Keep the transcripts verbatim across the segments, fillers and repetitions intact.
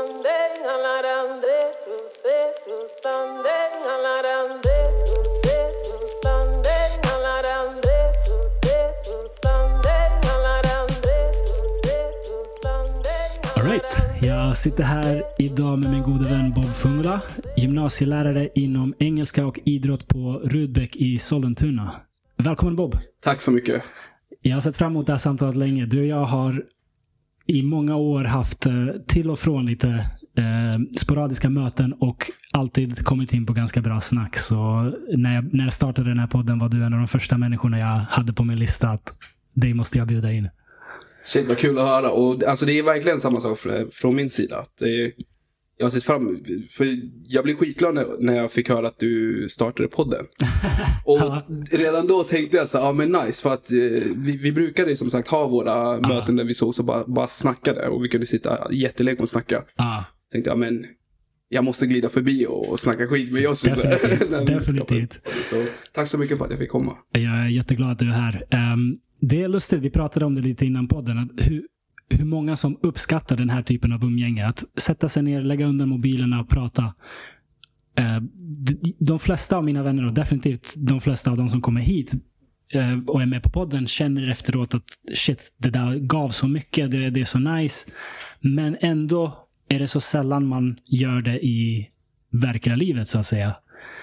Alright, jag sitter här idag med min gode vän Bob Fungula, gymnasielärare inom engelska och idrott på Rudbeck i Sollentuna. Välkommen Bob. Tack så mycket. Jag har sett fram emot det här samtalet länge. Du och jag har i många år haft till och från lite eh, sporadiska möten och alltid kommit in på ganska bra snack. Så när jag, när jag startade den här podden var du en av de första människorna jag hade på min lista att dig måste jag bjuda in. Shit, vad kul att höra. Och alltså, det är verkligen samma sak från min sida. Att det är, jag har sett fram, för jag blev skitglad när, när jag fick höra att du startade podden. Och redan då tänkte jag så ja ah, men nice, för att eh, vi, vi brukade som sagt ha våra ah. möten där vi såg så bara, bara snackade och vi kunde sitta jättelänge och snacka. Ah. Tänkte jag, men jag måste glida förbi och, och snacka skit med oss. Definitivt. Definitivt. Så tack så mycket för att jag fick komma. Jag är jätteglad att du är här. Um, det är lustigt, vi pratade om det lite innan podden, att hur, hur många som uppskattar den här typen av umgänge. Att sätta sig ner, lägga undan mobilerna och prata. Uh, de, de flesta av mina vänner och definitivt de flesta av de som kommer hit uh, och är med på podden känner efteråt att shit, det där gav så mycket, det, det är så nice. Men ändå är det så sällan man gör det i verkliga livet så att säga.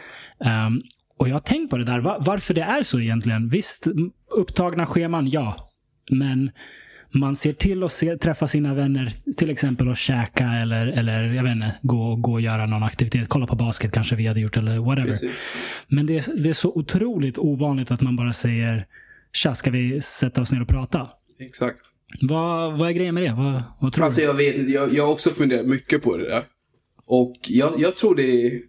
Um, och jag har tänkt på det där, var, varför det är så egentligen. Visst, upptagna scheman, ja. Men man ser till att se, träffa sina vänner till exempel och käka eller, eller jag vet inte, gå, gå och göra någon aktivitet. Kolla på basket kanske vi hade gjort eller whatever. Precis. Men det, det är så otroligt ovanligt att man bara säger tja, ska vi sätta oss ner och prata? Exakt. Vad, vad är grejen med det? Vad, vad tror alltså du? jag vet jag, jag har också funderat mycket på det där. Och jag, jag tror det är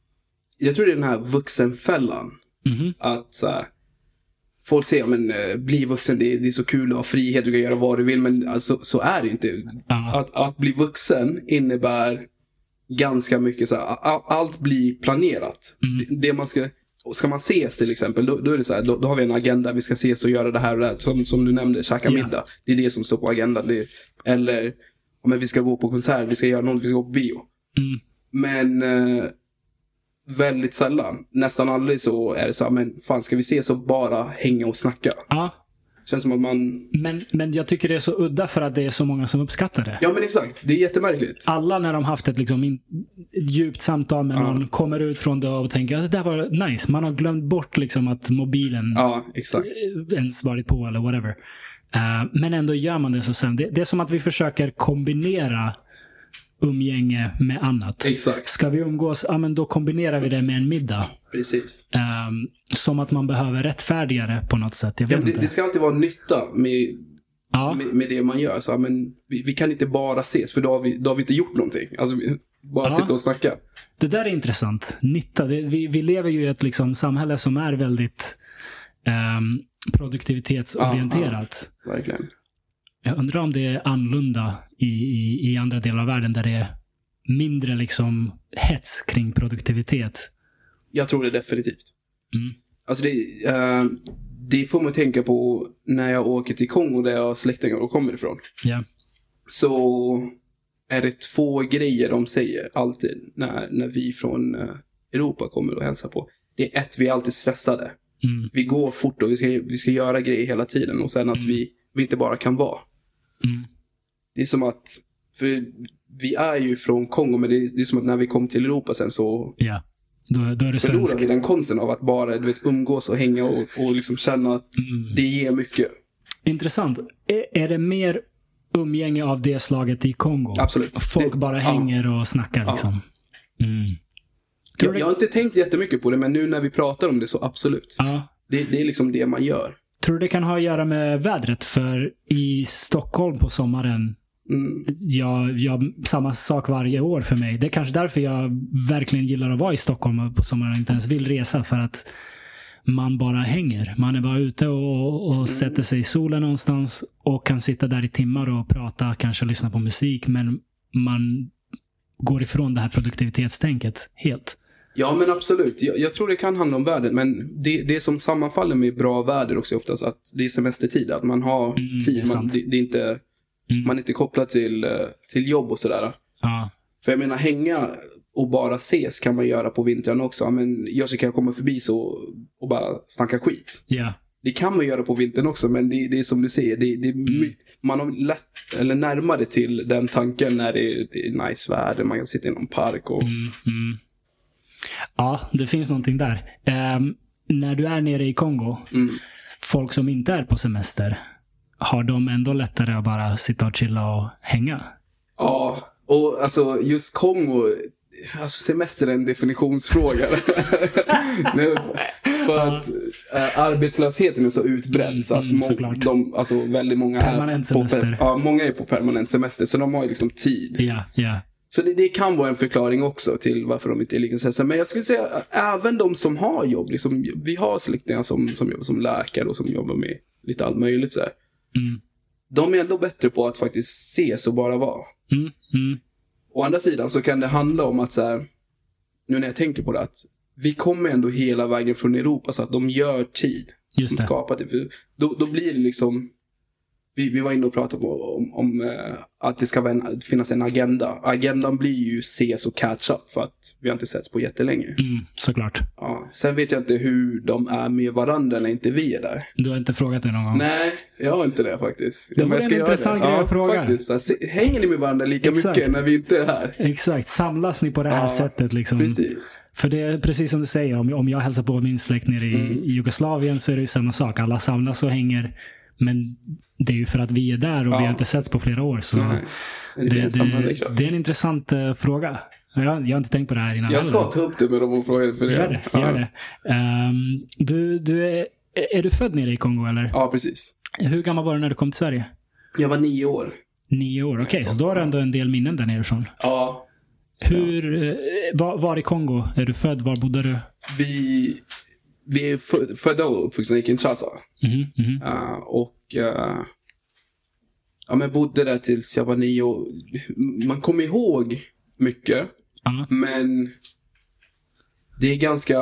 jag tror det är den här vuxenfällan. Mm-hmm. Att så här, folk säger men äh, bli vuxen, det är, det är så kul att ha frihet, du kan göra vad du vill, men alltså, så är det inte. Uh-huh. Att, att bli vuxen innebär ganska mycket så här, all, allt blir planerat. Mm. Det, det man ska ska man ses till exempel, då, då är det så här, då, då har vi en agenda, vi ska ses och göra det här och det här, som, som du nämnde, käka middag. Yeah. Det är det som står på agendan. Det, eller men vi ska gå på konsert, vi ska göra något, vi ska gå på bio. Mm. Men eh, väldigt sällan, nästan aldrig så är det så här, men fan, ska vi ses och bara hänga och snacka? Ja. Känns som att man... Men, men jag tycker det är så udda för att det är så många som uppskattar det. Ja men exakt, det är jättemärkligt. Alla när de haft ett liksom in, djupt samtal med ja. någon kommer ut från det och tänker att det där var nice. Man har glömt bort liksom att mobilen ja, exakt. ens varit på eller whatever. Uh, men ändå gör man det så sen. Det, det är som att vi försöker kombinera umgänge med annat. Exakt. Ska vi umgås, ja men då kombinerar vi det med en middag. Precis. Um, som att man behöver rättfärdigare på något sätt. Jag vet ja, det, inte. det ska alltid vara nytta med, ja. med, med det man gör. Så, men vi, vi kan inte bara ses, för då har vi, då har vi inte gjort någonting. Alltså, vi, bara ja. sitta och snacka. Det där är intressant. Nytta. Det, vi, vi lever ju i ett liksom, samhälle som är väldigt um, produktivitetsorienterat. Ja, ja. Verkligen. Jag undrar om det är annorlunda i, i, i andra delar av världen där det är mindre liksom hets kring produktivitet. Jag tror det definitivt. Mm. Alltså det, uh, det får man tänka på när jag åker till Kongo där jag har släktingar och kommer ifrån. Yeah. Så är det två grejer de säger alltid när, när vi från uh, Europa kommer och hälsar på. Det är ett, vi är alltid stressade. Mm. Vi går fort och vi ska, vi ska göra grejer hela tiden. Och sen att mm. vi, vi inte bara kan vara. Mm. Det är som att, för vi är ju från Kongo, men det är, det är som att när vi kom till Europa sen så ja, då, då är det förlorar svensk. vi den konsten av att bara du vet, umgås och hänga och, och liksom känna att mm. det ger mycket. Intressant. Är, är det mer umgänge av det slaget i Kongo? Absolut. Folk det, bara hänger ja. och snackar liksom. Ja. Mm. Jag, jag har inte tänkt jättemycket på det, men nu när vi pratar om det så absolut. Ja. Det, det är liksom det man gör. Tror du det kan ha att göra med vädret? För i Stockholm på sommaren mm. jag, jag, samma sak varje år för mig. Det är kanske därför jag verkligen gillar att vara i Stockholm på sommaren och inte ens vill resa. För att man bara hänger. Man är bara ute och, och mm. sätter sig i solen någonstans och kan sitta där i timmar och prata, kanske lyssna på musik. Men man går ifrån det här produktivitetstänket helt. Ja men absolut, jag, jag tror det kan handla om vädret. Men det, det som sammanfaller med bra väder också är oftast att det är semestertid. Att man har mm, tid, det är, man, det, det är inte, mm. man är inte kopplad till, till jobb och sådär. Ja. För jag menar, hänga och bara ses kan man göra på vintern också. Men jag så kan jag komma förbi så och bara snacka skit. Ja. Yeah. Det kan man göra på vintern också, men det, det är som du säger, det, det, mm. man har lätt eller närmare till den tanken när det är, det är nice väder, man kan sitta i någon park och... Mm, mm. Ja, det finns någonting där. Um, när du är nere i Kongo, mm. folk som inte är på semester, har de ändå lättare att bara sitta och chilla och hänga? Ja, och alltså just Kongo, alltså semester är en definitionsfråga. För att äh, arbetslösheten är så utbredd mm, så att mm, må- de, alltså, väldigt många permanent är på, semester. ja, många är på permanent semester, så de har ju liksom tid. Ja, ja. Så det, det kan vara en förklaring också till varför de inte är lika semester. Men jag skulle säga även de som har jobb, liksom, vi har släktingar som, som jobbar som läkare och som jobbar med lite allt möjligt så här. Mm. De är ändå bättre på att faktiskt ses och bara vara. Mm, mm. Å andra sidan så kan det handla om att så här, nu när jag tänker på det, att vi kommer ändå hela vägen från Europa så att de gör tid. Just det. De skapar det. Då, då blir det liksom, vi, vi var inne och pratade om, om, om uh, att det ska vara en, finnas en agenda. Agendan blir ju ses och catch up för att vi har inte setts på jättelänge. Mm, såklart. Ja, sen vet jag inte hur de är med varandra när inte vi är där. Du har inte frågat det någon gång? Nej, jag har inte det faktiskt. Det var en intressant grej att fråga. Faktiskt. Alltså, hänger ni med varandra lika Exakt. mycket när vi inte är här? Exakt, samlas ni på det här ja, sättet liksom? Precis. För det är precis som du säger, om, om jag hälsar på min släkt nere i, mm. i Jugoslavien så är det ju samma sak. Alla samlas och hänger. Men det är ju för att vi är där och ja. vi har inte setts på flera år. Så Nej, det, det, det, det är en intressant uh, fråga. Jag, jag har inte tänkt på det här innan. Jag ska ta upp det med dem och fråga för det. Gör det, ja. gör det. Um, du, du är, är du född nere i Kongo eller? Ja, precis. Hur gammal var du när du kom till Sverige? Jag var nio år. Nio år, okej. Okay, så då har du ändå en del minnen där nerifrån. Ja. Hur, ja. Var, var i Kongo är du född? Var bodde du? Vi... Vi är födda och uppvuxna i Kinshasa. Mm, mm. Uh, och uh, ja, men bodde där tills jag var nio år. Man kommer ihåg mycket. Uh. Men det är ganska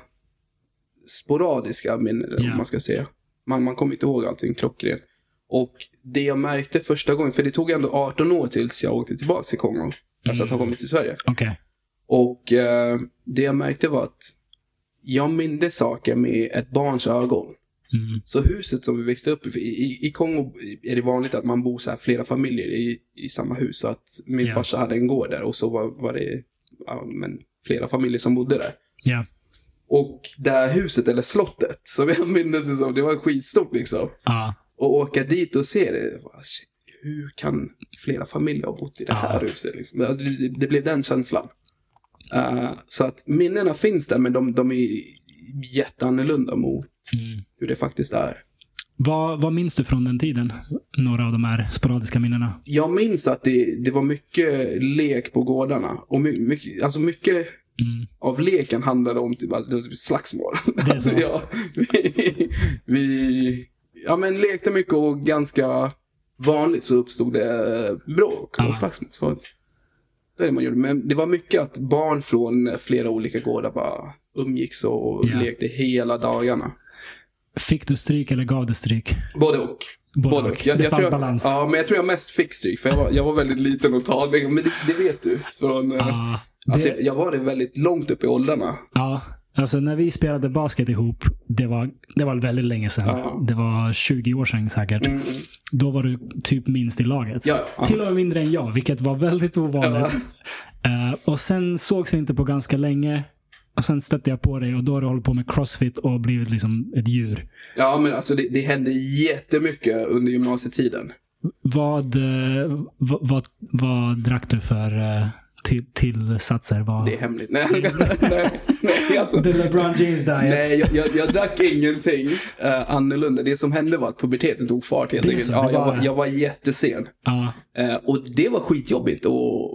sporadiska minnen, yeah. om man ska säga. Man, man kommer inte ihåg allting klockrent. Och det jag märkte första gången, för det tog ändå arton år tills jag åkte tillbaka till Kongo. Mm. Efter att ha kommit till Sverige. Okay. Och uh, det jag märkte var att jag minns saker med ett barns ögon. Mm. Så huset som vi växte upp i, i, i Kongo är det vanligt att man bor så här flera familjer i, i samma hus. Så att min yeah. farsa hade en gård där och så var, var det ja, men flera familjer som bodde där. Yeah. Och det här huset, eller slottet, som jag minns det som, det var skitstort liksom. Uh. Och åka dit och se det, hur kan flera familjer ha bott i det här uh. huset liksom? Alltså, det, det blev den känslan. Uh, så att minnena finns där, men de, de är jätteannorlunda mot mm. hur det faktiskt är. Vad, vad minns du från den tiden? Några av de här sporadiska minnena. Jag minns att det, det var mycket lek på gårdarna. Och my, mycket, alltså mycket mm. av leken handlade om typ, alltså, typ slagsmål. alltså, ja, vi, vi ja, men lekte mycket och ganska vanligt så uppstod det bråk och ah. slagsmål. Så det är det man gjorde. Men det var mycket att barn från flera olika gårdar bara umgicks och yeah. lekte hela dagarna. Fick du stryk eller gav du stryk? Både och. Både och. Jag, det jag fanns tror balans. Jag, ja, men jag tror jag mest fick stryk. För jag var, jag var väldigt liten och talig. Men det, det vet du. Från, ah, alltså, det... jag var det väldigt långt upp i åldrarna. Ja, alltså när vi spelade basket ihop, det var, det var väldigt länge sedan. Ah. Det var tjugo år sedan säkert. Mm. Då var du typ minst i laget. Ja, ja. Till och med mindre än jag, vilket var väldigt ovanligt. Ja. Uh, och sen sågs vi inte på ganska länge. Och sen stötte jag på dig och då har du hållit på med CrossFit och blivit liksom ett djur. Ja, men alltså det, det hände jättemycket under gymnasietiden. Vad, vad, vad, vad drack du för till, tillsatser? Vad... Det är hemligt. Nej, nej, nej, alltså. The LeBron James diet. Nej, jag, jag, jag drack ingenting uh, annorlunda. Det som hände var att puberteten tog fart helt enkelt. Ja, jag, var, jag var jättesen. Ja. Uh, och det var skitjobbigt att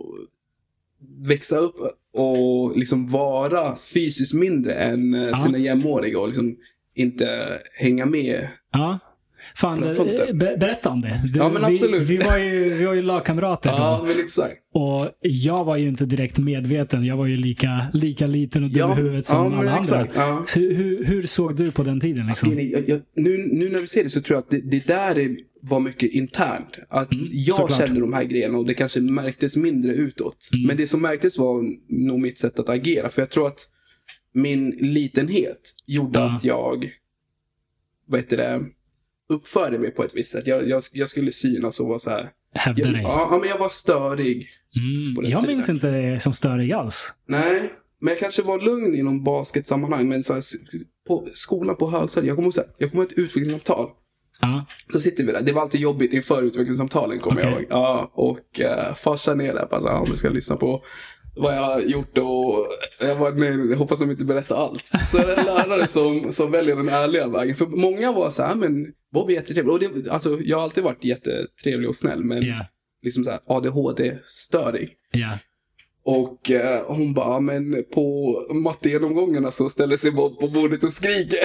växa upp och liksom vara fysiskt mindre än ja. sina jämnåriga och liksom inte hänga med. Ja. Fan, det, be, berätta om det. Du, ja, men absolut. Vi, vi, var ju, vi var ju lagkamrater då. Ja, men exakt. Och jag var ju inte direkt medveten. Jag var ju lika, lika liten och dum ja, i huvudet som ja, alla exakt. andra. Ja. Så hur, hur såg du på den tiden? Liksom? Jag, jag, nu, nu när vi ser det så tror jag att det, det där är var mycket internt. Att Mm, jag såklart. kände de här grejerna och det kanske märktes mindre utåt. Mm. Men det som märktes var nog mitt sätt att agera. För jag tror att min litenhet gjorde Ja. att jag, vad heter det, uppförde mig på ett visst sätt. Jag, jag, jag skulle synas och vara så här. Hävda Jag, dig. ja, ja, men jag var störig. på Mm. den Jag tiden. minns inte det som störig alls. Nej, men jag kanske var lugn i någon basketsammanhang. Men så här, på skolan på högstadiet, jag kommer ihåg så här, jag kommer ihåg ett utvecklingssamtal. Ja. Så sitter vi där. Det var alltid jobbigt inför utvecklingssamtalen, kommer Okej. jag ihåg. Ja, och uh, farsan är där. Bara så här, om vi ska lyssna på vad jag har gjort. Och jag, var, nej, jag hoppas de inte berättar allt. Så är det en lärare som, som väljer den ärliga vägen. För många var så här, men Bob är jättetrevlig. Och det, alltså, jag har alltid varit jättetrevlig och snäll. Men Ja. liksom så här, A D H D-störig. Ja. Och eh, hon bara, men på mattegenomgångarna så ställer sig Bob på bordet och skriker.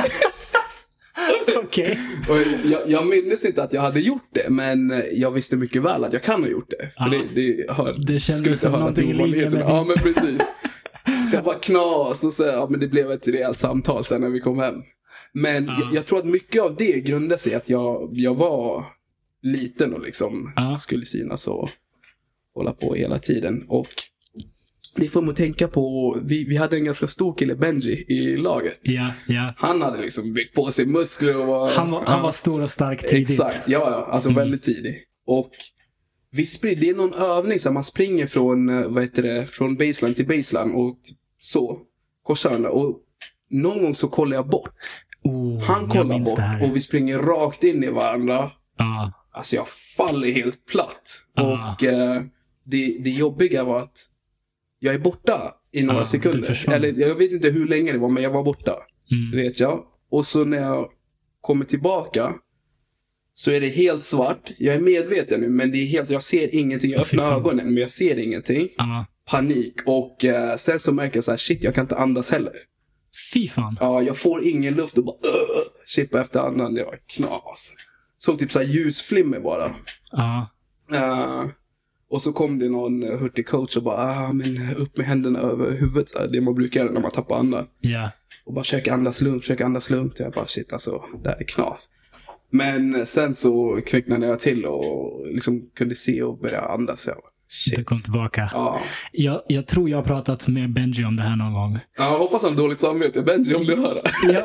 Okej. Och jag, jag minns inte att jag hade gjort det, men jag visste mycket väl att jag kan ha gjort det. För Ja. det, det, hör, Det kändes skulle inte som höra någonting till i linje med ovanligheterna. din- Ja, men precis. Så jag bara knas och så, ja, men det blev ett rejält samtal sen när vi kom hem. Men Ja. jag, jag tror att mycket av det grundade sig att jag, jag var liten och liksom Ja. skulle synas och hålla på hela tiden. Och det får man tänka på, vi, vi hade en ganska stor kille, Benji, i laget. Ja, ja. Han hade liksom byggt på sig muskler och var, Han var, han var stor och stark tidigt. Exakt, ja, ja, alltså Mm. väldigt tidig. Och vi springer, det är någon övning så man springer från, eh, vad heter det, från baseline till baseline och t- så, korsarna. Och någon gång så kollar jag bort. Oh, Han jag kollar minns det här. bort och vi springer rakt in i varandra. Ja. Alltså jag faller helt platt. Ah. Och eh, det, det jobbiga var att jag är borta i några Ah, du sekunder. försvann. Eller jag vet inte hur länge det var, men jag var borta. Mm. Vet jag. Och så när jag kommer tillbaka så är det helt svart. Jag är medveten nu, men det är helt, jag ser ingenting. Jag Åh, fy öppnar fan. ögonen, men jag ser ingenting. Ja. Panik. Och eh, sen så märker jag så här, shit, jag kan inte andas heller. Fy fan. Ja, jag får ingen luft och bara uh, chippa efter andan. Det var knas. Såg typ så här ljusflimmer bara. Ja. Uh, och så kom det någon hurtig coach och bara, ah, men upp med händerna över huvudet. Så här, det man brukar göra när man tappar andan. Ja. Och bara försöka andas lugnt, försöka andas lugnt. Jag bara, shit, alltså, det här är knas. Men sen så kvicknade jag till och liksom kunde se och börja andas. Jag bara, Du shit. kom tillbaka. Ja. Jag, jag tror jag har pratat med Benji om det här någon gång. Ja, jag hoppas han har dåligt samvete. Benji, om du hör det. Jag,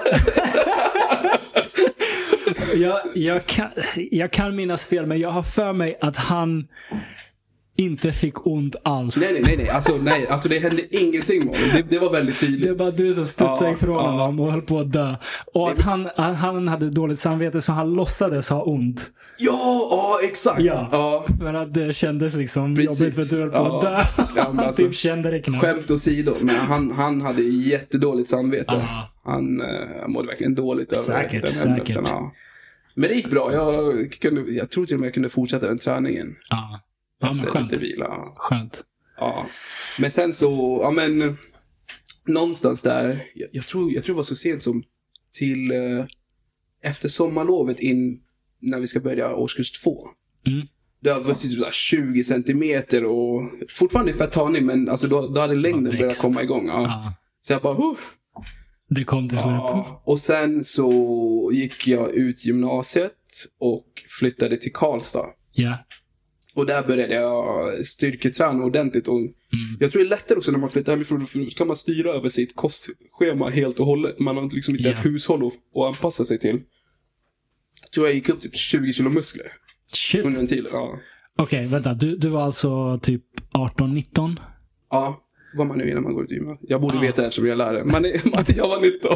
jag, jag, kan, jag kan minnas fel, men jag har för mig att han inte fick ont alls. Nej, nej, nej, nej. Alltså, nej. Alltså det hände ingenting med honom. Det, det var väldigt tydligt. Det var du som studsade Ja, ifrån ja. honom och höll på att dö. Och att han, han, han hade dåligt samvete så han låtsades ha ont. Ja, ja, exakt. Ja. Ja. För att det kändes liksom Precis. jobbigt för att du höll på Ja. att dö. Ja, men Han alltså, typ kände det knappt. Skämt åsido, men han, han hade jättedåligt samvete. Ja. Han uh, mådde verkligen dåligt över Säkert, den säkert. händelsen. Ja. Men det gick bra. Jag, kunde, jag tror till och med jag kunde fortsätta den träningen. Ja, ja men Efter skönt. lite vila. Skönt. Ja. Men sen så, ja men, någonstans där, jag, jag, tror, jag tror det var så sent som till eh, efter sommarlovet in när vi ska börja årskurs två. Mm. Det har vuxit typ så här tjugo centimeter och fortfarande fett tanig, men alltså då, då hade längden Ja, börjat växt. komma igång. Ja. Ja, Så jag bara, huh. det kom till slut. Ja. Och sen så gick jag ut gymnasiet och flyttade till Karlstad. Ja. Och där började jag styrketräna ordentligt. Och Mm. jag tror det är lättare också när man flyttar hemifrån, för då kan man styra över sitt kostschema helt och hållet. Man har liksom inte Ja. ett hushåll att, att anpassa sig till. Jag tror jag gick upp typ tjugo kilo muskler Shit. under den tiden. Ja, Okej, vänta. Du, du var alltså typ arton nitton? ja, vad man nu är när man går ut i gymnasiet. Jag borde Ja. veta eftersom jag är lärare. Man är, man, jag var nitton.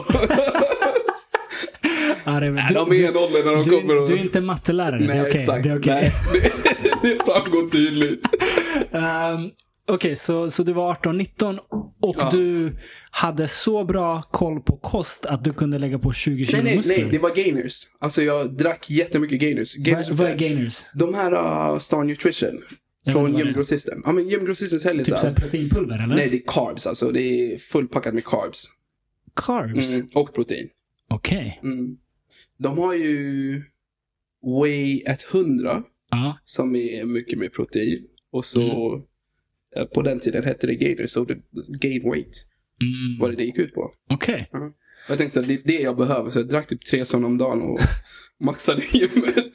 Ja, det, Nej, du, de är en ålder när de du, kommer och... du är inte mattelärare. Nej, det är okej. exakt. Det är okej. Nej, det, det framgår tydligt. Um, Okej, så, så du var arton nitton och Ja. du hade så bra koll på kost att du kunde lägga på tjugo kilo Nej, nej, muskler? nej, det var gainers. Alltså jag drack jättemycket gainers. gainers Vad vad är gainers? De här uh, Star Nutrition Jag från vet vad det är. Gymgrossisten. Ja, men Gymgrossisten säljer Typ så såhär här. proteinpulver, eller? Nej, det är carbs alltså. Det är fullpackat med carbs. Carbs? Mm, och protein. Okej. Mm. De har ju Whey hundra Ja. som är mycket mer protein. Och så eh, på den tiden hette det gainers, så det gain weight. Mm. Vad det, det gick ut på. Okej. Och jag tänkte så här, det är det jag behöver. Så jag drack typ tre sådana om dagen och maxade gymmet.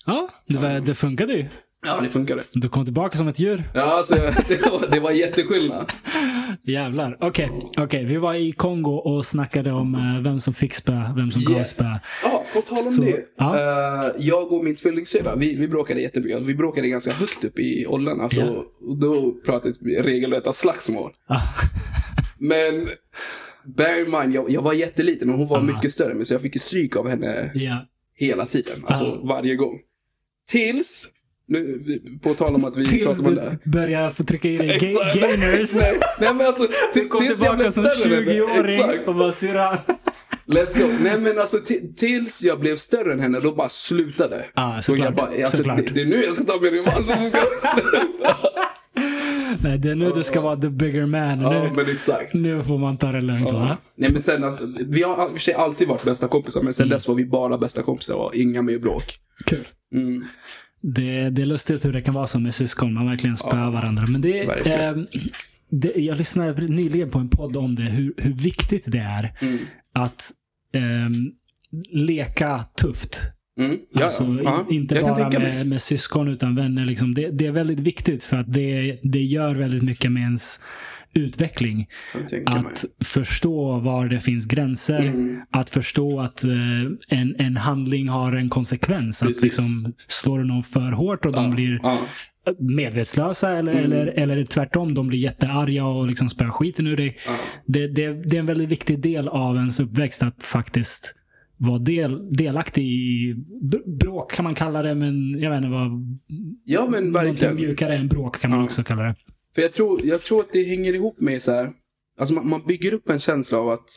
Ja, det, var, det funkade ju. Ja, det funkade. Du kom tillbaka som ett djur. Ja, alltså, det var, det var jätteskillnad. Jävlar. Okej, okay. okay. Vi var i Kongo och snackade om uh, vem som fick spö, vem som yes. gav spö. Ja, på tal om Så, det. Ja. Uh, jag och min tvillingsyrra, vi, vi bråkade jättemycket. Vi bråkade ganska högt upp i åldern. Alltså, yeah. Då pratade vi regelrätta slagsmål. Ah. Men bear in mind, jag, jag var jätteliten och hon var ah. mycket större. Men så jag fick stryk av henne yeah. hela tiden. Alltså ah. varje gång. Tills... Nu, på tal om att vi tills pratar om det. Du börjar få trycka i dig ga- gainers. nej, nej, men alltså, t- kom tills tillbaka jag som tjugo-åring och bara syra. Let's go. Nej, men alltså t- tills jag blev större än henne, då bara slutade. Ah, såklart. Jag bara, alltså, det, det är nu jag ska ta min revansch som ska sluta. Nej, det är nu du ska vara the bigger man. Ja, nu, men exakt. Nu får man ta det lugnt, ja. va? Nej, men sen, alltså, vi har för sig alltid varit bästa kompisar, men sen mm. dess var vi bara bästa kompisar och inga mer bråk. Kul. Mm. Det, det är lustigt hur det kan vara som med syskon. Man verkligen spöar ja, varandra. Men det, eh, det, jag lyssnade nyligen på en podd om det. Hur, hur viktigt det är mm. att eh, leka tufft. Mm. Ja, alltså ja. In, inte jag bara med, med syskon utan vänner. Liksom. Det, det är väldigt viktigt för att det, det gör väldigt mycket med ens utveckling. Att mig. förstå var det finns gränser. Mm. Att förstå att uh, en, en handling har en konsekvens. Precis. Att liksom slår någon för hårt och ja. de blir ja. medvetslösa eller, mm. eller, eller tvärtom, de blir jättearga och liksom spär skiten ur dig. Ja. Det, det, det är en väldigt viktig del av ens uppväxt att faktiskt vara del, delaktig i bråk kan man kalla det, men jag vet inte vad ja, men verkligen mjukare än bråk kan man ja. också kalla det. För jag tror, jag tror att det hänger ihop med så här, alltså man, man bygger upp en känsla av att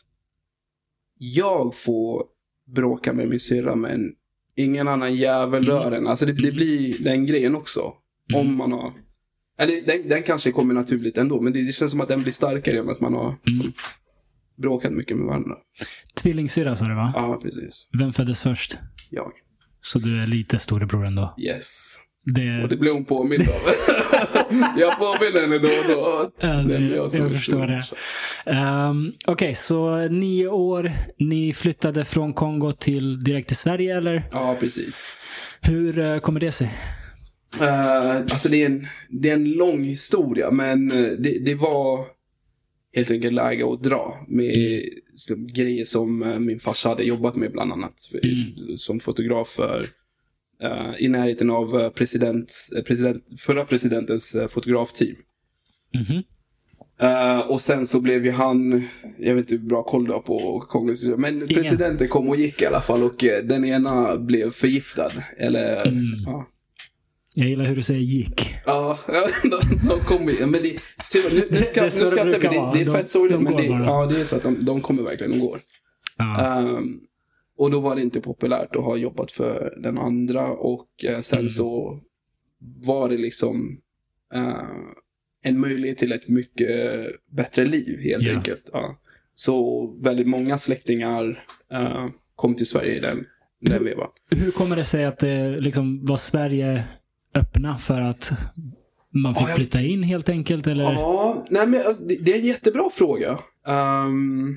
jag får bråka med min syrra, men ingen annan jävel rör mm. en. Alltså det, det blir den grejen också. Mm. Om man har, eller den, den kanske kommer naturligt ändå, men det, det känns som att den blir starkare om att man har mm. som, bråkat mycket med varandra. Tvillingsyrra sa du, va? Ja, precis. Vem föddes först? Jag. Så du är lite storebror ändå? Yes. Det... Och det blir hon påmind av. Jag påminner henne då och då. Ja, det, jag, jag förstår det. Um, Okej, okay, så nio år. Ni flyttade från Kongo till direkt till Sverige, eller? Ja, precis. Hur uh, kommer det sig? Uh, alltså det är, en, det är en lång historia, men det, det var helt enkelt läge att dra med mm. grejer som min farsa hade jobbat med bland annat mm. som fotograf för Uh, i närheten av uh, president, president, förra presidentens uh, fotografteam. Mm-hmm. Uh, och sen så blev ju han, jag vet inte hur bra koll du har på Kongress, men Ingen. presidenten kom och gick i alla fall, och uh, den ena blev förgiftad. Eller, mm. uh. Jag gillar hur du säger gick. Ja, de, de kom i, men det, typ, nu, nu, ska, det nu skrattar vi, det, det är de, fett sorgligt, de men det, ja, det är så att de, de kommer verkligen, de går. Ah. Um, Och då var det inte populärt att ha jobbat för den andra. Och eh, sen mm. så var det liksom eh, en möjlighet till ett mycket bättre liv helt yeah. enkelt. Ja. Så väldigt många släktingar eh, kom till Sverige i den, den vevan. Hur kommer det sig att det liksom var Sverige öppna för att man fick ja, flytta in helt enkelt? Eller? Ja, nej, men, alltså, det, det är en jättebra fråga. Um,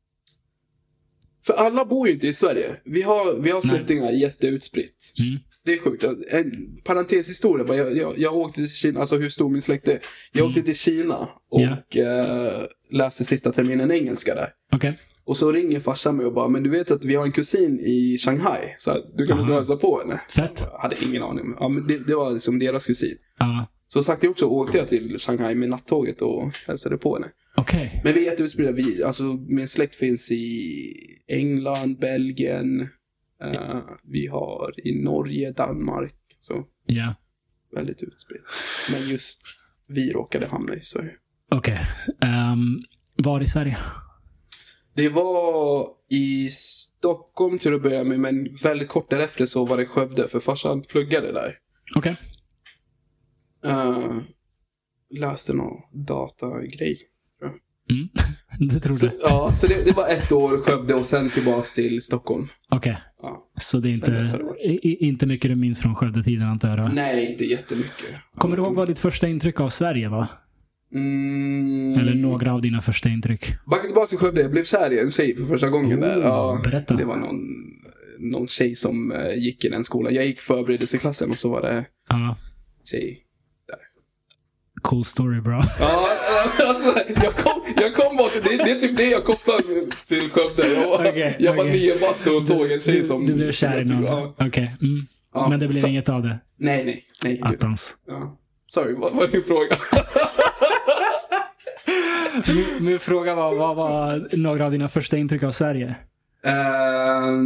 För alla bor ju inte i Sverige. Vi har, vi har släktingar jätteutspritt. Mm. Det är sjukt. En parenteshistoria. Jag, jag, jag åkte till Kina, alltså hur stor min släkt är. Jag mm. åkte till Kina och yeah. uh, läste sista terminen engelska där. Okay. Och så ringer farsan mig och bara, men du vet att vi har en kusin i Shanghai. Så du kan nog hälsa på henne. Fett. Jag hade ingen aning. Ja, men det, det var liksom deras kusin. Uh. Så sagt jag också åkte jag till Shanghai med nattåget och hälsade på henne. Okay. Men vi är jätteutspridda. Vi, alltså, min släkt finns i England, Belgien. Uh, vi har i Norge, Danmark. Så yeah. väldigt utspritt. Men just vi råkade hamna i Sverige. Okej. Okay. Um, var i Sverige? Det var i Stockholm till att börja med. Men väldigt kort därefter så var det Skövde. För farsan pluggade där. Okej. Okay. Uh, läste någon datagrej. Mm. Du tror så, det? Ja, så det, det var ett år Skövde och sen tillbaks till Stockholm. Okej. Okay. Ja. Så det är inte, det i, inte mycket du minns från Skövde-tiden, antar jag? Nej, inte jättemycket. Kommer du ihåg vad ditt första intryck av Sverige var? Mm. Eller några av dina första intryck? Backa tillbaka till Skövde, jag blev kär i en tjej för första gången oh, där. Ja, berätta. Det var någon någon tjej som uh, gick i den skolan. Jag gick förberedelseklassen och så var det uh. tjej där. Cool story, bro. Ja, alltså, jag kom, jag kom bort, det, det är typ det jag kopplade till Skövde. Jag var, okay, jag var okay. nio bast och såg en tjej du, som... Du blev kär i någon? Ja. Okej. Okay. Mm. Ja, men det blev så, inget av det? Nej, nej. nej Attans. Ja. Sorry, vad var din fråga? min, min fråga var, vad var några av dina första intryck av Sverige? Uh,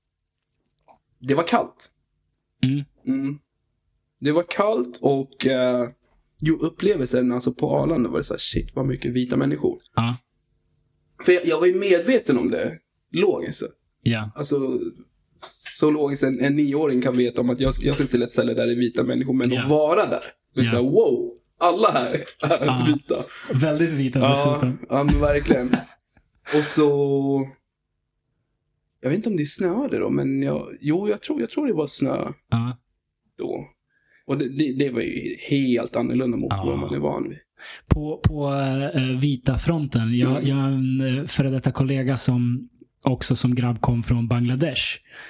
det var kallt. Mm. Mm. Det var kallt och... Uh, Jo, upplevelsen alltså på Arlanda var det så här, shit, vad mycket vita människor. Ja. För jag, jag var ju medveten om det, logiskt. Ja. Alltså, så logiskt en, en nioåring kan veta om att jag, jag ska till ett ställe där det är vita människor, men ja. Att vara där. Det är ja. Så här, wow, alla här är ja. Vita. Väldigt vita dessutom. Ja, ja, men verkligen. Och så... Jag vet inte om det snöade då, men jag, jo, jag tror, jag tror det var snö ja. Då. Och det, det, det var ju helt annorlunda mot ja. Vad man är van vid. På, på äh, vita fronten, jag, mm. jag har en före detta kollega som också som grabb kom från Bangladesh.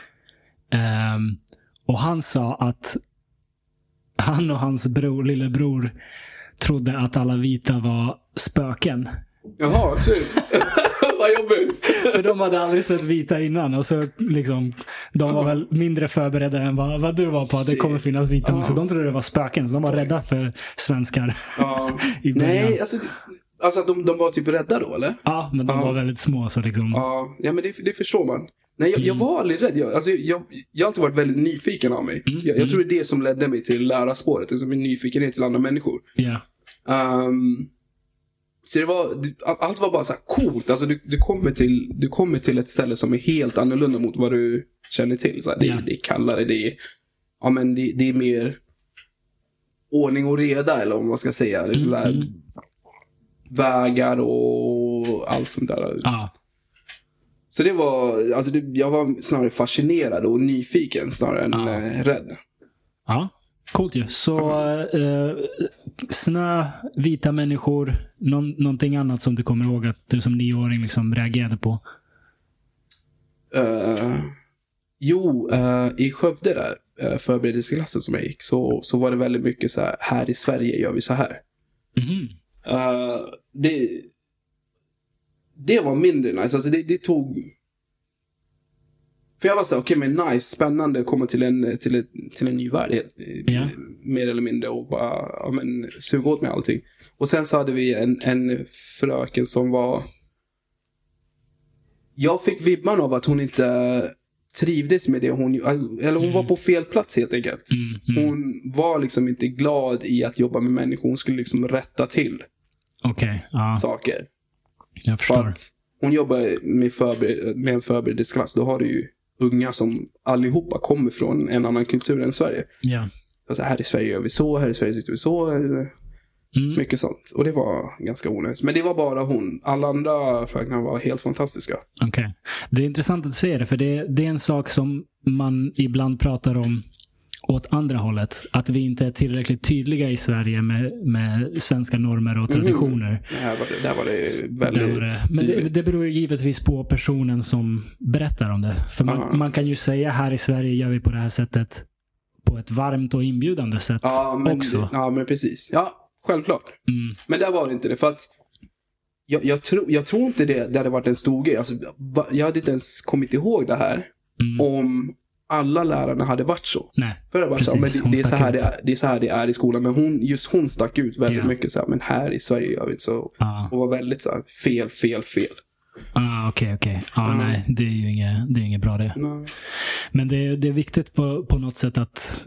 Um, och han sa att han och hans bror, lillebror trodde att alla vita var spöken. Jaha, typ. Vad jobbigt. För de hade aldrig sett vita innan. Och så liksom, de var väl mindre förberedda än vad, vad du var på. Att det kommer finnas vita. Ja. Så de trodde det var spöken. Så de var rädda för svenskar. Ja. Nej, alltså, alltså de, de var typ rädda då, eller? Ja, men de ja. Var väldigt små. Så liksom... Ja, ja men det, det förstår man. Nej, jag, jag var aldrig rädd. Jag, alltså, jag, jag har alltid varit väldigt nyfiken av mig. Mm, jag, jag mm. tror det är det som ledde mig till lärarspåret. Alltså min nyfikenhet till andra människor. Ja. Yeah. Um, Så det var, allt var bara så här coolt. Alltså du, du, kommer till, du kommer till ett ställe som är helt annorlunda mot vad du känner till. Så här, det, yeah. det är kallare, det är, ja, men det, det är mer ordning och reda, eller vad man ska säga. Liksom mm, där, mm. Vägar och allt sånt där. Ah. Så det var, alltså det, jag var snarare fascinerad och nyfiken snarare än ah. äh, rädd. Ja. Coolt ju. Så eh, snö, vita människor, någon, någonting annat som du kommer ihåg att du som nioåring liksom reagerade på? Uh, jo, uh, i Skövde där, uh, förberedelseklassen som jag gick, så, så var det väldigt mycket så här, här i Sverige gör vi så här. Mm-hmm. Uh, det, det var mindre nice. Alltså det, det tog... För jag var så okej, okay, men nice, spännande att komma till en, till ett, till en ny värld, ja. Mer eller mindre, och bara, ja, men, suga åt med allting. Och sen så hade vi en, en fröken som var... Jag fick vibban av att hon inte trivdes med det hon... Eller hon mm. var på fel plats helt enkelt. Mm, mm. Hon var liksom inte glad i att jobba med människor. Hon skulle liksom rätta till okay, uh. saker. Jag förstår. Hon jobbar med, förbered- med en förberedelseklass. Då har du ju unga som allihopa kommer från en annan kultur än Sverige. Ja. Alltså här i Sverige gör vi så, här i Sverige sitter vi så. Mm. Mycket sånt. Och det var ganska onödigt. Men det var bara hon. Alla andra fröknar var helt fantastiska. Okej. Okay. Det är intressant att du säger det. För det, det är en sak som man ibland pratar om åt andra hållet. Att vi inte är tillräckligt tydliga i Sverige med, med svenska normer och traditioner. Mm. Där var det, där var det väldigt där var det. Men det, det beror ju givetvis på personen som berättar om det. För man, man kan ju säga här i Sverige gör vi på det här sättet på ett varmt och inbjudande sätt ja, men, också. Ja, men precis. Ja, självklart. Mm. Men där var det inte det. För att jag, jag, tro, jag tror inte det, det hade varit en stor grej. Alltså, jag hade inte ens kommit ihåg det här mm. om alla lärarna hade varit så. Nej, för det var precis, så, men det, det, är så här det, är, det är så här det är i skolan. Men hon, just hon stack ut väldigt yeah. mycket så här, men här i Sverige gör vi inte så. Ah. Hon var väldigt så här, fel, fel, fel. Ah, okej, okay, okej. Okay. Ah, mm. Nej, det är ju inget, det är inget bra det. Nej. Men det, det är viktigt på, på något sätt att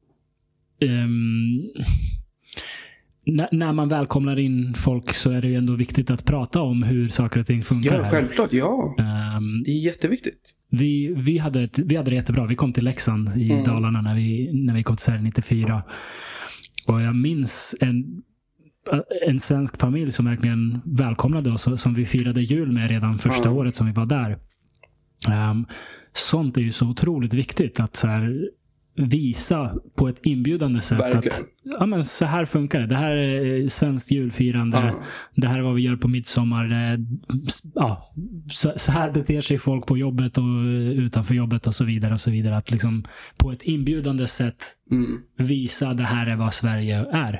um, när, när man välkomnar in folk så är det ju ändå viktigt att prata om hur saker och ting funkar. Ja, självklart, ja. Um, det är jätteviktigt. Vi, vi, hade ett, vi hade det jättebra. Vi kom till Leksand i mm. Dalarna när vi, när vi kom till Sverige nittiofyra. Och jag minns en, en svensk familj som verkligen välkomnade oss, som vi firade jul med redan första mm. året som vi var där. Um, sånt är ju så otroligt viktigt att så här, visa på ett inbjudande sätt Verkligen. att ja, men så här funkar det. Det här är svenskt julfirande. Ja. Det här är vad vi gör på midsommar. Det, ja, så, så här beter sig folk på jobbet och utanför jobbet och så vidare och så vidare. Att liksom på ett inbjudande sätt mm. visa det här är vad Sverige är.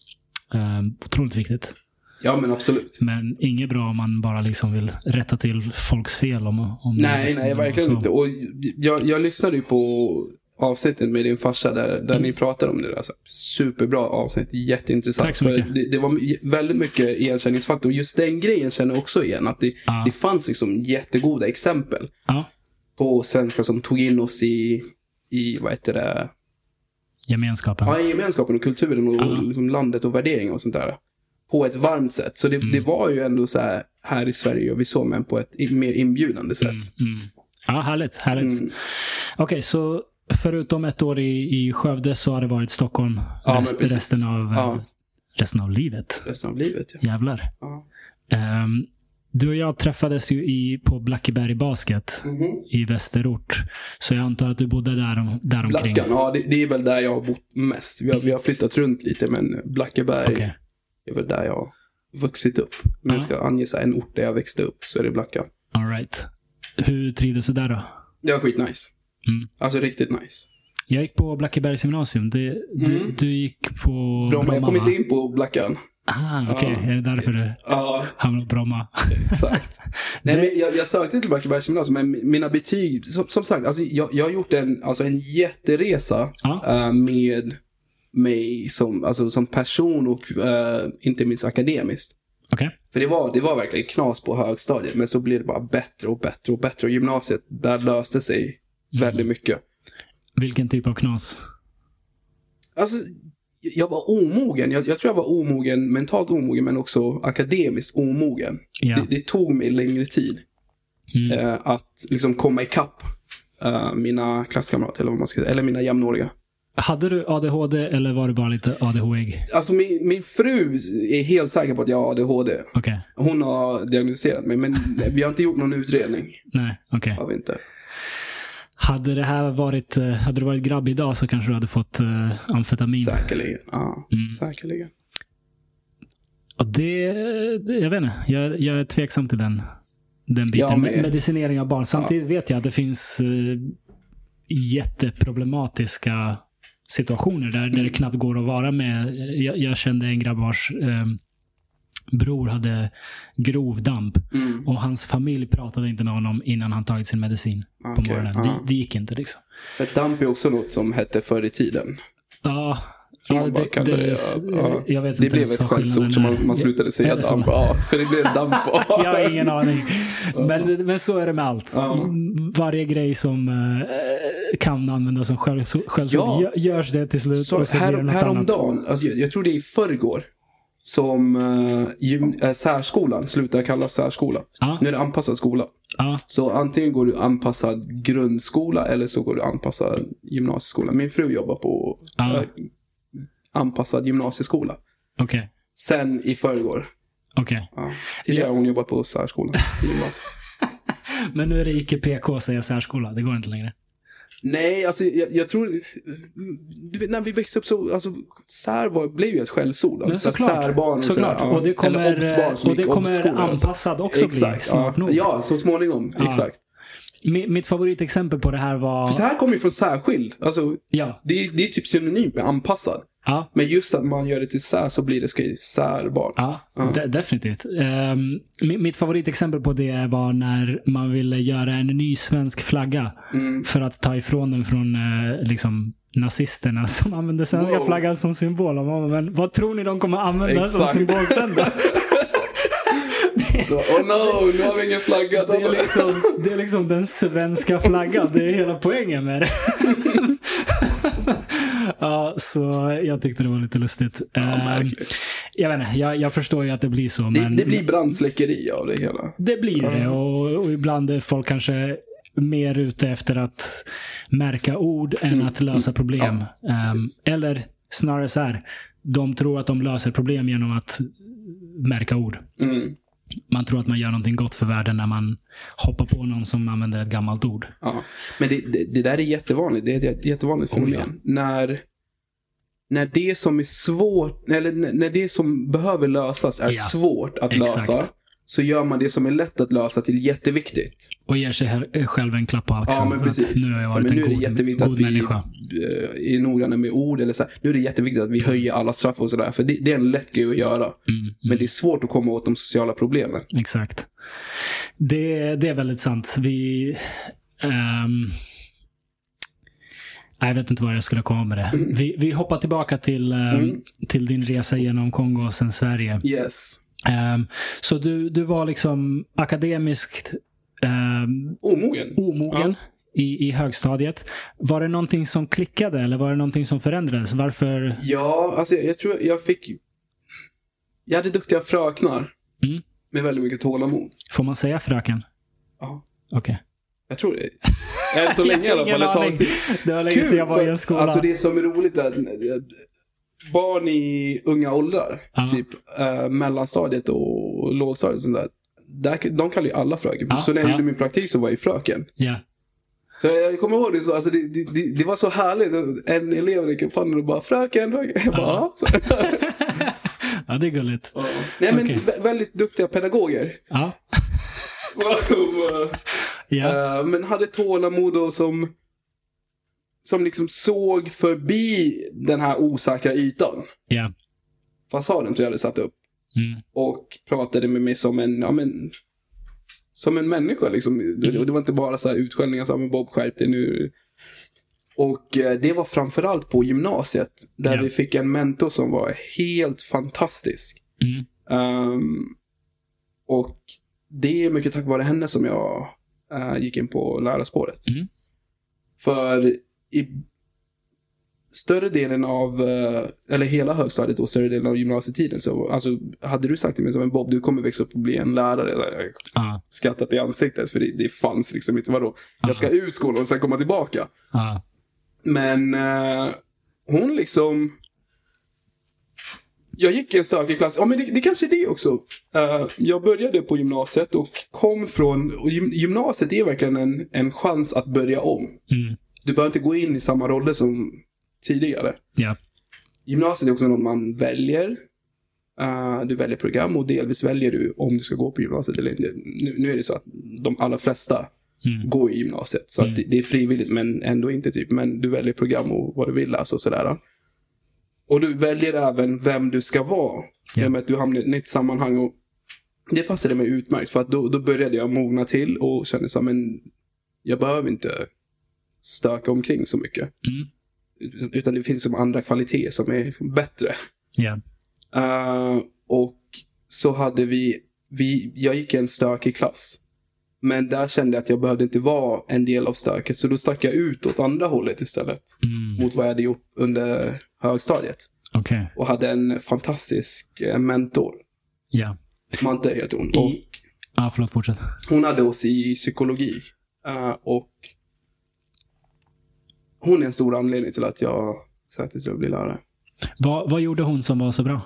Um, otroligt viktigt. Ja, men absolut. Men inget bra om man bara liksom vill rätta till folks fel om, om Nej, det, nej, verkligen så. inte. Och jag, jag lyssnade ju på avsnittet med din farsa där, där mm. ni pratar om det. Alltså, superbra avsnitt, jätteintressant. Tack så mycket. För det, det var väldigt mycket igenkänningsfaktor. Just den grejen känner jag också igen. Att det, ja. det fanns liksom jättegoda exempel ja. på svenskar som tog in oss i, i vad heter det? Gemenskapen. Ja, gemenskapen och kulturen och ja. liksom landet och värderingar och sånt där. På ett varmt sätt. Så det, mm. det var ju ändå så här, här i Sverige och vi så, men på ett mer inbjudande sätt. Mm. Mm. Ja, härligt. härligt. Mm. Okej, okay, så förutom ett år i, i Skövde så har det varit Stockholm ja, rest, resten, av, ja. resten av livet. Resten av livet, ja. Jävlar. Ja. Um, du och jag träffades ju i, på Blackeberg Basket mm-hmm. i Västerort. Så jag antar att du bodde där, där omkring. Blackan, ja, det, det är väl där jag har bott mest. Vi har, vi har flyttat runt lite, men Blackeberg okay. är väl där jag har vuxit upp. Men ja. jag ska ange så här, en ort där jag växte upp, så är det Blackan. All right. Hur trivdes du där då? Det var skitnice. Mm. Alltså riktigt nice. Jag gick på Blackebergs gymnasium. Det, mm. du, du gick på Bromma. Bromma. Jag kom inte in på Blackan. Ah, okej. Okay. Ja. Är det därför du ja. hamnade på Bromma? Exakt. Nej, men jag, jag sökte till Blackebergs gymnasium, men mina betyg, som, som sagt, alltså, jag, jag har gjort en, alltså, en jätteresa ah. uh, med mig som, alltså, som person och uh, inte minst akademiskt. Okay. För det var, det var verkligen knas på högstadiet, men så blev det bara bättre och bättre och bättre. Och gymnasiet, där löste sig mm. väldigt mycket. Vilken typ av knas? Alltså, jag var omogen. Jag, jag tror jag var omogen, mentalt omogen, men också akademiskt omogen. Yeah. Det, det tog mig längre tid mm. eh, att liksom komma ikapp eh, mina klasskamrater, eller vad man ska säga, eller mina jämnåriga. Hade du A D H D eller var du bara lite A D H D? Alltså min, min fru är helt säker på att jag har A D H D. Okay. Hon har diagnostiserat mig, men vi har inte gjort någon utredning. Nej, okej. Okay. Har vi inte. Hade det här varit, hade du varit grabb idag så kanske du hade fått uh, amfetamin. Säkerligen, ja. Mm. Säkerligen. Och det, det, jag vet inte, jag, jag är tveksam till den, den biten. Ja, men... Medicinering av barn. Samtidigt ja. vet jag att det finns uh, jätteproblematiska situationer där, mm. där det knappt går att vara med. Jag, jag kände en grabb vars eh, bror hade grov damp mm. och hans familj pratade inte med honom innan han tagit sin medicin okay. på morgonen. Ja. Det, det gick inte liksom. Så damp är också något som hette förr i tiden. Ja, ja det, det, det, ja. Jag vet det inte blev ett skällsord som man, man slutade säga damp. Ja, för det blev damp. Jag har ingen aning. Men, men så är det med allt. Ja. Varje grej som uh, kan användas som skällsord ja. görs det till slut. Så, och så här, häromdagen, alltså, jag, jag tror det är i förrgår som uh, gym, äh, särskolan slutar kallas särskola. Ja. Nu är det anpassad skola. Ja. Så antingen går du anpassad grundskola eller så går du anpassad gymnasieskola. Min fru jobbar på ja. äh, anpassad gymnasieskola. Okej. Okay. Sen i förrgår. Okej. Okay. Ja. Tidigare har hon jobbat på särskolan. Men nu är det icke P K att säga särskola. Det går inte längre. Nej, alltså jag, jag tror du vet, när vi växte upp så alltså, sär var, blev ju ett skällsord alltså, såklart, särbarn och såklart. Sådär, och det kommer, obsbarn, och det kommer anpassad också exakt, bli snart ja. nog. Ja, så småningom, ja. Exakt. Mitt, mitt favoritexempel på det här var... För så här kommer ju från särskild. Alltså, ja. det, det är typ synonymt med anpassad. Ja. Men just att man gör det till sär så blir det ska särbarn. Ja, uh-huh. de- definitivt. Um, mitt favoritexempel på det var när man ville göra en ny svensk flagga mm. för att ta ifrån den från uh, liksom nazisterna som använde svenska wow. flaggan som symbol. Men vad tror ni de kommer använda Exakt. som symbol sen då? Så, oh no, nu har vi ingen flagga. Det är, liksom, det är liksom den svenska flaggan. Det är hela poängen med det. Ja, så jag tyckte det var lite lustigt. Ja, um, jag vet inte, jag, jag förstår ju att det blir så. Det, men det blir brandsläckeri av det hela. Det blir det. Och, och ibland är folk kanske mer ute efter att märka ord än mm. att lösa problem. Ja. Um, eller snarare så här. De tror att de löser problem genom att märka ord. Mm. man tror att man gör någonting gott för världen när man hoppar på någon som använder ett gammalt ord. Ja, men det, det, det där är jättevanligt. Det är ett jättevanligt fenomen. Oh, ja. När, när det som är svårt, eller när det som behöver lösas är ja. svårt att Exakt. lösa, så gör man det som är lätt att lösa till jätteviktigt. Och ger sig själv en klapp på axeln. Ja, men precis. Nu har jag varit ja, men nu en är det god, jätteviktigt god att vi människa. är noggranna med ord. Eller så här. Nu är det jätteviktigt att vi höjer alla straff och sådär. För det, det är en lätt grej att göra. Mm, mm. Men det är svårt att komma åt de sociala problemen. Exakt. Det, det är väldigt sant. Vi... Um... Jag vet inte vad jag skulle komma med det. Vi, vi hoppar tillbaka till, um, mm. till din resa genom Kongo och sen Sverige. Yes. Um, så du, du var liksom akademiskt um, omogen, omogen ja. i, i högstadiet. Var det någonting som klickade eller var det någonting som förändrades? Varför? Ja, alltså jag, jag tror jag fick... Jag hade duktiga fröknar mm. med väldigt mycket tålamod. Får man säga fröken? Ja. Okej. Okay. Jag tror det. Eller så länge i alla fall. Ett tag till. Det var länge sedan jag var i en skola. Alltså det som är roligt är att barn i unga åldrar, uh-huh. typ äh, mellanstadiet och lågstadiet och sånt där, där, de kallar ju alla fröken. Uh-huh. Så när jag uh-huh. gjorde min praktik så var jag fröken. Yeah. Så jag kommer ihåg det så, alltså det, det, det, det var så härligt. En elev räcker upp handen och bara fröken, fröken. Jag bara, uh-huh. Ja, det är gulligt. Uh-huh. Nej, men okay. vä- väldigt duktiga pedagoger. Ja. Uh-huh. Yeah. Uh, men hade tålamod och som som liksom såg förbi den här osäkra ytan. Yeah. Fasaden som jag hade satt upp. Mm. Och pratade med mig som en, ja men, som en människa liksom. Mm. Och det var inte bara så här utskällningar som Bob skärpte nu. Och uh, det var framförallt på gymnasiet. Där yeah. vi fick en mentor som var helt fantastisk. Mm. Um, och det är mycket tack vare henne som jag uh, gick in på lärarspåret. Mm. För i större delen av, eller hela högstadiet och större delen av gymnasietiden, så alltså, hade du sagt till mig som en Bob, du kommer växa upp och bli en lärare, eller jag uh. skrattat i ansiktet, för det, det fanns liksom inte, vadå? Uh. Jag ska ut skolan och sen komma tillbaka. Uh. Men uh, hon liksom, jag gick i en stökig klass. Ja, men det, det kanske är det också. Uh, jag började på gymnasiet och kom från... Och gymnasiet är verkligen en, en chans att börja om. Mm. Du behöver inte gå in i samma roller som tidigare. Yeah. Gymnasiet är också något man väljer. Uh, du väljer program och delvis väljer du om du ska gå på gymnasiet eller inte. Nu, nu är det så att de allra flesta mm. går i gymnasiet. Så mm. att det, det är frivilligt men ändå inte typ. Men du väljer program och vad du vill läsa och sådär. Och du väljer även vem du ska vara. Yeah. Med att du hamnar i ett nytt sammanhang. Och det passade mig utmärkt. För att då, då började jag mogna till. Och kände som en... Jag behöver inte stöka omkring så mycket. Mm. Utan det finns som andra kvaliteter som är liksom bättre. Yeah. Uh, och så hade vi, vi... Jag gick i en stökig klass. Men där kände jag att jag behövde inte vara en del av stöket. Så då stack jag ut åt andra hållet istället. Mm. Mot vad jag hade gjort under högstadiet. Okay. Och hade en fantastisk mentor. Ja. Yeah. Mante heter hon. I... Och ah, förlåt, fortsätt. Hon hade oss i psykologi. Uh, och hon är en stor anledning till att jag sökte till att bli lärare. Vad, vad gjorde hon som var så bra?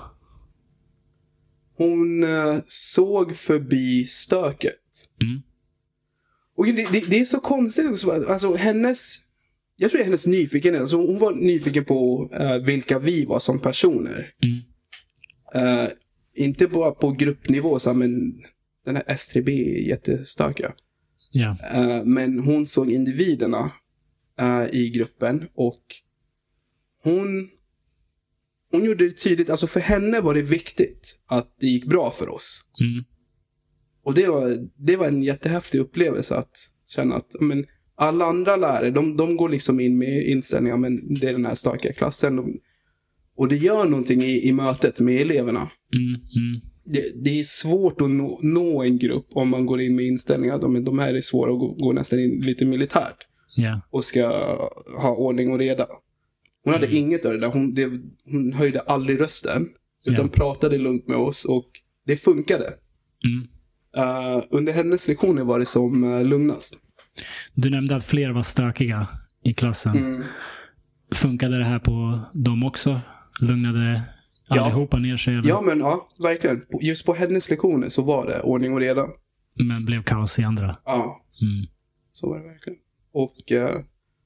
Hon uh, såg förbi stöket. Mm. Och det, det, det är så konstigt också. Alltså hennes... Jag tror det är hennes nyfikenhet. Alltså hon var nyfiken på uh, vilka vi var som personer. Mm. Uh, inte bara på gruppnivå, så här, men den här S tre B är jättestarka. Yeah. Uh, men hon såg individerna uh, i gruppen. Och hon, hon gjorde det tydligt. Alltså för henne var det viktigt att det gick bra för oss. Mm. Och det var, det var en jättehäftig upplevelse att känna att... Men, alla andra lärare, de, de går liksom in med inställningar, men det är den här starka klassen. De, och det gör någonting i, i mötet med eleverna. Mm, mm. Det, det är svårt att nå, nå en grupp om man går in med inställningar att de, de här är svåra och går, går nästan in lite militärt. Yeah. Och ska ha ordning och reda. Hon hade mm. inget av det där. Hon, det, hon höjde aldrig rösten. Utan yeah. pratade lugnt med oss och det funkade. Mm. Uh, under hennes lektioner var det som uh, lugnast. Du nämnde att fler var stökiga i klassen. Mm. Funkade det här på dem också? Lugnade Ja. Allihopa ner sig? Eller? Ja, men ja, verkligen. Just på hennes lektioner så var det ordning och reda. Men blev kaos i andra? Ja, mm. så var det verkligen. Och eh,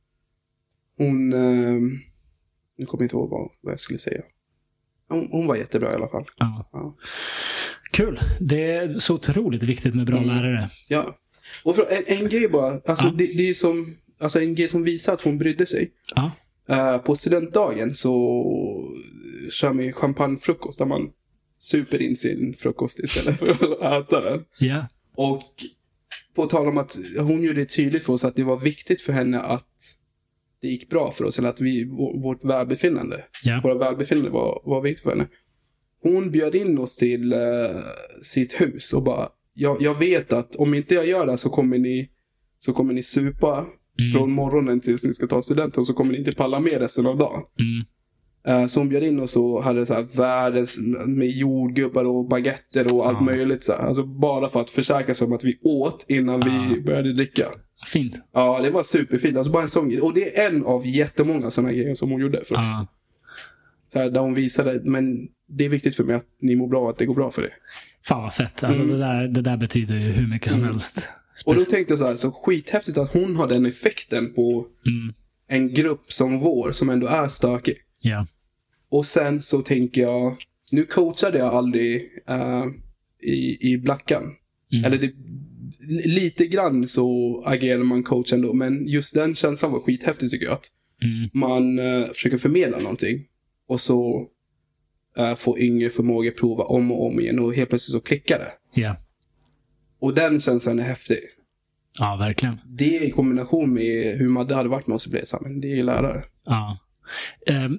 hon... Eh, nu kommer jag inte ihåg vad, vad jag skulle säga. Hon, hon var jättebra i alla fall. Ja. Ja. Kul. Det är så otroligt viktigt med bra mm. lärare. Ja. Och för, en, en grej bara. Alltså, ja. det, det är som, alltså en grej som visar att hon brydde sig. Ja. Uh, på studentdagen så kör man champagnefrukost där man super in sin frukost istället för att äta den. Ja. Och på tal om att hon gjorde det tydligt för oss att det var viktigt för henne att det gick bra för oss, eller att vi, vårt välbefinnande, ja. våra välbefinnande var, var viktigt för henne. Hon bjöd in oss till uh, sitt hus och bara, jag, jag vet att om inte jag gör det så kommer ni, så kommer ni supa mm. från morgonen tills ni ska ta studenten, och så kommer ni inte palla med resten av dagen. Mm. Uh, så hon bjöd in oss och hade så här världens med jordgubbar och baguetter och allt ja. möjligt så här. Alltså bara för att försäkra sig om att vi åt innan ja. vi började dricka. Fint. Ja, det var superfint. Alltså bara en sån grej. Och det är en av jättemånga sådana grejer som hon gjorde för oss. Ja. Så här, där hon visade, men det är viktigt för mig att ni mår bra, att det går bra för det. Fan vad fett. Alltså mm. det, där, det där betyder ju hur mycket som mm. helst. Spec- och då tänkte jag så här, så skithäftigt att hon har den effekten på mm. en grupp som vår, som ändå är stökig. Ja. Och sen så tänker jag, nu coachade jag aldrig uh, i, i Blackan. Mm. Eller det, lite grann så agerar man coach ändå, men just den känslan var skithäftig tycker jag. Att mm. man uh, försöker förmedla någonting och så uh, får yngre förmågor prova om och om igen, och helt plötsligt så klickar det. Ja. Och den känslan är häftig. Ja, verkligen. Det i kombination med hur Madde hade varit med oss i Blesammen, det är lärare. Ja. Um.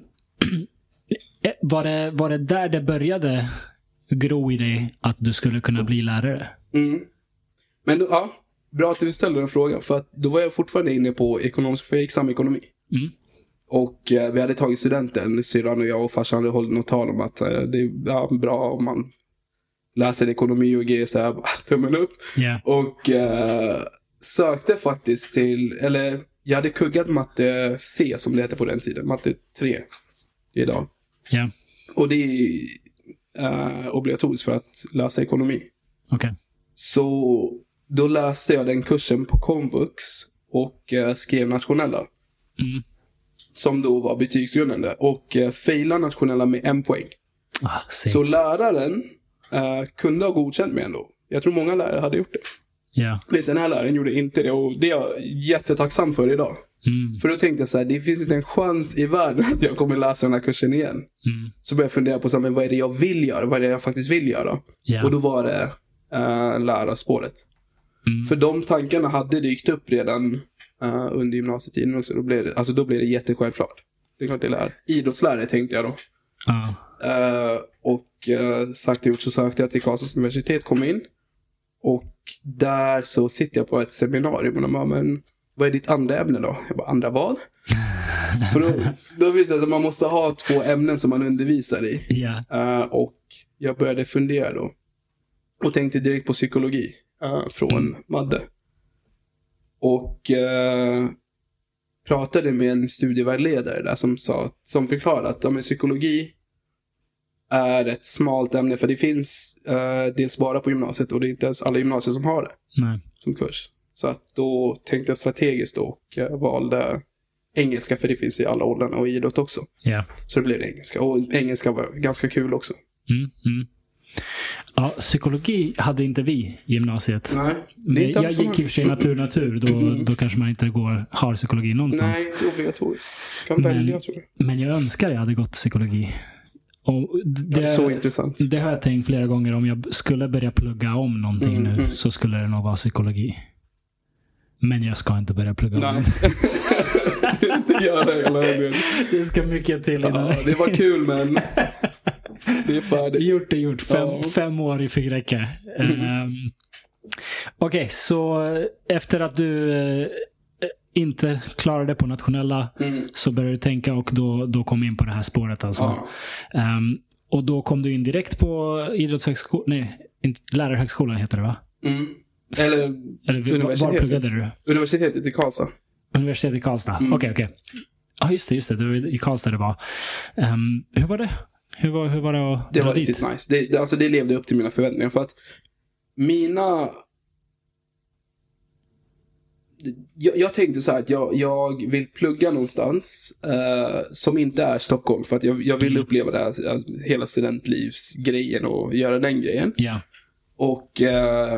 Var det, var det där det började gro i dig att du skulle kunna bli lärare? Mm. Men då, ja, bra att du ställde den frågan. För att då var jag fortfarande inne på ekonomisk, för jag gick samekonomi. Mm. Och eh, vi hade tagit studenten, syrran och jag och farsan hade hållit något tal om att eh, det är ja, bra om man läser ekonomi och grejer så här, tummen upp. Yeah. Och eh, sökte faktiskt till, eller jag hade kuggat matte C som det hette på den tiden, matte tre idag. Ja. Och det är uh, obligatoriskt för att läsa ekonomi. Okej. Okay. Så då läste jag den kursen på komvux och uh, skrev nationella. Mm. Som då var betygsgrundande. Och uh, failade nationella med en poäng. Ah, så läraren uh, kunde ha godkänt mig ändå. Jag tror många lärare hade gjort det. Ja. Men den här läraren gjorde inte det, och det är jag jättetacksam för idag. Mm. För då tänkte jag så här, det finns inte en chans i världen att jag kommer läsa den här kursen igen. Mm. Så började jag fundera på så här, men vad är det jag vill göra? Vad är det jag faktiskt vill göra? Yeah. Och då var det uh, lärarspåret. Mm. För de tankarna hade dykt upp redan uh, under gymnasietiden också. Då blev det, alltså då blev det jättesjälvklart. Det är klart det är lärare. Idrottslärare tänkte jag då. Uh. Uh, och uh, sagt och gjort så sökte jag till Karlstads universitet, kom in. Och där så sitter jag på ett seminarium och de bara, men vad är ditt andra ämne då? Jag bara, andra vad? För då, då visar det sig att man måste ha två ämnen som man undervisar i. Yeah. Uh, och jag började fundera då. Och tänkte direkt på psykologi uh, från mm. Madde. Och uh, pratade med en studievägledare där som, sa, som förklarade att ja, men psykologi är ett smalt ämne. För det finns uh, dels bara på gymnasiet, och det är inte ens alla gymnasier som har det. Nej. Som kurs. Så att då tänkte jag strategiskt då och uh, valde engelska, för det finns i alla åldrarna, och idrott också. Yeah. Så det blev det engelska. Och engelska var ganska kul också. Mm, mm. Ja, psykologi hade inte vi i gymnasiet. Nej, det är inte jag gick i och för sig natur, natur. Då, mm. då kanske man inte går, har psykologi någonstans. Nej, det är obligatoriskt. Kan men, välja, tror jag. Men jag önskar jag hade gått psykologi. Och det, det är så intressant. Det har jag tänkt flera gånger. Om jag skulle börja plugga om någonting mm, nu mm. så skulle det nog vara psykologi. Men jag ska inte börja plugga om. Nej. Det gör det hela tiden. Det ska mycket till innan. Ja, det var kul, men det är färdigt. Gjort är gjort. Fem, ja. fem år i fick räcka. Mm. Um, Okej, okay, så efter att du uh, inte klarade på nationella mm. så började du tänka, och då, då kom in på det här spåret alltså. Ja. Um, och då kom du in direkt på idrottshögskolan, nej, inte, lärarhögskolan heter det va? Mm. Eller, Eller universitetet. Var pluggade du? Universitetet i Karlstad. Universitetet i Karlstad, okej, mm. okej. Okay, okay. Ja, just det, just det. Det var i Karlstad det var. Um, hur var det? Hur var, hur var det att Det dra var dit? riktigt nice. Det, det, alltså det levde upp till mina förväntningar. För att mina... Jag, jag tänkte så här att jag, jag vill plugga någonstans eh, som inte är Stockholm. För att jag, jag vill uppleva det här, hela studentlivsgrejen och göra den grejen. Ja. Och... Eh,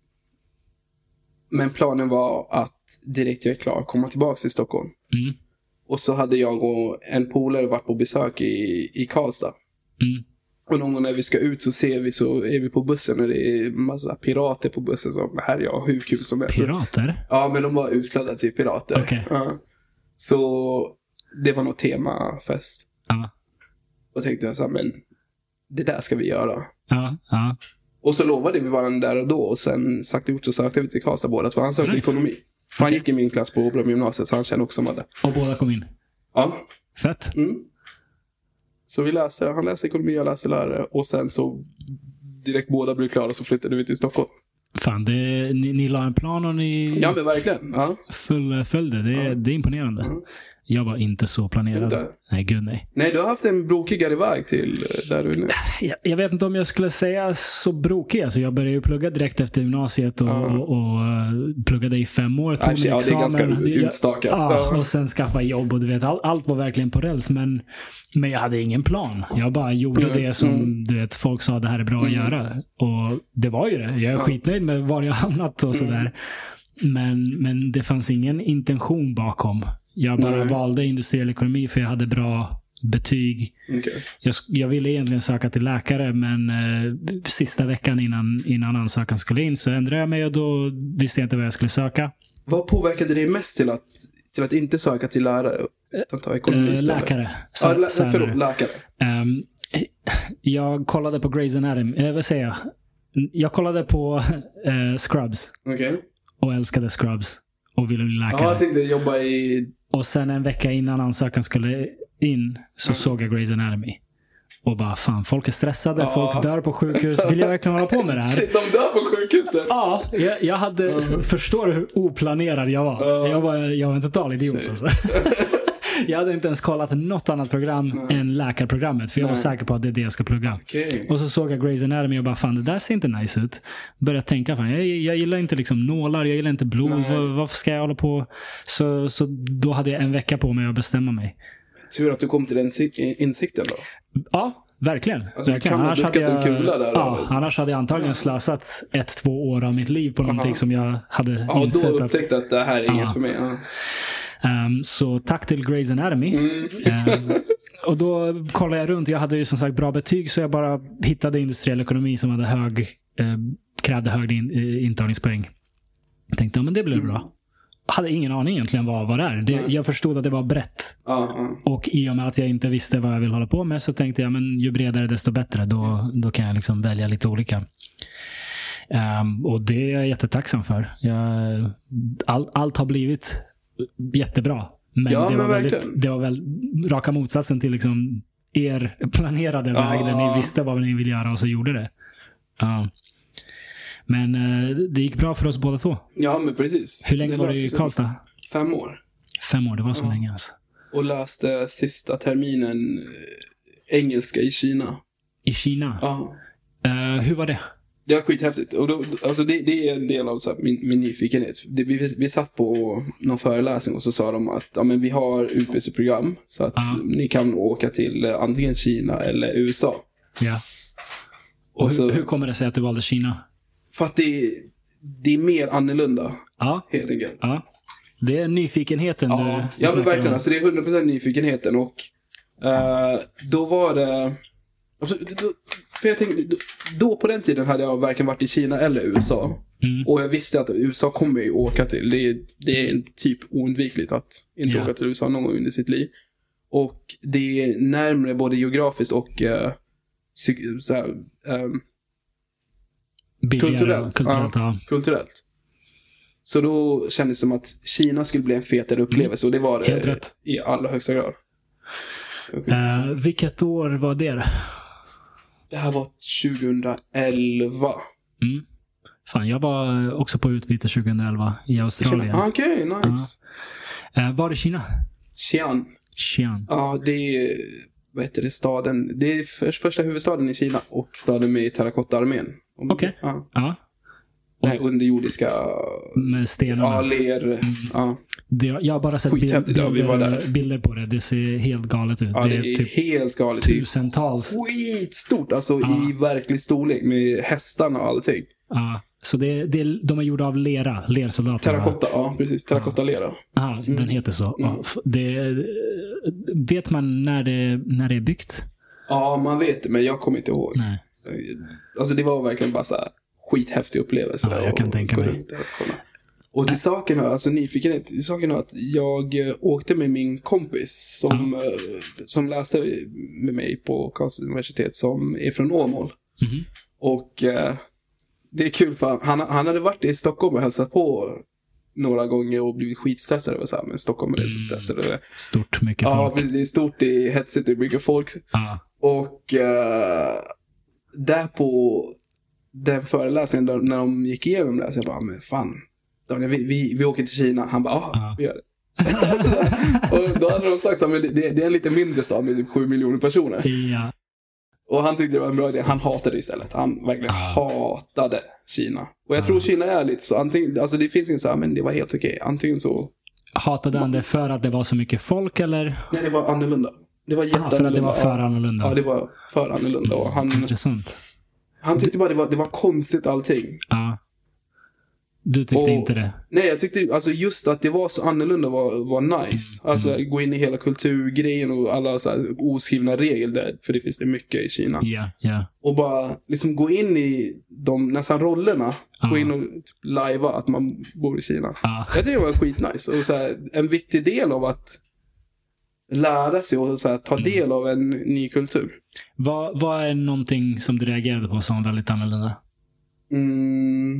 men planen var att direkt jag är klar komma tillbaka till Stockholm. Mm. Och så hade jag och en polare varit på besök i, i Karlstad. Mm. Och någon gång när vi ska ut så ser vi så är vi på bussen och det är massa pirater på bussen som här jag hur kul som helst. Pirater? Ja, men de var utklädda till pirater. Okay. Ja. Så det var något temafest. Ja. Och tänkte jag så här, men det där ska vi göra. Ja, ja. Och så lovade vi varandra där och då. Och sen sagt gjort så sökte vi till Karlstad båda. För han sökte nice. ekonomi. För han okay. gick i min klass på Bromma gymnasiet så han kände också med det. Och båda kom in? Ja. Fett. Mm. Så vi läste, han läste ekonomi, jag läste lärare. Och sen så direkt båda blev klara så flyttade vi till Stockholm. Fan, det, ni, ni la en plan och ni ja, men verkligen. Ja. fullföljde. Det, ja. det är imponerande. Mm. Jag var inte så planerad. Inte. Nej, gud nej. Nej, du har haft en brokigare väg till där du är nu. Jag, jag vet inte om jag skulle säga så brokig. Alltså, jag började ju plugga direkt efter gymnasiet och, mm. och, och pluggade i fem år. Tog ja, det är ganska utstakat. Ja, och sen skaffa jobb och du vet, all, allt var verkligen på räls. Men, men jag hade ingen plan. Jag bara gjorde mm. det som mm. du vet, folk sa det här är bra mm. att göra. Och det var ju det. Jag är mm. skitnöjd med var jag hamnat och sådär. Mm. Men, men det fanns ingen intention bakom. Jag bara Nej. valde industriell ekonomi för jag hade bra betyg. Okay. Jag, jag ville egentligen söka till läkare men eh, sista veckan innan, innan ansökan skulle in så ändrade jag mig och då visste jag inte vad jag skulle söka. Vad påverkade dig mest till att, till att inte söka till lärare? Utan ta ekonomi äh, läkare. Så, ah, lä- förlåt, läkare. Um, jag kollade på Grey's Anatomy. Eh, vad säger jag? Jag kollade på eh, Scrubs. Okej. Okay. Och älskade Scrubs. Och ville bli läkare. Ja, jag tänkte jobba i... Och sen en vecka innan ansökan skulle in så mm. såg jag Grey's Anatomy. Och bara, fan, folk är stressade, ja. folk dör på sjukhus. Vill jag verkligen hålla på med det här? Shit, de dör på sjukhuset. Ja, jag, jag hade, mm. förstår du hur oplanerad jag var? Mm. Jag var, jag var en total idiot alltså. Jag hade inte ens kollat något annat program mm. än läkarprogrammet. För jag Nej. var säker på att det är det jag ska plugga. Okay. Och så såg jag Grey's Anatomy och bara, fan, det där ser inte nice ut. Började tänka, fan, jag, jag gillar inte liksom nålar, jag gillar inte blod. Var, varför ska jag hålla på? Så, så då hade jag en vecka på mig att bestämma mig. Tur att du kom till den insikten då. Ja, verkligen. Alltså, verkligen. Annars, hade jag, en kula där, ja, annars hade jag antagligen slösat ett, två år av mitt liv på någonting Aha. som jag hade ja, insett. Ja, då upptäckte att, att det här är ja. inget för mig. Ja. Um, så tack till Grey's Anatomy. Mm. um, och då kollade jag runt. Jag hade ju som sagt bra betyg så jag bara hittade industriell ekonomi som hade hög eh, krävde hög in, eh, intagningspoäng. Jag tänkte, ja men det blev mm. bra. Jag hade ingen aning egentligen vad, vad det är. Det, mm. Jag förstod att det var brett. Mm. Och i och med att jag inte visste vad jag vill hålla på med så tänkte jag, men ju bredare desto bättre. Då, då kan jag liksom välja lite olika. Um, och det är jag jättetacksam för. Jag, all, allt har blivit jättebra. Men, ja, det, men var väldigt, det var väl raka motsatsen till liksom er planerade ah. väg där ni visste vad ni ville göra och så gjorde det. Uh. Men uh, det gick bra för oss båda två. Ja, men precis. Hur länge det var du i Karlstad? Fem år. Fem år, det var så ja. länge alltså. Och läste sista terminen engelska i Kina. I Kina? Ja. Uh, hur var det? Det var skithäftigt. Och då, alltså det, det är en del av så här, min, min nyfikenhet. Det, vi, vi satt på någon föreläsning och så sa de att ja, men vi har utbytesprogram så att uh-huh. ni kan åka till eh, antingen Kina eller U S A. Ja. Och, och hur, så, hur kommer det sig att du valde Kina? För att det, det är mer annorlunda. Ja. Helt enkelt. Ja. Det är nyfikenheten ja. du, du Ja, men verkligen. Om. Alltså, det är hundra procent nyfikenheten. Och uh, då var det... Alltså, då, för jag tänkte, då, då på den tiden hade jag varken varit i Kina eller U S A. Mm. Och jag visste att U S A kommer ju åka till. Det är, det är typ oundvikligt att inte yeah. åka till U S A någon gång under sitt liv. Och det är närmare både geografiskt och uh, så här, um, kulturellt. Kulturellt, ja. Ja, kulturellt. Så då kändes det som att Kina skulle bli en fetare upplevelse. Mm. Och det var det i allra högsta grad. Uh, vilket år var det? Det här var tjugoelva. Mm. Fan, jag var också på utbyte tjugoelva i Australien. Okej, okay, nice. Uh, uh, var det Kina? Xi'an. Xi'an. Ja, det är vad heter det, staden, det är för, första huvudstaden i Kina och staden med terrakottaarmén. Okej. Okay. Ja. Ja. Den här underjordiska med stenar. Ja, ler. Mm. Ja. Det, jag har bara sett bild, bilder, vi var där. bilder på det. Det ser helt galet ut. Ja, det, det är typ helt galet. Tusentals. Skitstort, alltså ja. i verklig storlek med hästarna och allting. Ja, så det, det, de är gjorda av lera, lersoldater. Terrakotta, ja precis. Terrakotta-lera. Ja, mm. den heter så. Mm. Det, vet man när det, när det är byggt? Ja, man vet det, men jag kommer inte ihåg. Nej. Alltså det var verkligen bara så här skithäftig upplevelse. Ja, jag kan tänka mig. Och, och till saken har, alltså nyfikenhet, till saken har att jag åkte med min kompis som, ja. som läste med mig på Karlstads universitet som är från Åmål. Mm-hmm. Och eh, det är kul för han, han hade varit i Stockholm och hälsat på några gånger och blivit skitstressad över så här, men Stockholm är det så stressade över. Stort, mycket ja, folk. Ja, det är stort, det är hetsigt, det är mycket folk. Ja. Och eh, där på den föreläsningen där, när de gick igenom det så jag bara, men fan Daniel, vi, vi, vi åker till Kina. Han bara, ah, ja. vi gör det. Och då hade de sagt så här, men det, det är en lite mindre stad med typ sju miljoner personer. Ja. Och han tyckte det var en bra idé. Han hatade det istället. Han verkligen ah. hatade Kina. Och jag ah. tror Kina är lite så. Antingen, alltså det finns inte så här, men det var helt okej. Antingen så... Hatade han det för att det var så mycket folk, eller? Nej, det var annorlunda. Det var jätteannorlunda. Ah, för att det var för annorlunda. Ja, det var för annorlunda. Och han, intressant. Han tyckte bara det var, det var konstigt allting. Ja. Du tyckte och, inte det? Nej, jag tyckte alltså just att det var så annorlunda var, var nice. Mm. Alltså gå in i hela kulturgrejen och alla så här oskrivna regler där, för det finns det mycket i Kina. Ja, ja. Och bara liksom gå in i de nästan rollerna. Ah. Gå in och typ livea att man bor i Kina. Ah. Jag tycker det var skitnice. Och så här, en viktig del av att lära sig och så här, ta del mm. av en ny kultur. Vad, vad är någonting som du reagerade på som väldigt annorlunda? Mm...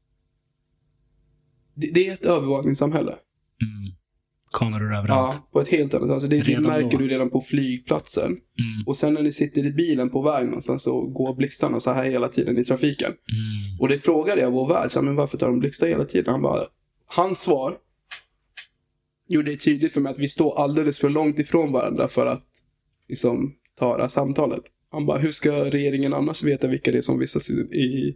Det, det är ett övervakningssamhälle. Mm. Kameror överallt. Ja, på ett helt annat. Alltså det, det märker då. Du redan på flygplatsen. Mm. Och sen när ni sitter i bilen på vägen och sen så går blixtarna så här hela tiden i trafiken. Mm. Och det frågade jag vår värld, så, men varför tar de blixtar hela tiden? Han bara, hans svar gjorde det tydligt för mig att vi står alldeles för långt ifrån varandra för att liksom ta det här samtalet. Han bara, hur ska regeringen annars veta vilka det är som vistas i,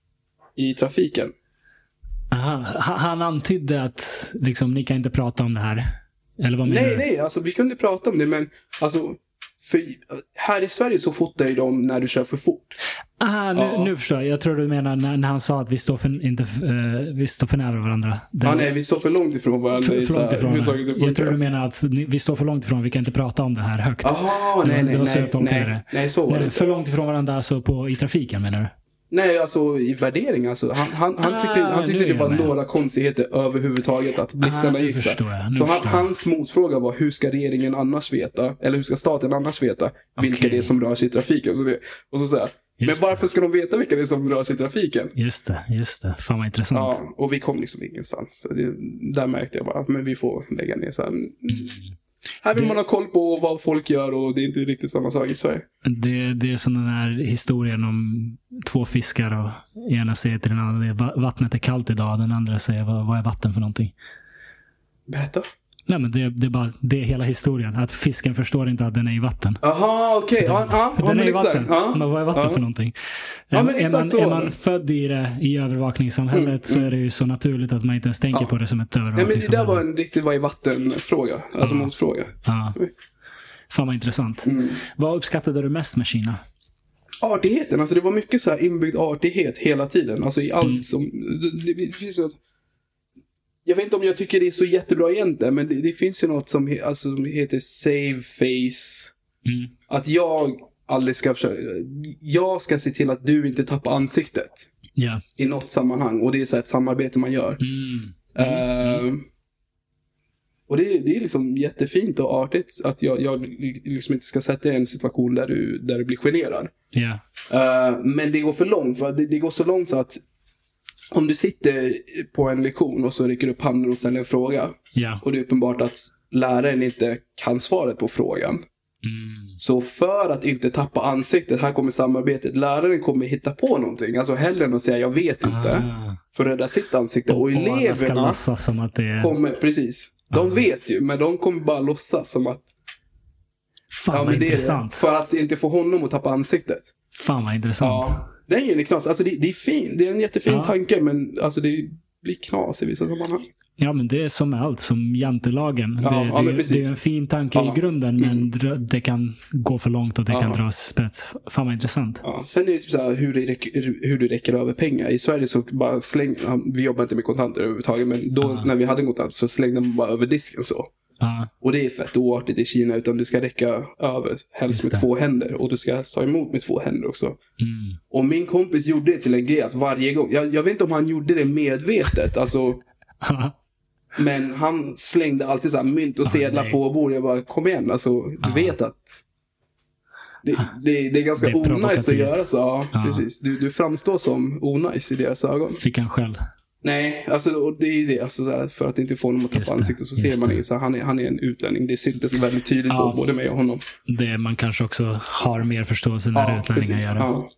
i trafiken? Aha. Han antydde att liksom, ni kan inte prata om det här. Eller vad menar nej, du? nej, alltså vi kunde prata om det, men alltså för här i Sverige så fotar ju de när du kör för fort. Ah, nu, ja. nu förstår jag. Jag tror du menar när, när han sa att vi står för, inte, uh, vi står för nära varandra. Det, ja, nej, vi står för långt ifrån varandra. För, för långt ifrån. Här, jag tror du menar att ni, vi står för långt ifrån, vi kan inte prata om det här högt. Jaha, nej, nej, nej, nej, nej, så var nej, det. För långt ifrån varandra alltså på, i trafiken, menar du? Nej, alltså i värdering alltså. Han, han, han ah, tyckte, han tyckte det var med. några konstigheter överhuvudtaget att blixtarna ah, gick så. Så han, hans motfråga var, hur ska regeringen annars veta, eller hur ska staten annars veta okay. vilka det är som rör sig i trafiken? Så det, och så säger men varför ska de veta vilka det är som rör sig i trafiken? Just det, just det. Fan vad intressant. Ja, och vi kom liksom ingenstans. Så det, där märkte jag bara att men vi får lägga ner så här. Mm. Här vill det, man ha koll på vad folk gör och det är inte riktigt samma sak i Sverige. Det, det är som den här historien om två fiskar och ena säger till den andra vattnet är kallt idag, den andra säger vad, vad är vatten för någonting? Berätta. Nej, men det, det är bara det är hela historien. Att fisken förstår inte att den är i vatten. Aha, okej. Okay. Ja, ja, den ja, är i vatten. Ja, men vad är vatten ja. för någonting? Ja, men är, man, är man född i det i övervakningssamhället mm, så är det ju så naturligt att man inte ens tänker ja. på det som ett övervakningssamhälle. Nej, men det där var en riktigt vad i vatten-fråga. Alltså ja. motfråga. Ja. Fan vad intressant. Mm. Vad uppskattade du mest med Kina? Artigheten. Alltså det var mycket så här inbyggd artighet hela tiden. Alltså i allt mm. som... Det, det finns ju ett... Jag vet inte om jag tycker det är så jättebra egentligen, men det, det finns ju något som, alltså, som heter save face. Mm. Att jag aldrig ska försöka, jag ska se till att du inte tappar ansiktet yeah. i något sammanhang. Och det är så ett samarbete man gör. Mm. Mm. Uh, och det, det är liksom jättefint och artigt att jag, jag liksom inte ska sätta dig i en situation där du, där du blir generad. Yeah. Uh, men det går för långt, för det, det går så långt så att om du sitter på en lektion och så rycker upp handen och ställer en fråga yeah. och det är uppenbart att läraren inte kan svaret på frågan. Mm. Så för att inte tappa ansiktet, här kommer samarbetet, läraren kommer hitta på någonting, alltså hellre än att säga jag vet inte ah. för att rädda sitt ansikte. Och, och eleverna som att det är... kommer, precis, de ja. vet ju, men de kommer bara låtsas som att Fan ja, vad men det intressant. Är för att inte få honom att tappa ansiktet. Fan vad intressant. Ja, det är ju knas. Alltså det, det är fin, det är en jättefin ja. tanke, men alltså det blir knas i vissa sammanhang. Ja, men det är som med allt, som jantelagen. Ja, det, ja, det, det är en fin tanke ja. i grunden, men mm. det kan gå för långt och det ja. kan dras spets. Fan vad intressant. Ja. Sen är det typ så här, hur, det räcker, hur du räcker över pengar. I Sverige så bara släng, vi jobbar inte med kontanter överhuvudtaget, men då ja. när vi hade kontanter så slängde man bara över disken så. Ja. Och det är fett oartigt i Kina, utan du ska räcka över helst med två händer, och du ska ta emot med två händer också. Mm. Och min kompis gjorde det till en grej att varje gång, jag, jag vet inte om han gjorde det medvetet, alltså men han slängde alltid så här mynt och sedlar ah, på bordet. Jag bara, kom igen, alltså du ah. vet att det, det, det är ganska det är onajs att göra så. Ja, ah. precis. Du, du framstår som onajs i deras ögon. Fick han själv? Nej, alltså det är det, alltså, för att inte få honom att tappa ansiktet, så ser man det. Så han är, han är en utlänning. Det syntes väldigt tydligt ja, på både mig och honom. Det man kanske också har mer förståelse när ja, utlänningar gör det. Ja.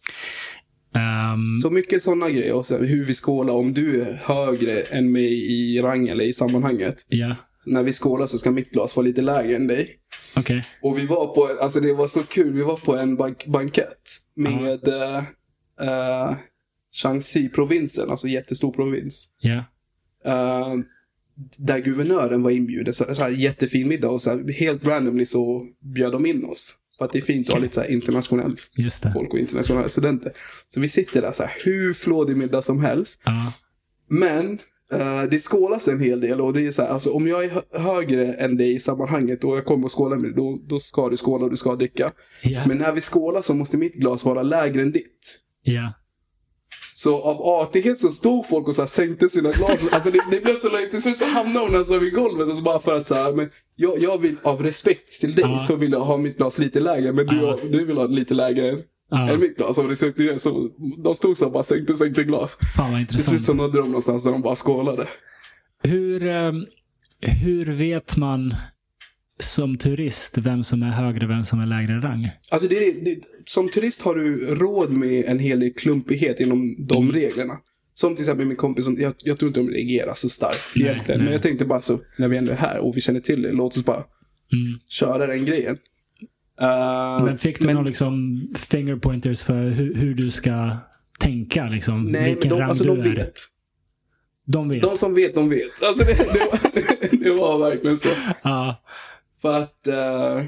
Um, så mycket sådana grejer. Och så hur vi skålar, om du är högre än mig i rang eller i sammanhanget. Yeah. När vi skålar så ska mitt glas vara lite lägre än dig. Okay. Och vi var på, alltså det var så kul, vi var på en bank- bankett med uh. Uh, Shaanxi-provinsen, alltså jättestor provins. Yeah. Uh, där guvernören var inbjuden, så, så här jättefin middag, och så här, helt randomly så bjöd de in oss. För att det är fint att okay. ha lite så här internationell folk och internationella studenter. Så vi sitter där så här, hur flådig middag som helst. Uh. Men uh, det skålas en hel del, och det är så här, alltså om jag är hö- högre än dig i sammanhanget och jag kommer och skåla med dig, då, då ska du skåla och du ska dricka. Yeah. Men när vi skålar så måste mitt glas vara lägre än ditt. Ja. Yeah. Så av artighet så stod folk och så här sänkte sina glas. Alltså det, det blev så långt. Till slut så hamnade hon alltså vid golvet. Och så bara för att så här, men jag, jag vill, av respekt till dig uh. så vill jag ha mitt glas lite lägre. Men du, uh. du vill ha lite lägre uh. än mitt glas. Av respekt till det. Så de stod så och bara sänkte, sänkte glas. Fan vad intressant. Till slut så nådde de någonstans där de bara skålade. Hur, um, hur vet man som turist vem som är högre, vem som är lägre rang? Alltså det, det, som turist har du råd med en hel del klumpighet inom de mm. reglerna. Som till exempel min kompis, som, jag, jag tror inte de reagerar så starkt nej, egentligen. Nej. Men jag tänkte bara så, när vi ändå är här och vi känner till det, låt oss bara mm. köra den grejen. Uh, men fick du men, någon liksom fingerpointers för hur, hur du ska tänka liksom? Nej, men de, alltså, de vet. De vet. De som vet, de vet. Alltså det, det, var, det var verkligen så. Ja. Uh. För att uh,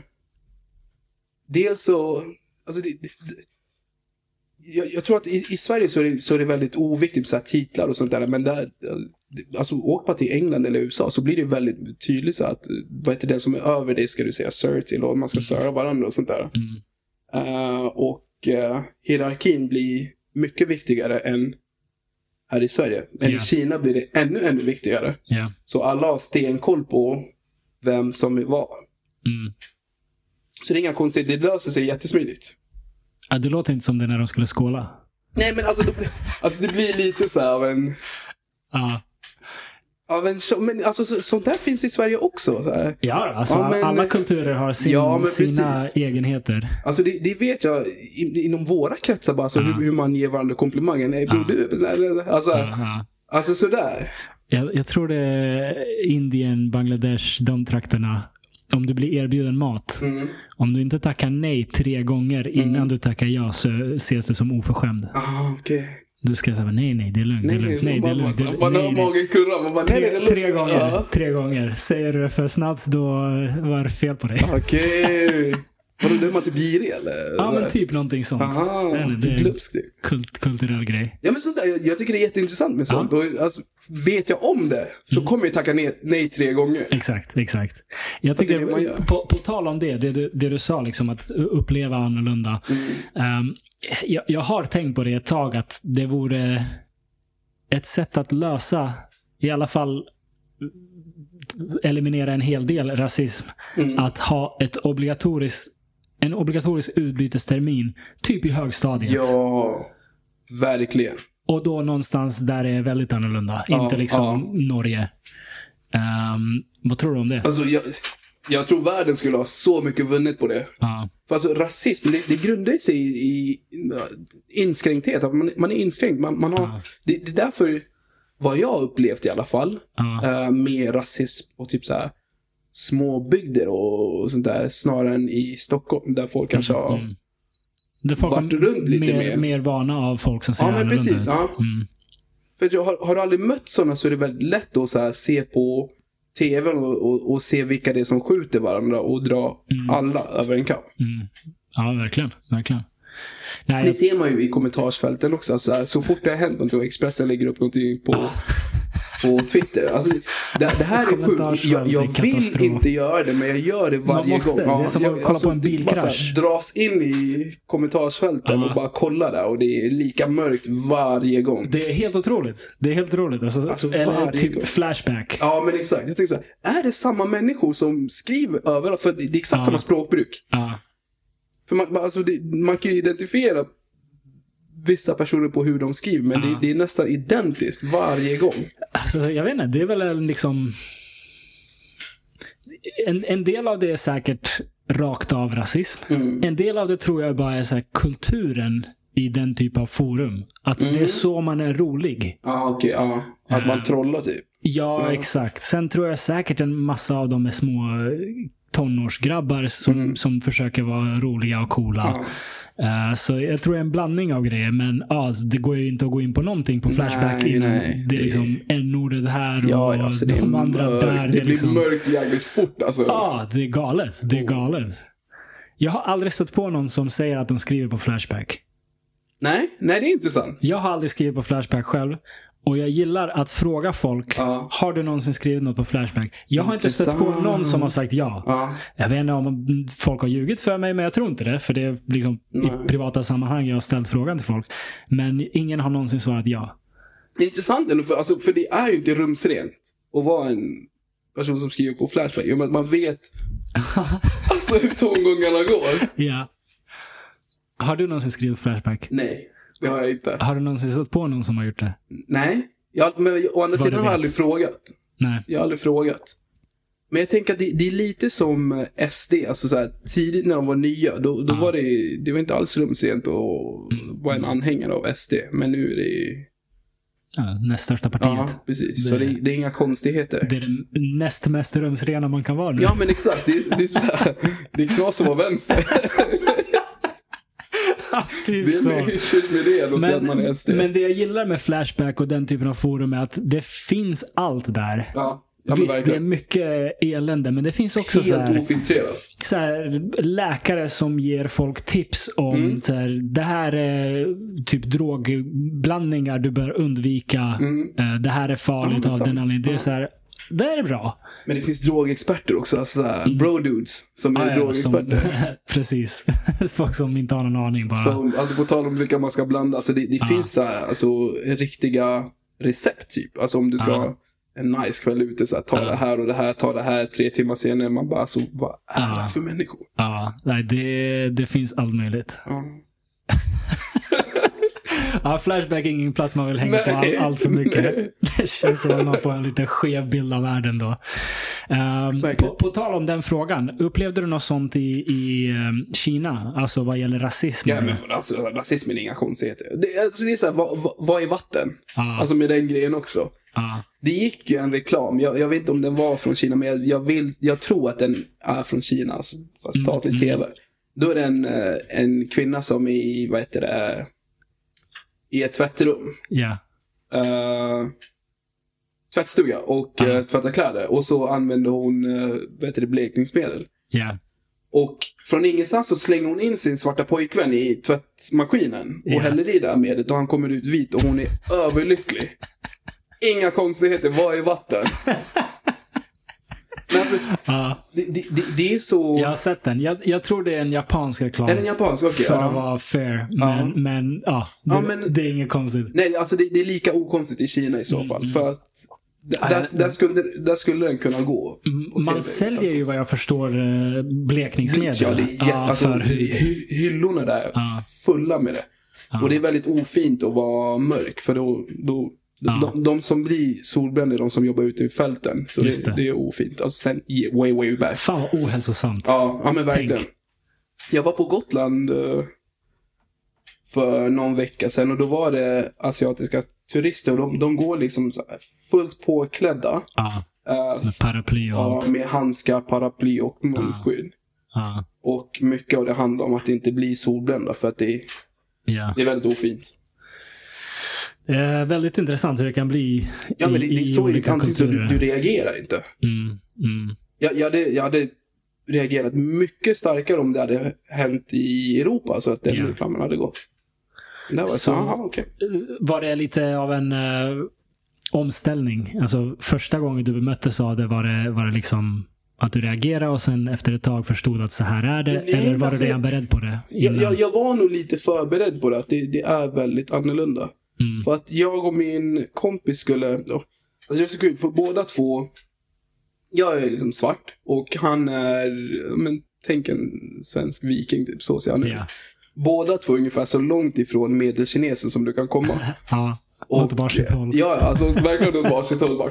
dels så alltså det, det, jag, jag tror att i, i Sverige så är, det, så är det väldigt oviktigt så här titlar och sånt där, men där, alltså åk bara till England eller U S A så blir det väldigt tydligt så att vad heter den som är över det ska du säga sir till, och man ska söra varandra och sånt där. Mm. Uh, och uh, hierarkin blir mycket viktigare än här i Sverige. Men yeah. i Kina blir det ännu, ännu viktigare. Yeah. Så alla har stenkoll på vem som är vad. Mm. Så det är inga konstigt, det löser sig jättesmidigt. Ja, det låter inte som det när de skulle skåla. Nej, men alltså, det, alltså det blir lite så här av en... Ja. Av en show, men alltså så, sånt där finns i Sverige också. Så här. Ja, alltså ja, men, alla kulturer har sin, ja, sina precis. egenheter. Alltså det, det vet jag in, inom våra kretsar bara, så ja. hur, hur man ger varandra komplimanger. Nej, bror ja. du, så här, alltså, ja. alltså sådär. Jag, jag tror det är Indien, Bangladesh, de trakterna. Om du blir erbjuden mat, mm. om du inte tackar nej tre gånger innan mm. du tackar ja, så ses du som oförskämd. Ah, okej. Okay. Du ska säga nej, nej, det är lugnt, det är lugnt. Nej, det är lugnt. Man har magen kurra, man bara, nej, det är lugnt. Tre gånger, ja. tre gånger. Säger du det för snabbt, då var det fel på dig. Okej. Okay. Var det döma till biri eller? Ja, men typ någonting sånt. Aha, eller, det är en kult, kulturell grej. Ja, men sånt där, jag, jag tycker det är jätteintressant med sånt. Ja. Och, alltså, vet jag om det så mm. kommer jag tacka nej, nej tre gånger. Exakt, exakt. Jag tycker, på, på tal om det, det, det, det du sa, liksom, att uppleva annorlunda. Mm. Um, jag, jag har tänkt på det ett tag, att det vore ett sätt att lösa, i alla fall eliminera en hel del rasism. Mm. Att ha ett obligatoriskt en obligatorisk utbytestermin typ i högstadiet. Ja, verkligen. Och då någonstans där det är väldigt annorlunda. Ja, inte liksom ja. Norge. Um, vad tror du om det? Alltså jag, jag tror världen skulle ha så mycket vunnit på det. Ja. För alltså rasism, det, det grundar sig i, i inskränkthet. Man, man är inskränkt. Man, man har, ja. det, det är därför vad jag upplevt i alla fall ja. uh, med rasism och typ så här små bygder och sånt där snarare än i Stockholm där folk kanske har mm. det folk varit runt lite mer, mer. mer vana av folk som ser ja, men precis, ja. Mm. För har, har du aldrig mött sådana så är det väldigt lätt att så här, se på tv och, och, och se vilka det är som skjuter varandra och dra mm. alla över en kam. Mm. Ja, verkligen, verkligen. Nej, det ser man ju i kommentarsfälten också. Så, här, så fort det har hänt någonting och Expressen lägger upp någonting på, ah. på Twitter. Alltså, det, det här är sjukt. Jag, jag vill inte göra det, men jag gör det varje måste, gång. Det är som jag, att kolla alltså, på en bilkrasch. Det dras in i kommentarsfälten ah. och bara kolla där. Och det är lika mörkt varje gång. Det är helt otroligt. Det är helt otroligt. Alltså, alltså, eller typ gång. Flashback. Ja, men exakt. Jag tänker så här, är det samma människor som skriver överallt? För det är exakt ah. samma språkbruk. Ja. Ah. För man, alltså det, man kan ju identifiera vissa personer på hur de skriver, men ja. det, det är nästan identiskt varje gång. Alltså, jag vet inte, det är väl liksom en, en del av det är säkert rakt av rasism. Mm. En del av det tror jag bara är så här, kulturen i den typ av forum. Att mm. det är så man är rolig. Ja, okej, okay, ja. Att man trollar typ. Ja, ja, exakt. Sen tror jag säkert en massa av dem är små tonårsgrabbar som, mm. som försöker vara roliga och coola. Ja. Uh, så jag tror det är en blandning av grejer. Men uh, det går ju inte att gå in på någonting på Flashback. Nej, nej. Det är liksom n-ordet här och ja, ja, alltså, de andra mörk, där. Det, det blir liksom mörkt jävligt fort. Alltså. Ja, det är galet. Det är galet. Jag har aldrig stött på någon som säger att de skriver på Flashback. Nej, nej det är intressant. Jag har aldrig skrivit på Flashback själv. Och jag gillar att fråga folk, ja. Har du någonsin skrivit något på Flashback? Jag har inte stött på någon som har sagt ja. ja. Jag vet inte om folk har ljugit för mig, men jag tror inte det. För det är liksom i privata sammanhang jag har ställt frågan till folk. Men ingen har någonsin svarat ja. Intressant ändå, för, alltså, för det är ju inte rumsrent att vara en person som skriver på Flashback. Jo, men man vet alltså hur tongångarna går. Ja. Har du någonsin skrivit på Flashback? Nej. Det har jag inte. Har du någonsin stått på någon som har gjort det? Nej. Jag, men å andra sidan har jag aldrig frågat. Nej. Jag har aldrig frågat. Men jag tänker att det, det är lite som S D. Alltså så här, tidigt när de var nya. Då, då ah. var det, det var inte alls rumsrent och mm. var en anhängare av S D. Men nu är det ja, näst största partiet. Ja, precis. Det, så det, det är inga konstigheter. Det är det näst mest rumsrena man kan vara nu. Ja, men exakt. Det, det är så här, det är knas som var vänster. Typ det är mer hyschigt med det och men, man är S D. Men det jag gillar med Flashback och den typen av forum är att det finns allt där. Ja, ja, visst, det är mycket elände, men det finns också helt så här, ofiltrerat. Så här, läkare som ger folk tips om mm. så här, det här är typ drogblandningar du bör undvika. Mm. Det här är farligt ja, av den anledningen. Det är så här, det är bra. Men det finns drogexperter också, alltså mm. bro-dudes som är ah, ja, drogexperter. Som, precis. Folk som inte har någon aning bara. Som, alltså på tal om vilka man ska blanda, alltså det, det ah. finns alltså riktiga recept typ. Alltså om du ska ah. en nice kväll ute, så här, ta ah. det här och det här, ta det här tre timmar senare, man bara, alltså vad är ah. det för människor? Ja, nej, det, det finns allt möjligt. Ah. Ja, Flashback är ingen plats man vill hänga nej, på all, allt för mycket. Nej. Det känns som att man får en lite skev bild av världen då. Um, på, på tal om den frågan, upplevde du något sånt i, i um, Kina? Alltså vad gäller rasism? Ja, men alltså, rasism är inga konstigheter. Det, alltså, det är så här, vad, vad, vad är vatten? Ah. Alltså med den grejen också. Ah. Det gick ju en reklam, jag, jag vet inte om den var från Kina, men jag, jag, vill, jag tror att den är från Kina, alltså statlig mm, tv. Mm. Då är det en, en kvinna som i, vad heter det, i ett tvättrum. Ja. Yeah. Uh, tvättstuga och uh. uh, tvättar kläder. Och så använder hon uh, vad heter det, blekningsmedel. Ja. Yeah. Och från ingenstans så slänger hon in sin svarta pojkvän i tvättmaskinen. Yeah. Och häller i det här medlet och han kommer ut vit och hon är överlycklig. Inga konstigheter, vad är vatten? Men alltså, uh. det, det, det, det är så... Jag har sett den. Jag, jag tror det är en japansk reklam. Är det en japansk? Okay, för ja. att vara fair. Men, uh. men, ja, det, ja, men det är inget konstigt. Nej, alltså det, det är lika okonstigt i Kina i så mm, fall. För att d- uh, där, där, skulle, där skulle den kunna gå. Man T V, säljer ju vad jag förstår blekningsmedel. Ja, det är jätte, uh, alltså, hy- hyllorna där uh. fulla med det. Uh. Och det är väldigt ofint att vara mörk. För då... då De, ja. de, de som blir solbrända är de som jobbar ute i fälten. Så det, det. det är ofint. Alltså sen way way back. Fan vad ohälsosamt. Ja, ja men verkligen. Tänk. Jag var på Gotland uh, för någon vecka sedan. Och då var det asiatiska turister. Och de, de går liksom så här fullt påklädda. Ja. Uh, med paraply och ja, allt. med handskar, paraply och munskydd. Ah. Ah. Och mycket av det handlar om att inte bli solbrända, för att det är, ja. det är väldigt ofint. Det är väldigt intressant hur det kan bli. Ja, i, men det, det är så i kanske så du, du reagerar inte. Mm, mm. Jag, jag, hade, jag hade reagerat mycket starkare om det hade hänt i Europa, så att den yeah. reklamen hade gått. Det var så, så aha, okay. Var det lite av en uh, omställning? Alltså första gången du bemöttes av det, var det, var det liksom att du reagerade och sen efter ett tag förstod att så här är det? Nej, eller var alltså, du redan beredd på det? Jag, jag, jag var nog lite förberedd på det, att det, det är väldigt annorlunda. Mm. För att jag och min kompis skulle... Alltså det är så kul, för båda två... Jag är liksom svart och han är... Men tänk en svensk viking typ, så ser han ut. Yeah. Båda två är ungefär så långt ifrån medelkinesen som du kan komma. Ja, åt varsitt håll. Ja, alltså verkligen åt varsitt håll.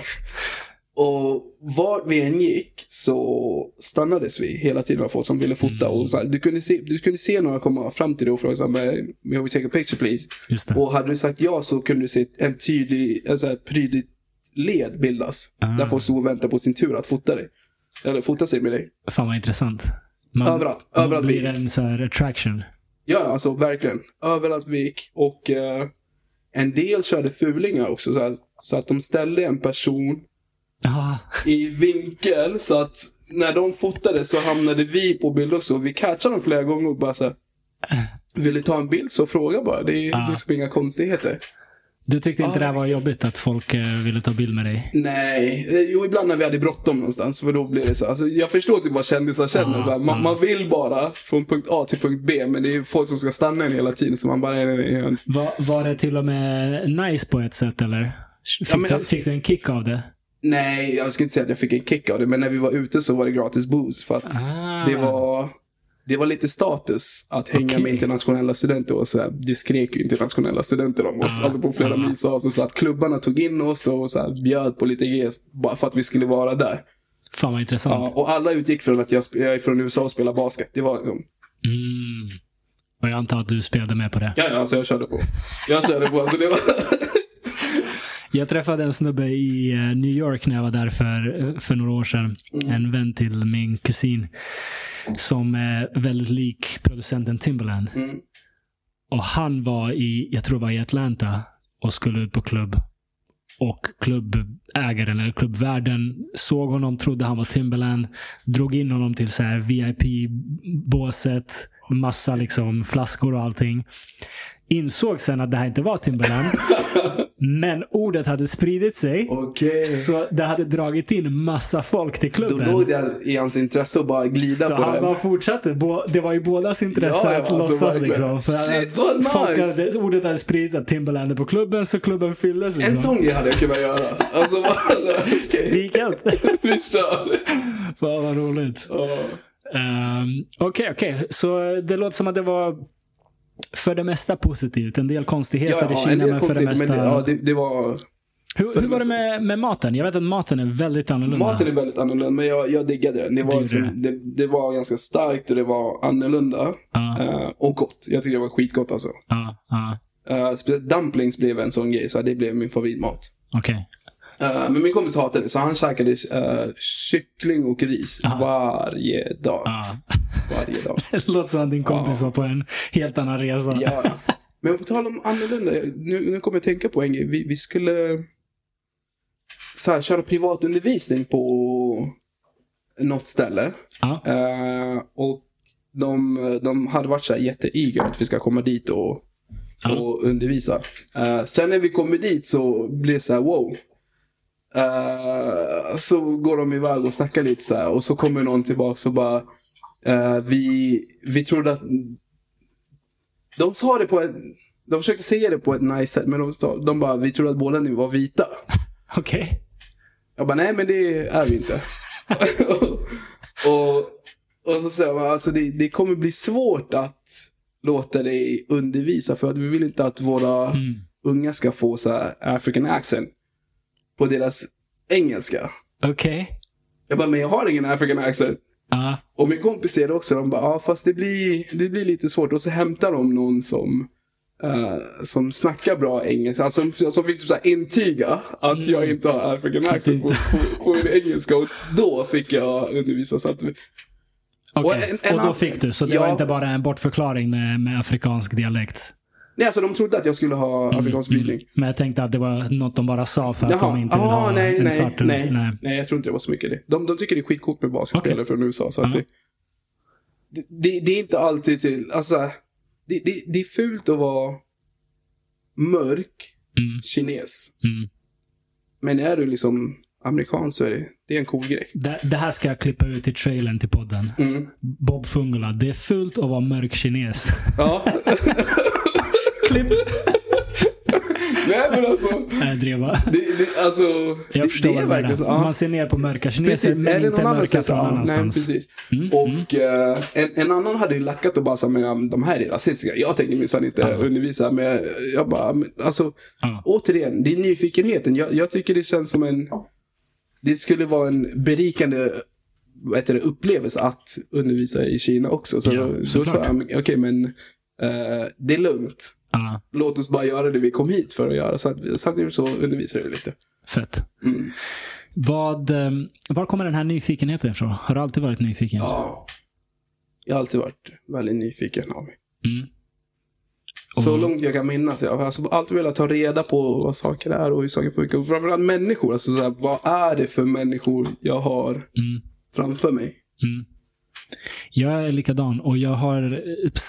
Och var vi än gick så stannades vi hela tiden av folk som ville fota. Mm. Och så här, du, kunde se, du kunde se några komma fram till dig och fråga så här, may we take a picture please? Och hade du sagt ja så kunde du se en tydlig, en så här prydligt led bildas. Ah. Där folk stod och väntade på sin tur att fota dig. Eller fota sig med dig. Fan vad intressant. Man, överallt. Överallt blir en så här attraction. Ja, alltså verkligen. Överallt vi gick. Och uh, en del körde fulingar också. Så, här, så att de ställde en person ah. i vinkel. Så att när de fotade så hamnade vi på bild också. Vi catchade dem flera gånger och bara så här, vill du ta en bild så fråga bara. Det är ah. liksom inga konstigheter. Du tyckte inte ah. det här var jobbigt att folk uh, ville ta bild med dig? Nej, jo ibland när vi hade bråttom någonstans. För då blir det så, alltså, jag förstår typ vad kändisar känner ah, så här, man, ah. man vill bara från punkt A till punkt B. Men det är folk som ska stanna en hela tiden. Så man bara, nej, nej, nej. Var, var det till och med nice på ett sätt eller? Fick, ja, du, alltså, fick du en kick av det? Nej, jag skulle inte säga att jag fick en kick av det. Men när vi var ute så var det gratis booze. För att ah. det var... Det var lite status att hänga okay. med internationella studenter och så här, det skrek ju internationella studenter om oss, ah, alltså på flera ah. mil så, så att klubbarna tog in oss och så här, bjöd på lite grejer bara för att vi skulle vara där. Fan vad intressant. Ja, och alla utgick från att jag, jag är från U S A och spelar basket. Det var liksom... Mm. Och jag antar att du spelade med på det. Ja, ja alltså jag körde på. Jag körde på, alltså det var... Jag träffade en snubbe i New York när jag var där för, för några år sedan. Mm. En vän till min kusin som är väldigt lik producenten Timbaland. Mm. Och han var i, jag tror det var i Atlanta och skulle ut på klubb. Och klubbägaren eller klubbvärden såg honom, trodde han var Timbaland, drog in honom till så här V I P-båset, massa liksom flaskor och allting. Insåg sen att det här inte var Timbaland. Men ordet hade spridit sig. Okay. Så det hade dragit in massa folk till klubben. Då låg det i hans intresse att bara glida så på han den. Bara fortsatte. Det var ju bådas intresse ja, ja, att alltså låtsas liksom. Så shit, vad nice. hade, ordet hade spridits att Timbaland är på klubben, så klubben fylldes liksom. En sån grej hade jag kunnat göra. Alltså, alltså, okay. Spikat. Förstår. Så vad roligt. Okej, oh. um, okej. Okay, okay. Så det låter som att det var för det mesta positivt. En del konstigheter ja, ja, i Kina, men för det mesta... Men det, ja, det, det var... Hur, hur var det med, med maten? Jag vet att maten är väldigt annorlunda. Maten är väldigt annorlunda, men jag, jag diggade den. Det var, liksom, det, det var ganska starkt och det var annorlunda. Uh. Uh, och gott. Jag tycker det var skitgott alltså. Uh. Uh. Uh, dumplings blev en sån grej, så det blev min favoritmat. Okej. Okay. Uh, men min kompis hatade det, så han käkade uh, kyckling och ris uh. varje dag. Uh. Varje dag. Det låter som att din kompis uh. var på en helt annan resa. Ja. Men på tal om annorlunda, nu, nu kommer jag tänka på en grej. Vi, vi skulle så här, köra privatundervisning på något ställe. Uh. Uh, och de, de hade varit så här jätte-eager att vi ska komma dit och, uh. och undervisa. Uh, sen när vi kommer dit så blir det så här, wow. Uh, så går de iväg och snackar lite så här, och så kommer någon tillbaka och bara uh, vi, vi trodde att de sa det på ett, de försökte säga det på ett nice sätt, men de, sa, de bara, vi trodde att båda ni var vita. Okej. Okay. Jag bara, nej men det är vi inte. och, och, och så säger man, alltså det, det kommer bli svårt att låta dig undervisa, för att vi vill inte att våra mm. unga ska få så här African accent på deras engelska. Okej. Okay. Jag bara, men jag har ingen African accent. Uh. Och min kompis säger också, de bara, ja fast det blir, det blir lite svårt. Och så hämtar de någon som uh, som snackar bra engelska, alltså, som, som fick typ så här intyga att mm. jag inte har African accent på, på, på engelska, och då fick jag undervisa. Så att vi, okay. och, en, en och då fick du, så det ja, var inte bara en bortförklaring med, med afrikansk dialekt? Nej, alltså de trodde att jag skulle ha afrikansk bildning. Mm, mm. Men jag tänkte att det var något de bara sa för att Jaha, de inte vill ah, ha nej, en nej, svart. Nej, nej, nej, jag tror inte det var så mycket det. De, de tycker det är skitcoolt med basketspelare okay. från U S A. Så uh-huh. att det, det, det är inte alltid till... Alltså, det, det, det är fult att vara mörk mm. kines. Mm. Men är du liksom amerikan så är det, det är en cool grej. Det, det här ska jag klippa ut i trailern till podden. Mm. Bob Fungula, det är fult att vara mörk kines. Ja. Klipp. Nej, men alltså... Nej, dreva. Det, det, alltså... Jag det, förstår det är verkligen så. Man ser ner på mörka kineser, precis. men är det inte någon mörka från annan annanstans. Nej, precis. Mm, och mm. Uh, en, en annan hade ju lackat och bara sa, men de här är rasistiska. Jag tänker minsann inte uh. undervisa, men jag bara, men, alltså, uh. återigen, det är nyfikenheten. Jag, jag tycker det känns som en... Det skulle vara en berikande vad heter det, upplevelse att undervisa i Kina också. Så, ja, så sa jag, okej, okay, men uh, det är lugnt. Uh. Låt oss bara göra det vi kom hit för att göra. Så att, samtidigt så undervisar det lite. Fett. Mm. Vad, var kommer den här nyfikenheten ifrån? Har du alltid varit nyfiken? Ja. Jag har alltid varit väldigt nyfiken av mig. Mm. Så långt jag kan minnas. Jag har alltså alltid velat ta reda på vad saker är och hur saker funkar. Och framförallt människor. Alltså så här, vad är det för människor jag har mm. framför mig? Mm. Jag är likadan och jag har...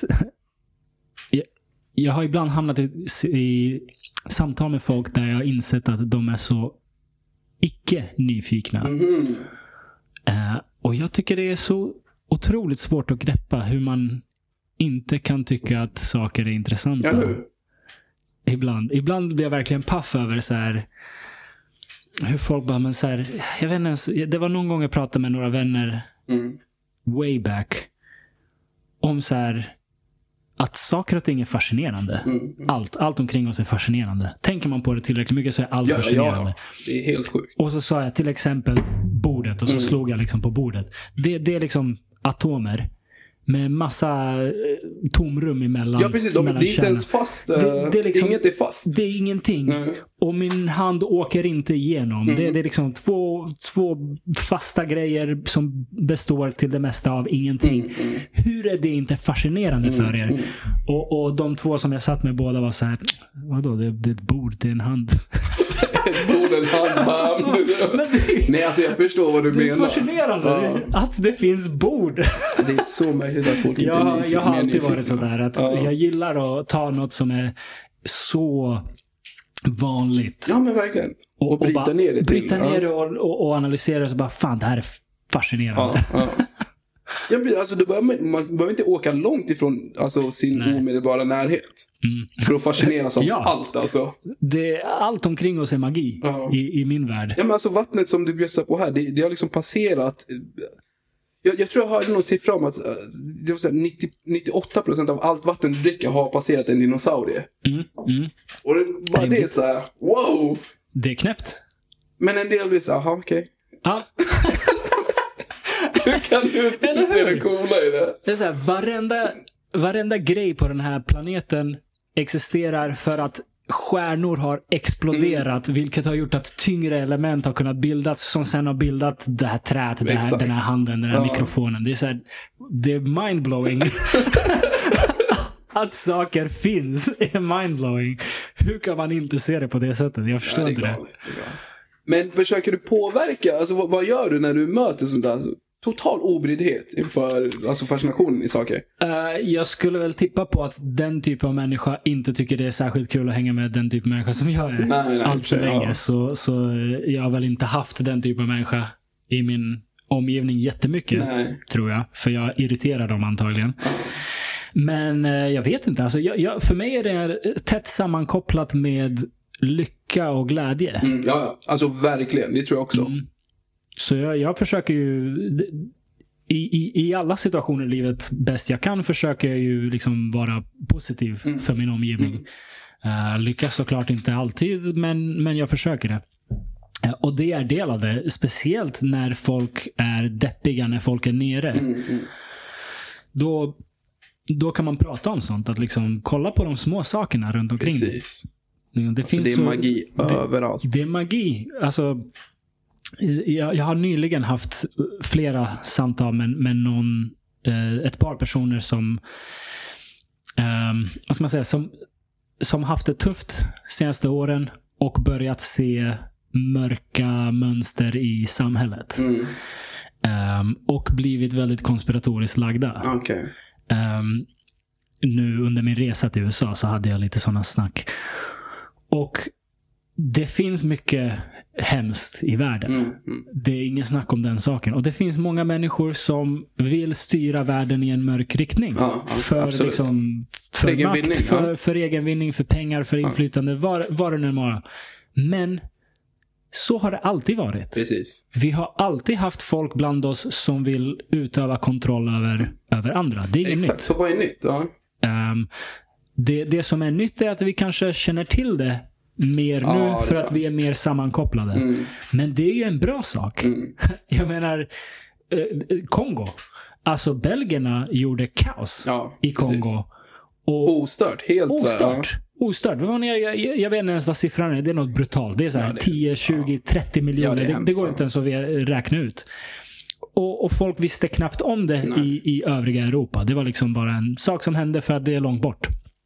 jag, jag har ibland hamnat i, i samtal med folk där jag har insett att de är så icke nyfikna. Mm. Uh, och jag tycker det är så otroligt svårt att greppa hur man inte kan tycka att saker är intressanta. Ja, nu. Ibland. Ibland blir jag verkligen paff över så här, hur folk bara, men så här, jag vet inte ens, det var någon gång jag pratade med några vänner mm. way back om så här att saker och ting är fascinerande. Mm, mm. Allt, allt omkring oss är fascinerande. Tänker man på det tillräckligt mycket så är allt ja, fascinerande. Ja, det är helt sjukt. Och så sa jag till exempel bordet och så mm. slog jag liksom på bordet. Det, det är liksom atomer med massa tomrum emellan. Ja, precis. De, det är inte ens fast. Det, det är liksom, inget är fast. Det är ingenting. Mm. Och min hand åker inte igenom. Mm. Det, det är liksom två, två fasta grejer som består till det mesta av ingenting. Mm. Mm. Hur är det inte fascinerande mm. för er? Mm. Och, och de två som jag satt med båda var så här, vadå? Det, det är ett bord, det är en hand. Ett bord, en hand. det, Nej, alltså jag förstår vad du det menar. Det är fascinerande ja. Att det finns bord. Det är så märkligt att folk inte jag, är nyfiken. Jag har alltid varit sådär att ja. jag gillar att ta något som är så vanligt. Ja, men verkligen. Och, och bryta och ner det till. Bryta ner det och, och, och analysera det och så bara, fan, det här är fascinerande. Ja, ja. Ja, alltså, då bör man, man behöver inte åka långt ifrån alltså, sin Nej. omedelbara närhet. Mm. För att fascineras av ja. allt. Alltså. Det, allt omkring oss är magi ja. i, i min värld. Ja, men alltså vattnet som du bjössar på här, det, det har liksom passerat... Jag, jag tror jag hörde någon siffra om att det var så här, nittio, nittioåtta procent av allt vatten du dricker har passerat en dinosaurie. Mm. Mm. Och det, bara det är så här, wow! Det är knäppt. Men en del blir så här, aha, okej. Okay. Ja. Hur kan du inte se det coola i det? Det är så här, varenda, varenda grej på den här planeten existerar för att stjärnor har exploderat, mm. vilket har gjort att tyngre element har kunnat bildas som sen har bildat det här träet, det här, den här handen, den här ja. mikrofonen. Det är så här, det är mindblowing. Att saker finns är mindblowing. Hur kan man inte se det på det sättet? Jag förstår ja, det inte det. Men försöker du påverka, alltså vad, vad gör du när du möter sånt där? Alltså, total obryddhet inför alltså fascinationen i saker. Uh, jag skulle väl tippa på att den typen av människa inte tycker det är särskilt kul att hänga med den typen av människa som jag är. Nej, nej, allt för länge. Ja. Så, så jag har väl inte haft den typen av människa i min omgivning jättemycket, nej. tror jag. För jag irriterar dem antagligen. Ja. Men uh, jag vet inte. Alltså, jag, jag, för mig är det tätt sammankopplat med lycka och glädje. Mm, ja, alltså verkligen. Det tror jag också. Mm. Så jag, jag försöker ju i, i, i alla situationer i livet bäst jag kan försöker jag ju liksom vara positiv mm. för min omgivning. Mm. Uh, lyckas såklart inte alltid, men, men jag försöker det. Uh, och det är del av det. Speciellt när folk är deppiga, när folk är nere. Mm. Mm. Då, då kan man prata om sånt. Att liksom kolla på de små sakerna runt omkring. Precis. Det, alltså, finns det är så, magi det, överallt. Det är magi. Alltså, jag, jag har nyligen haft flera samtal med, med någon, eh, ett par personer som, eh, vad ska man säga, som, som haft det tufft senaste åren och börjat se mörka mönster i samhället. Mm. Um, och blivit väldigt konspiratoriskt lagda. Okay. Um, nu under min resa till U S A så hade jag lite sådana snack. Och det finns mycket hemskt i världen. Mm, mm. Det är ingen snack om den saken. Och det finns många människor som vill styra världen i en mörk riktning. Ja, för liksom, för, för makt, vinning, för, ja. för egen vinning, för pengar, för inflytande, ja. var, var det nu var. Men så har det alltid varit. Precis. Vi har alltid haft folk bland oss som vill utöva kontroll över, över andra. Det är inget Exakt, nytt. Så vad är nytt? Ja. Um, det, det som är nytt är att vi kanske känner till det mer ja, nu för sant. att vi är mer sammankopplade. Mm. Men det är ju en bra sak. Mm. Jag menar, eh, Kongo. Alltså belgerna gjorde kaos ja, i Kongo. Precis. Och ostört, helt ostört. Ja. Ostört. Jag, jag, jag vet inte ens vad siffran är. Det är något brutalt. Det är så här ja, det, tio, tjugo, trettio miljoner. Ja, det, det, det går inte ens att räkna ut. Och, och folk visste knappt om det i, i övriga Europa. Det var liksom bara en sak som hände för att det är långt bort.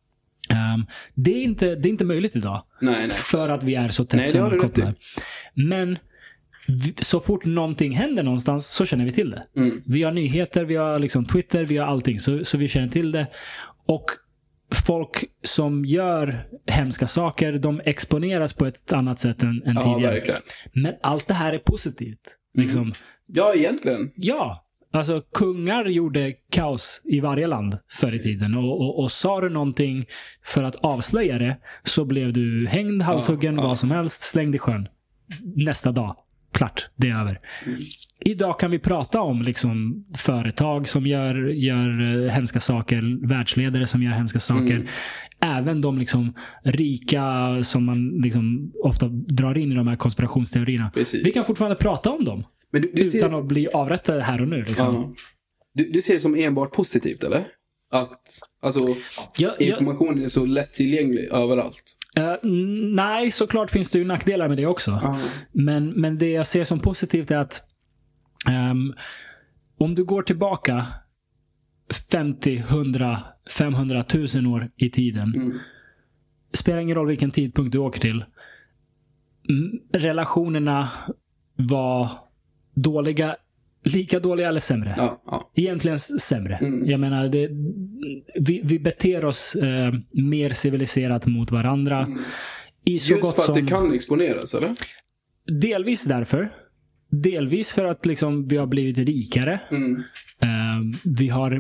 Um, det, är inte, det är inte möjligt idag. Nej, nej. För att vi är så tätt sammankopplade. Men vi, så fort någonting händer någonstans så känner vi till det. Mm. Vi har nyheter, vi har liksom Twitter, vi har allting. Så, så vi känner till det. Och folk som gör hemska saker, de exponeras på ett annat sätt än, än ja, tidigare. Verkligen. Men allt det här är positivt. Liksom. Mm. Ja, egentligen. Ja. Alltså kungar gjorde kaos i varje land förr i tiden. Och, och, och sa du någonting för att avslöja det så blev du hängd, halshuggen, ja, vad ja. som helst, slängd i sjön. Nästa dag. Klart, det är över. Mm. Idag kan vi prata om liksom företag som gör, gör hemska saker, världsledare som gör hemska saker. Mm. Även de liksom rika som man liksom ofta drar in i de här konspirationsteorierna. Precis. Vi kan fortfarande prata om dem. Men du, du utan ser... att bli avrättade här och nu. Liksom. Ja. Du, du ser det som enbart positivt, eller? Att alltså, ja, informationen ja. är så lättillgänglig överallt. Uh, nej, såklart finns det ju nackdelar med det också. Uh. Men, men det jag ser som positivt är att um, om du går tillbaka femtio, hundra, femhundratusen år i tiden, mm. spelar ingen roll vilken tidpunkt du åker till, relationerna var dåliga, lika dåliga eller sämre. Ja, ja. Egentligen sämre. Mm. Jag menar, det, vi, vi beter oss eh, mer civiliserat mot varandra. Mm. I så Just gott för att som, det kan exponeras, eller? Delvis därför. Delvis för att liksom, vi har blivit rikare. Mm. Eh, vi har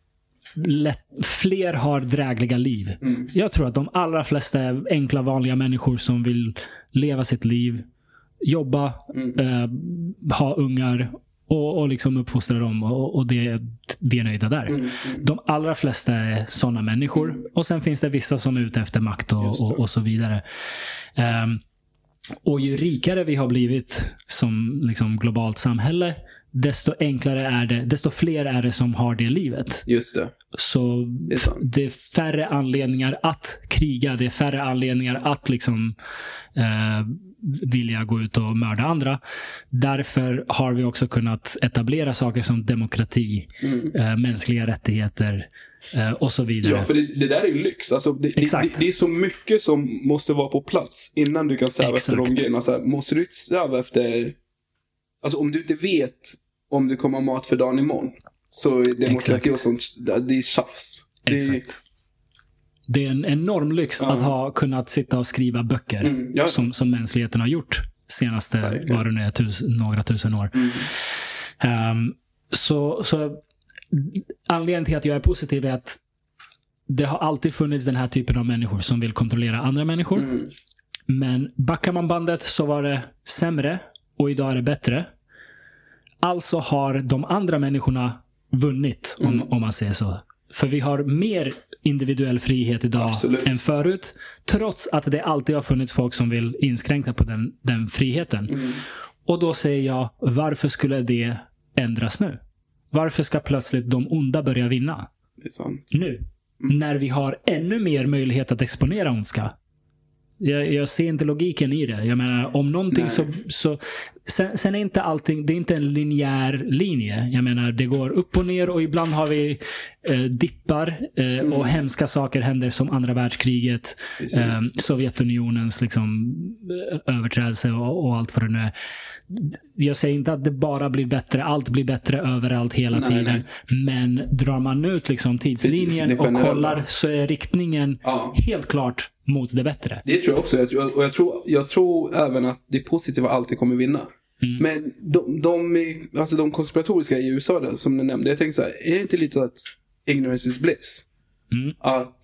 lätt, fler har drägliga liv. Mm. Jag tror att de allra flesta är enkla, vanliga människor som vill leva sitt liv, jobba, mm. eh, ha ungar och, och liksom uppfostra dem och, och det, vi är nöjda där. Mm. Mm. De allra flesta är sådana människor. Mm. Och sen finns det vissa som är ute efter makt och, och, och så vidare. Um, och ju rikare vi har blivit som liksom globalt samhälle, desto enklare är det, desto fler är det som har det livet. Just det. Så det är, det är färre anledningar att kriga, det är färre anledningar att liksom eh, vilja gå ut och mörda andra. Därför har vi också kunnat etablera saker som demokrati, mm. eh, mänskliga rättigheter eh, och så vidare. Ja, för det, det där är lyx. Alltså, det, det, det är så mycket som måste vara på plats innan du kan säga efter de grejerna. Så här, måste du säga efter... Alltså om du inte vet om du kommer ha mat för dagen imorgon, så är demokrati och sånt, det är tjafs. Exakt. Det är, det är en enorm lyx uh. att ha kunnat sitta och skriva böcker mm, ja. som, som mänskligheten har gjort senaste ja, var det nu, tus, några tusen år. Mm. Um, så, så anledningen till att jag är positiv är att det har alltid funnits den här typen av människor som vill kontrollera andra människor. Mm. Men backar man bandet så var det sämre och idag är det bättre. Alltså har de andra människorna vunnit, om, mm. om man säger så. För vi har mer individuell frihet idag Absolut. än förut. Trots att det alltid har funnits folk som vill inskränka på den, den friheten. Mm. Och då säger jag, varför skulle det ändras nu? Varför ska plötsligt de onda börja vinna? Det är sant. Nu. Mm. När vi har ännu mer möjlighet att exponera ondska. Jag, jag ser inte logiken i det. Jag menar, om någonting så... så sen, sen är inte allting... Det är inte en linjär linje. Jag menar, det går upp och ner och ibland har vi eh, dippar eh, mm. och hemska saker händer som andra världskriget, eh, Sovjetunionens liksom, överträdelse och, och allt vad det nu är. Jag säger inte att det bara blir bättre. Allt blir bättre överallt hela nej, tiden. Nej. Men drar man ut liksom tidslinjen precis, och kollar så är riktningen ja. helt klart mot det bättre. Det tror jag också. Jag tror, och jag tror, jag tror även att det positiva alltid kommer vinna. Mm. Men de, de, alltså de konspiratoriska i U S A där, som du nämnde, jag tänker så här, är det inte lite att ignorance is bliss? Mm. Att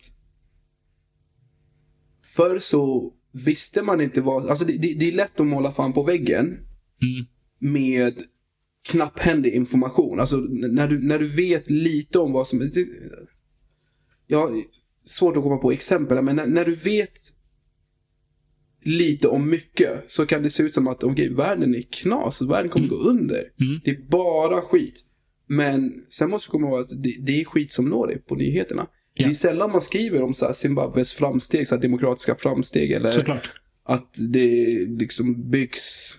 förr så visste man inte vad... Alltså det, det, det är lätt att måla fan på väggen mm. med knapphändig information. Alltså när du, när du vet lite om vad som... Ja, svårt att komma på exempel, men när, när du vet lite om mycket så kan det se ut som att okay, världen är knas, världen kommer mm. gå under. Mm. Det är bara skit. Men sen måste du komma ihåg att det, det är skit som når dig på nyheterna. Ja. Det är sällan man skriver om så här Zimbabwes framsteg, så här demokratiska framsteg, eller såklart. Att det liksom byggs,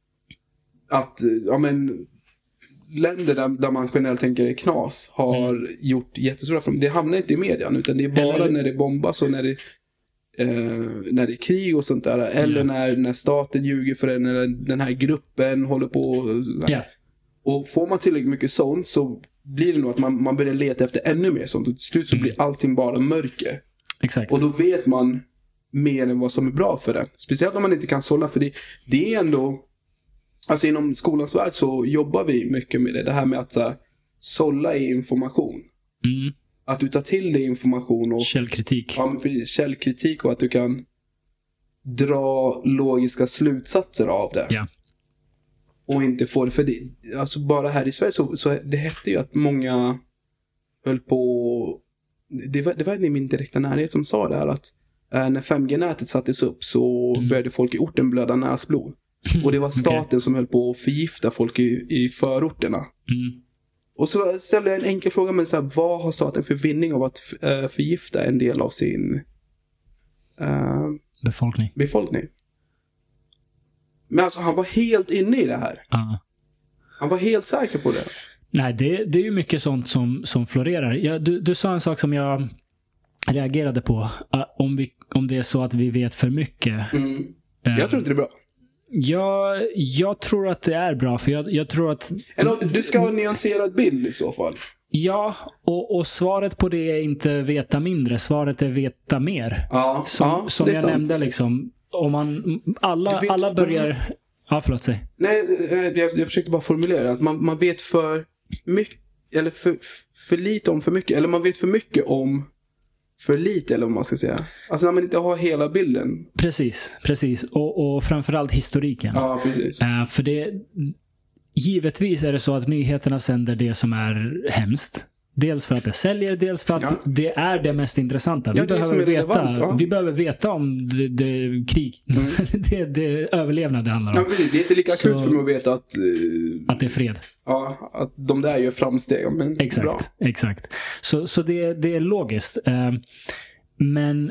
att ja men länder där, där man generellt tänker är knas har mm. gjort jättestora framsteg. Det hamnar inte i median, utan det är bara eller... när det bombas och när det eh, när det är krig och sånt där, eller yeah. när, när staten ljuger för en, eller den här gruppen håller på yeah. och får man tillräckligt mycket sånt så blir det nog att man, man börjar leta efter ännu mer sånt, och till slut så mm. blir allting bara mörker. Exakt. Och då vet man mer än vad som är bra för det. Speciellt om man inte kan sålla, för det, det är ändå, alltså inom skolans värld så jobbar vi mycket med det. Det här med att så här, sålla i information. Mm. Att du tar till dig information och källkritik. Ja, men precis, källkritik, och att du kan dra logiska slutsatser av det. Ja. Och inte få det, för det, alltså bara här i Sverige så, så det hette ju att många höll på, det var, det var i min direkta närhet som sa det här, att äh, när fem G-nätet sattes upp så mm. började folk i orten blöda näsblod. Och det var staten okay. som höll på att förgifta folk i, i förorterna. Mm. Och så ställde jag en enkel fråga, men så här, vad har staten för vinning av att äh, förgifta en del av sin äh, befolkning? befolkning? Men alltså han var helt inne i det här. Uh. Han var helt säker på det. Nej, det, det är ju mycket sånt som, som florerar. Ja, du, du sa en sak som jag reagerade på. Uh, om, vi, om det är så att vi vet för mycket. Mm. Jag uh, tror inte det är bra. Ja, jag tror att det är bra. För jag, jag tror att... Eller du ska ha en nyanserad bild i så fall. Ja, och, och svaret på det är inte veta mindre. Svaret är veta mer. Ja, som ja, som jag sant. nämnde liksom. Om man, alla, vet, alla börjar... Ja, förlåt, säg. Nej, jag, jag försökte bara formulera att man, man vet för mycket, eller för, för lite om för mycket, eller man vet för mycket om för lite, eller vad man ska säga. Alltså när man inte har hela bilden. Precis, precis. Och, och framförallt historiken. Ja, precis. Uh, för det, givetvis är det så att nyheterna sänder det som är hemskt. Dels för att det säljer, dels för att ja. det är det mest intressanta. Vi, ja, behöver, veta, ja. vi behöver veta om det, det krig. Mm. det, det överlevnad det handlar om. Ja, det är inte lika akut för mig att veta att... Uh, att det är fred. Ja, att de där gör framsteg. Men exakt, bra. exakt. Så, så det, det är logiskt. Uh, men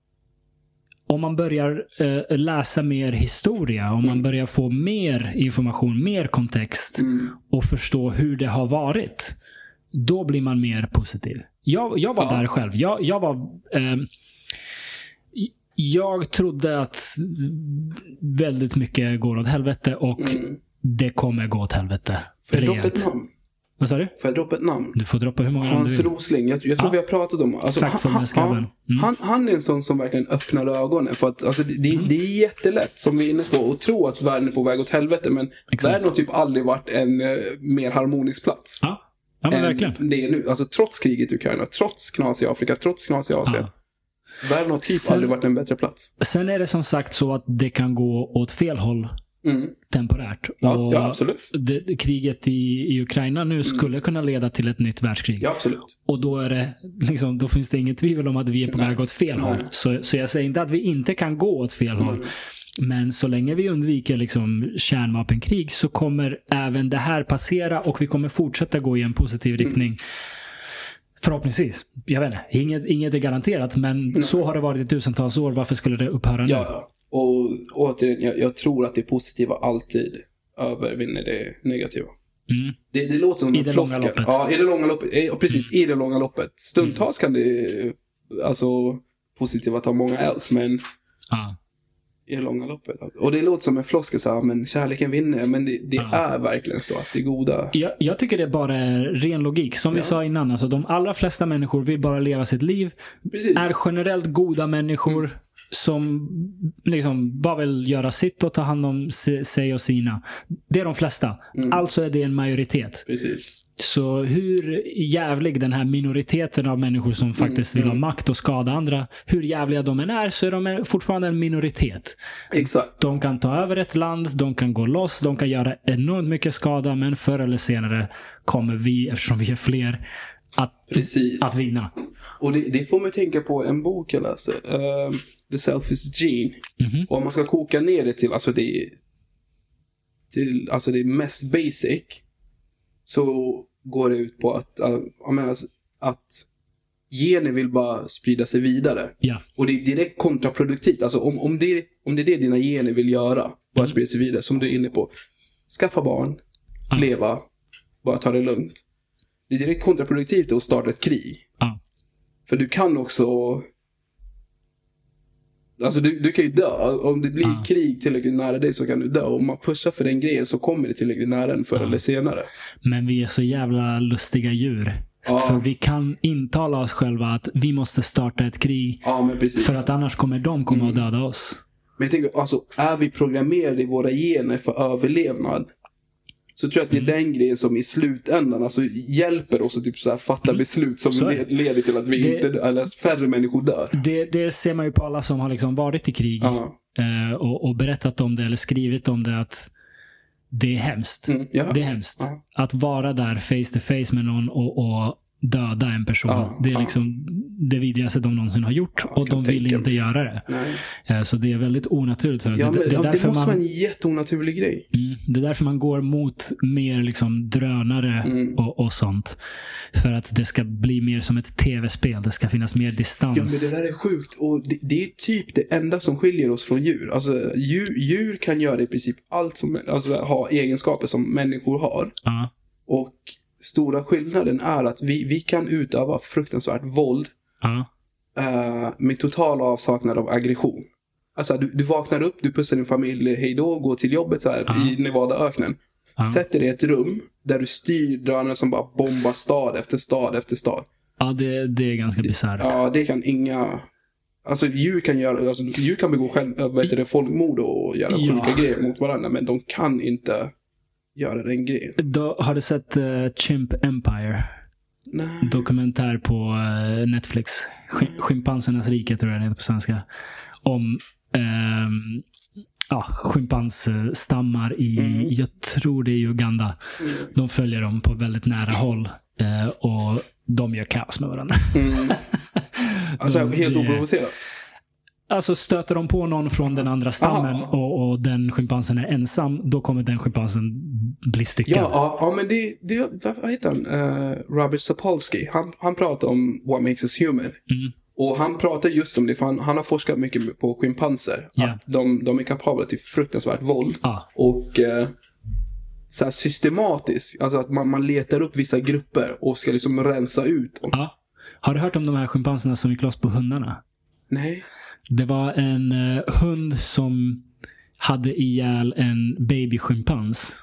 om man börjar uh, läsa mer historia, om mm. man börjar få mer information, mer kontext mm. och förstå hur det har varit, då blir man mer positiv. Jag, jag var ja. där själv. Jag, jag var... Eh, jag trodde att väldigt mycket går åt helvete och mm. det kommer gå åt helvete. Får jag droppa ett namn? Vad sa du? Får jag droppa ett namn? Du får droppa hur många Hans du vill. Rosling. Jag, jag tror ja. vi har pratat om alltså, han, han, han, mm. han, han är en sån som verkligen öppnar ögonen. För att alltså, det, mm. det är jättelätt, som vi är inne på, att tro att världen är på väg åt helvete. Men exakt. Världen har typ aldrig varit en uh, mer harmonisk plats. Ja. Ja, men verkligen. Det är nu, alltså trots kriget i Ukraina, trots knas i Afrika, trots knas i Asien. Ja. Världen har typ sen, aldrig varit en bättre plats. Sen är det som sagt så att det kan gå åt fel håll mm. temporärt. Ja, och ja absolut. Det, kriget i, i Ukraina nu skulle mm. kunna leda till ett nytt världskrig. Ja, absolut. Och då är det liksom, då finns det inget tvivel om att vi är på Nej. väg åt fel Nej. håll. Så, så jag säger inte att vi inte kan gå åt fel mm. håll. Men så länge vi undviker liksom kärnvapenkrig så kommer även det här passera och vi kommer fortsätta gå i en positiv riktning. Förhoppningsvis. Jag vet inte. Inget, inget är garanterat, men mm. så har det varit i tusentals år. Varför skulle det upphöra nu? Ja, och återigen, jag, jag tror att det positiva alltid övervinner det negativa. Mm. Det, det låter som I en det floska. långa loppet. Ja, i det långa loppet. Ja, precis, mm. i det långa loppet. Stundtals mm. kan det alltså positiva ta många älls, men ah. i det långa loppet. Och det låter som en floska så här, men kärleken vinner, men det, det ah. är verkligen så att det är goda. Jag, jag tycker det bara är ren logik. Som ja. vi sa innan, alltså, de allra flesta människor vill bara leva sitt liv. Precis. Är generellt goda människor mm. som liksom bara vill göra sitt och ta hand om sig och sina. Det är de flesta. Mm. Alltså är det en majoritet. Precis. Så hur jävlig den här minoriteten av människor som faktiskt mm. vill ha makt och skada andra, hur jävliga de än är, så är de fortfarande en minoritet. Exakt. De kan ta över ett land, de kan gå loss, de kan göra enormt mycket skada, men förr eller senare kommer vi, eftersom vi är fler, att, att vinna. Och det, det får mig tänka på en bok jag läser. Uh, The Selfish Gene. Mm-hmm. Och om man ska koka ner det till, alltså det, till alltså det mest basic, så går det ut på att, uh, jag menar, att gener vill bara sprida sig vidare. Ja. Och det är direkt kontraproduktivt. Alltså om, om, det, om det är det dina gener vill göra, bara mm. sprida sig vidare, som du är inne på. Skaffa barn, ah. leva, bara ta det lugnt. Det är direkt kontraproduktivt att starta ett krig. Ah. För du kan också... Alltså du, du kan ju dö. Om det blir ah. krig tillräckligt nära dig så kan du dö. Om man pushar för den grejen så kommer det tillräckligt nära den förr ah. eller senare. Men vi är så jävla lustiga djur. Ah. För vi kan intala oss själva att vi måste starta ett krig. Ja, men precis. För att annars kommer de komma mm. och döda oss. Men jag tänker, alltså, är vi programmerade i våra gener för överlevnad? Så tror jag att det är mm. den grejen som i slutändan alltså, hjälper oss att typ, så här, fatta mm. beslut som led, leder till att vi det, inte, eller färre människor dör. Det, det ser man ju på alla som har liksom varit i krig eh, och, och berättat om det eller skrivit om det, att det är hemskt. Mm, ja. Det är hemskt. Ja. Att vara där face to face med någon och, och döda en person. Ja, det är ja. liksom det vidrigaste de någonsin har gjort. Ja, och de vill inte mig. göra det. Nej. Så det är väldigt onaturligt för oss. Ja, men, det, det, är ja, det måste man, vara en jätteonaturlig grej. Mm, det är därför man går mot mer liksom drönare mm. och, och sånt. För att det ska bli mer som ett tv-spel. Det ska finnas mer distans. Ja, men det där är sjukt. Och det, det är typ det enda som skiljer oss från djur. Alltså, djur, djur kan göra i princip allt som, alltså ha egenskaper som människor har. Ja. Och stora skillnaden är att vi, vi kan utöva fruktansvärt våld uh. uh, med total avsaknad av aggression. Alltså du, du vaknar upp, du pussar din familj hej då, går till jobbet så här, uh. i Nevadaöknen. Uh. Sätter dig i ett rum där du styr drönare som bara bombar stad efter stad efter stad. Ja, det, det är ganska bisarrt. Ja, det kan inga... Alltså djur kan göra, alltså, djur kan begå själv, vet du, folkmord och göra ja. sjuka grejer mot varandra, men de kan inte göra den grejen. Då, har du sett uh, Chimp Empire? Nej. Dokumentär på uh, Netflix. Sch- Schimpansernas rike tror jag det heter på svenska. Om um, ja, schimpansstammar i, mm. jag tror det är i Uganda. Mm. De följer dem på väldigt nära håll uh, och de gör kaos med varandra. Mm. Alltså de, helt oprovocerat. Alltså stöter de på någon från den andra stammen och, och den schimpansen är ensam, då kommer den schimpansen bli styckad. Ja, ja, ja men det, det vad heter han? Uh, Robert Sapolsky. Han, han pratar om what makes us human. Mm. Och han pratar just om det, för han, han har forskat mycket på schimpanser. Yeah. Att de, de är kapabla till fruktansvärt våld. Ah. Och uh, så här systematiskt, alltså att man, man letar upp vissa grupper och ska liksom rensa ut dem. Ah. Har du hört om de här schimpanserna som gick loss på hundarna? Nej. Det var en uh, hund som hade ihjäl en babyschimpans.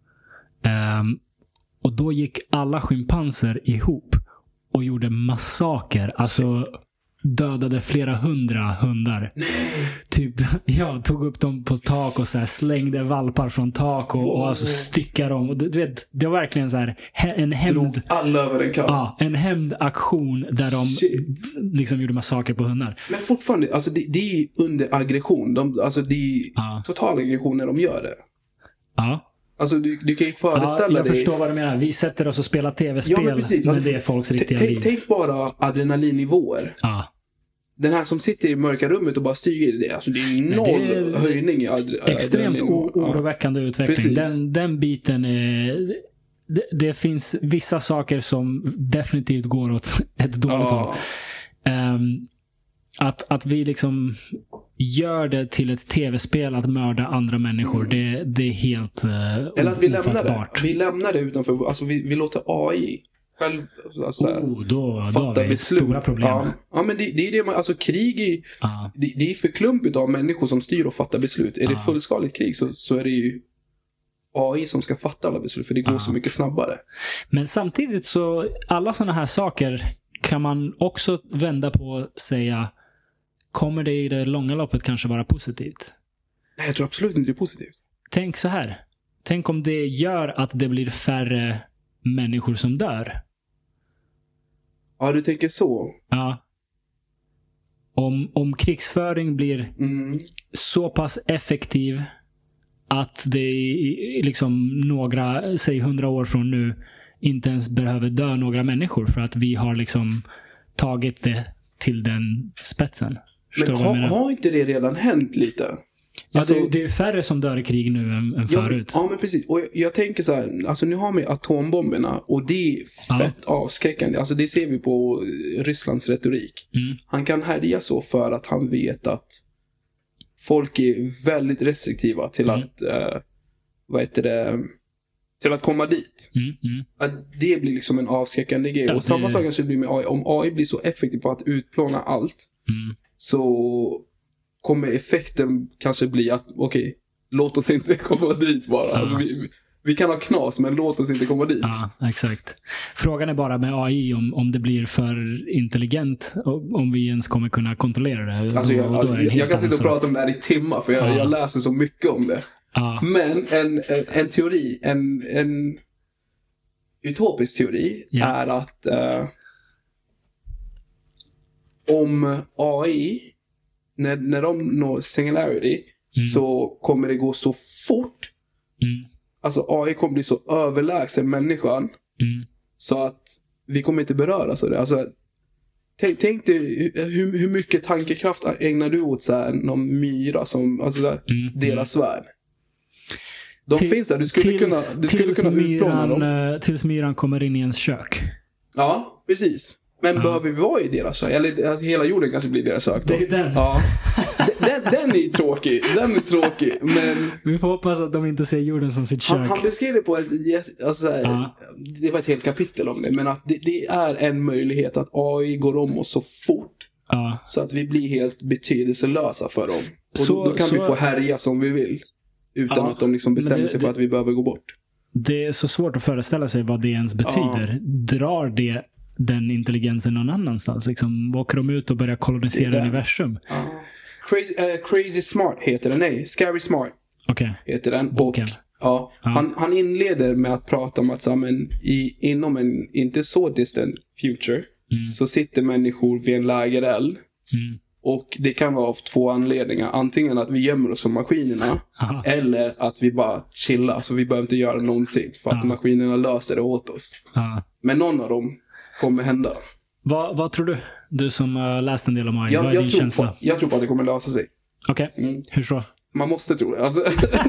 Um, och då gick alla schimpanser ihop och gjorde massaker. Alltså dödade flera hundra hundar. Nej. Typ, ja, tog upp dem på tak och så här, slängde valpar från tak och, oh. och alltså styckade dem. Och du, du vet, det var verkligen så här en hämnd. Drog alla över en kam. Ja, en hämndaktion där de Shit. liksom gjorde massaker på hundar. Men fortfarande, alltså det, det är under aggression. De, alltså det är ja. total aggression när de gör det. Ja. Alltså du, du kan ju föreställa ja, jag dig... Jag förstår vad du menar. Vi sätter oss och spelar tv-spel, ja, men, precis. men alltså, det är folks riktiga t- liv. Tänk bara adrenalinnivåer. Ja. Den här som sitter i mörka rummet och bara styr det. Alltså det är noll det är höjning i adrenalin. Extremt o- oroväckande ja. utveckling. Den, den biten är det, det finns vissa saker som definitivt går åt ett dåligt håll. Oh. Um, att, att vi liksom gör det till ett tv-spel att mörda andra människor, mm. det, det är helt uh, Eller att vi lämnar det. Vi lämnar det utanför, alltså vi, vi låter A I själv alltså, oh, då, fatta då har vi beslut. Stora problem. Ja, ja men det, det är det man, alltså krig är, ah. det, det är för klumpigt av människor som styr och fattar beslut. Är ah. det fullskaligt krig så, så är det ju A I som ska fatta alla beslut, för det går ah. så mycket snabbare. Men samtidigt så, alla sådana här saker kan man också vända på och säga, kommer det i det långa loppet kanske vara positivt? Nej, jag tror absolut inte det är positivt. Tänk så här. Tänk om det gör att det blir färre människor som dör. Ja, du tänker så. Ja. Om, om krigsföring blir mm. så pass effektiv att det liksom några, säg hundra år från nu, inte ens behöver dö några människor för att vi har liksom tagit det till den spetsen. Men har, har inte det redan hänt lite? Ja, alltså, det, det är färre som dör i krig nu än, än ja, förut. Ja, men precis. Och jag, jag tänker så här, alltså nu har vi atombomberna och det är fett ja. avskräckande. Alltså det ser vi på Rysslands retorik. Mm. Han kan härja så för att han vet att folk är väldigt restriktiva till mm. att uh, vad heter det, till att komma dit. Mm, mm. Att det blir liksom en avskräckande grej. Ja, och det... samma sak kanske blir med A I. Om A I blir så effektiv på att utplåna allt mm. så kommer effekten kanske bli att okej, okay, låt oss inte komma dit bara. Ja. Alltså vi, vi kan ha knas, men låt oss inte komma dit. Ja, exakt. Frågan är bara med A I om, om det blir för intelligent, om vi ens kommer kunna kontrollera det. Alltså jag, jag, jag, jag kan sitta och prata om det här i timmar, för jag, ja. jag läser så mycket om det. Ja. Men en, en, en teori, en, en utopisk teori ja. är att uh, om A I när, när de når singularity mm. så kommer det gå så fort. Mm. Alltså A I kommer bli så överlägsen människan mm. så att vi kommer inte beröras av det. Alltså, tänk, tänk dig hur, hur mycket tankekraft ägnar du åt så här, någon myra som alltså, där, mm. deras värld. De till, finns där, du skulle tills, kunna, du skulle kunna utplåna dem. Tills myran kommer in i ens kök. Ja, precis. Men ja. behöver vi vara i deras kök? Eller alltså, hela jorden kanske blir deras kök då. Det är den. Ja. den, den är tråkig. Den är tråkig. Men vi får hoppas att de inte ser jorden som sitt kök. Han, han beskriver på ett, alltså, ja. det var ett helt kapitel om det. Men att det, det är en möjlighet att A I går om oss så fort. Ja. Så att vi blir helt betydelselösa för dem. Och så, då, då kan så... vi få härja som vi vill. Utan ja. att de liksom bestämmer det, sig för det, att vi behöver gå bort. Det är så svårt att föreställa sig vad det ens betyder. Ja. Drar det den intelligensen någon annanstans? Liksom, åker de ut och börjar kolonisera universum? Ja. Crazy, uh, Crazy Smart heter den. Nej, Scary Smart okay. heter den. Och, ja, ja. Han, han inleder med att prata om att så, men, i, inom en inte så distant future mm. så sitter människor vid en lägereld. Mm. Och det kan vara av två anledningar. Antingen att vi gömmer oss som maskinerna Aha. eller att vi bara chillar. Så vi behöver inte göra någonting för att Aha. maskinerna löser det åt oss. Aha. Men någon av dem kommer hända. Vad, vad tror du? Du som har läst en del om A I. Jag, vad är jag din tror känsla? På, jag tror på att det kommer lösa sig. Okej, okay. mm. hur så? Man måste tro det. Alltså,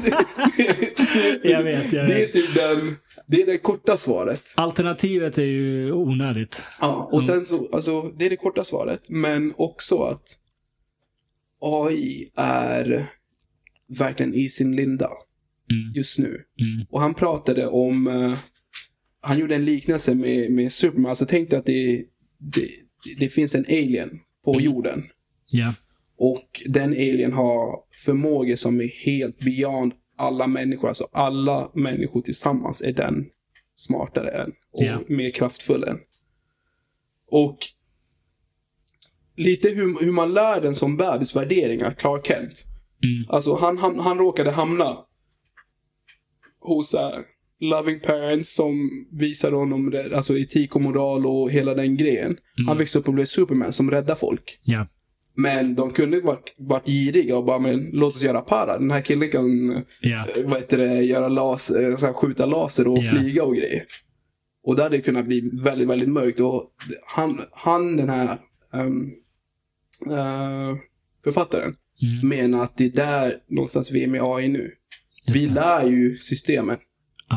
jag vet, jag vet. Det är typ den... Det är det korta svaret. Alternativet är ju onödigt. Ja, och sen så, alltså, det är det korta svaret. Men också att A I är verkligen i sin linda mm. just nu. Mm. Och han pratade om, uh, han gjorde en liknelse med, med Superman. Alltså tänkte att det, det, det finns en alien på mm. jorden. Yeah. Och den alien har förmågor som är helt beyond alla människor. Alltså alla människor tillsammans är den smartare än och yeah. mer kraftfull än. Och lite hur, hur man lär den som bebis värderingar, Clark Kent. Mm. Alltså han, han, han råkade hamna hos uh, loving parents som visade honom det, alltså etik och moral och hela den grejen. Mm. Han växte upp och blev Superman som räddar folk. Yeah. Men de kunde varit, varit giriga och bara, men låt oss göra para. Den här killen kan yeah. vad heter det, göra laser, så här, skjuta laser och yeah. flyga och grejer. Och där hade det kunnat bli väldigt, väldigt mörkt. Och han, han den här um, uh, författaren mm. menar att det är där någonstans vi är med A I nu. Just vi det. lär ju systemen. Uh.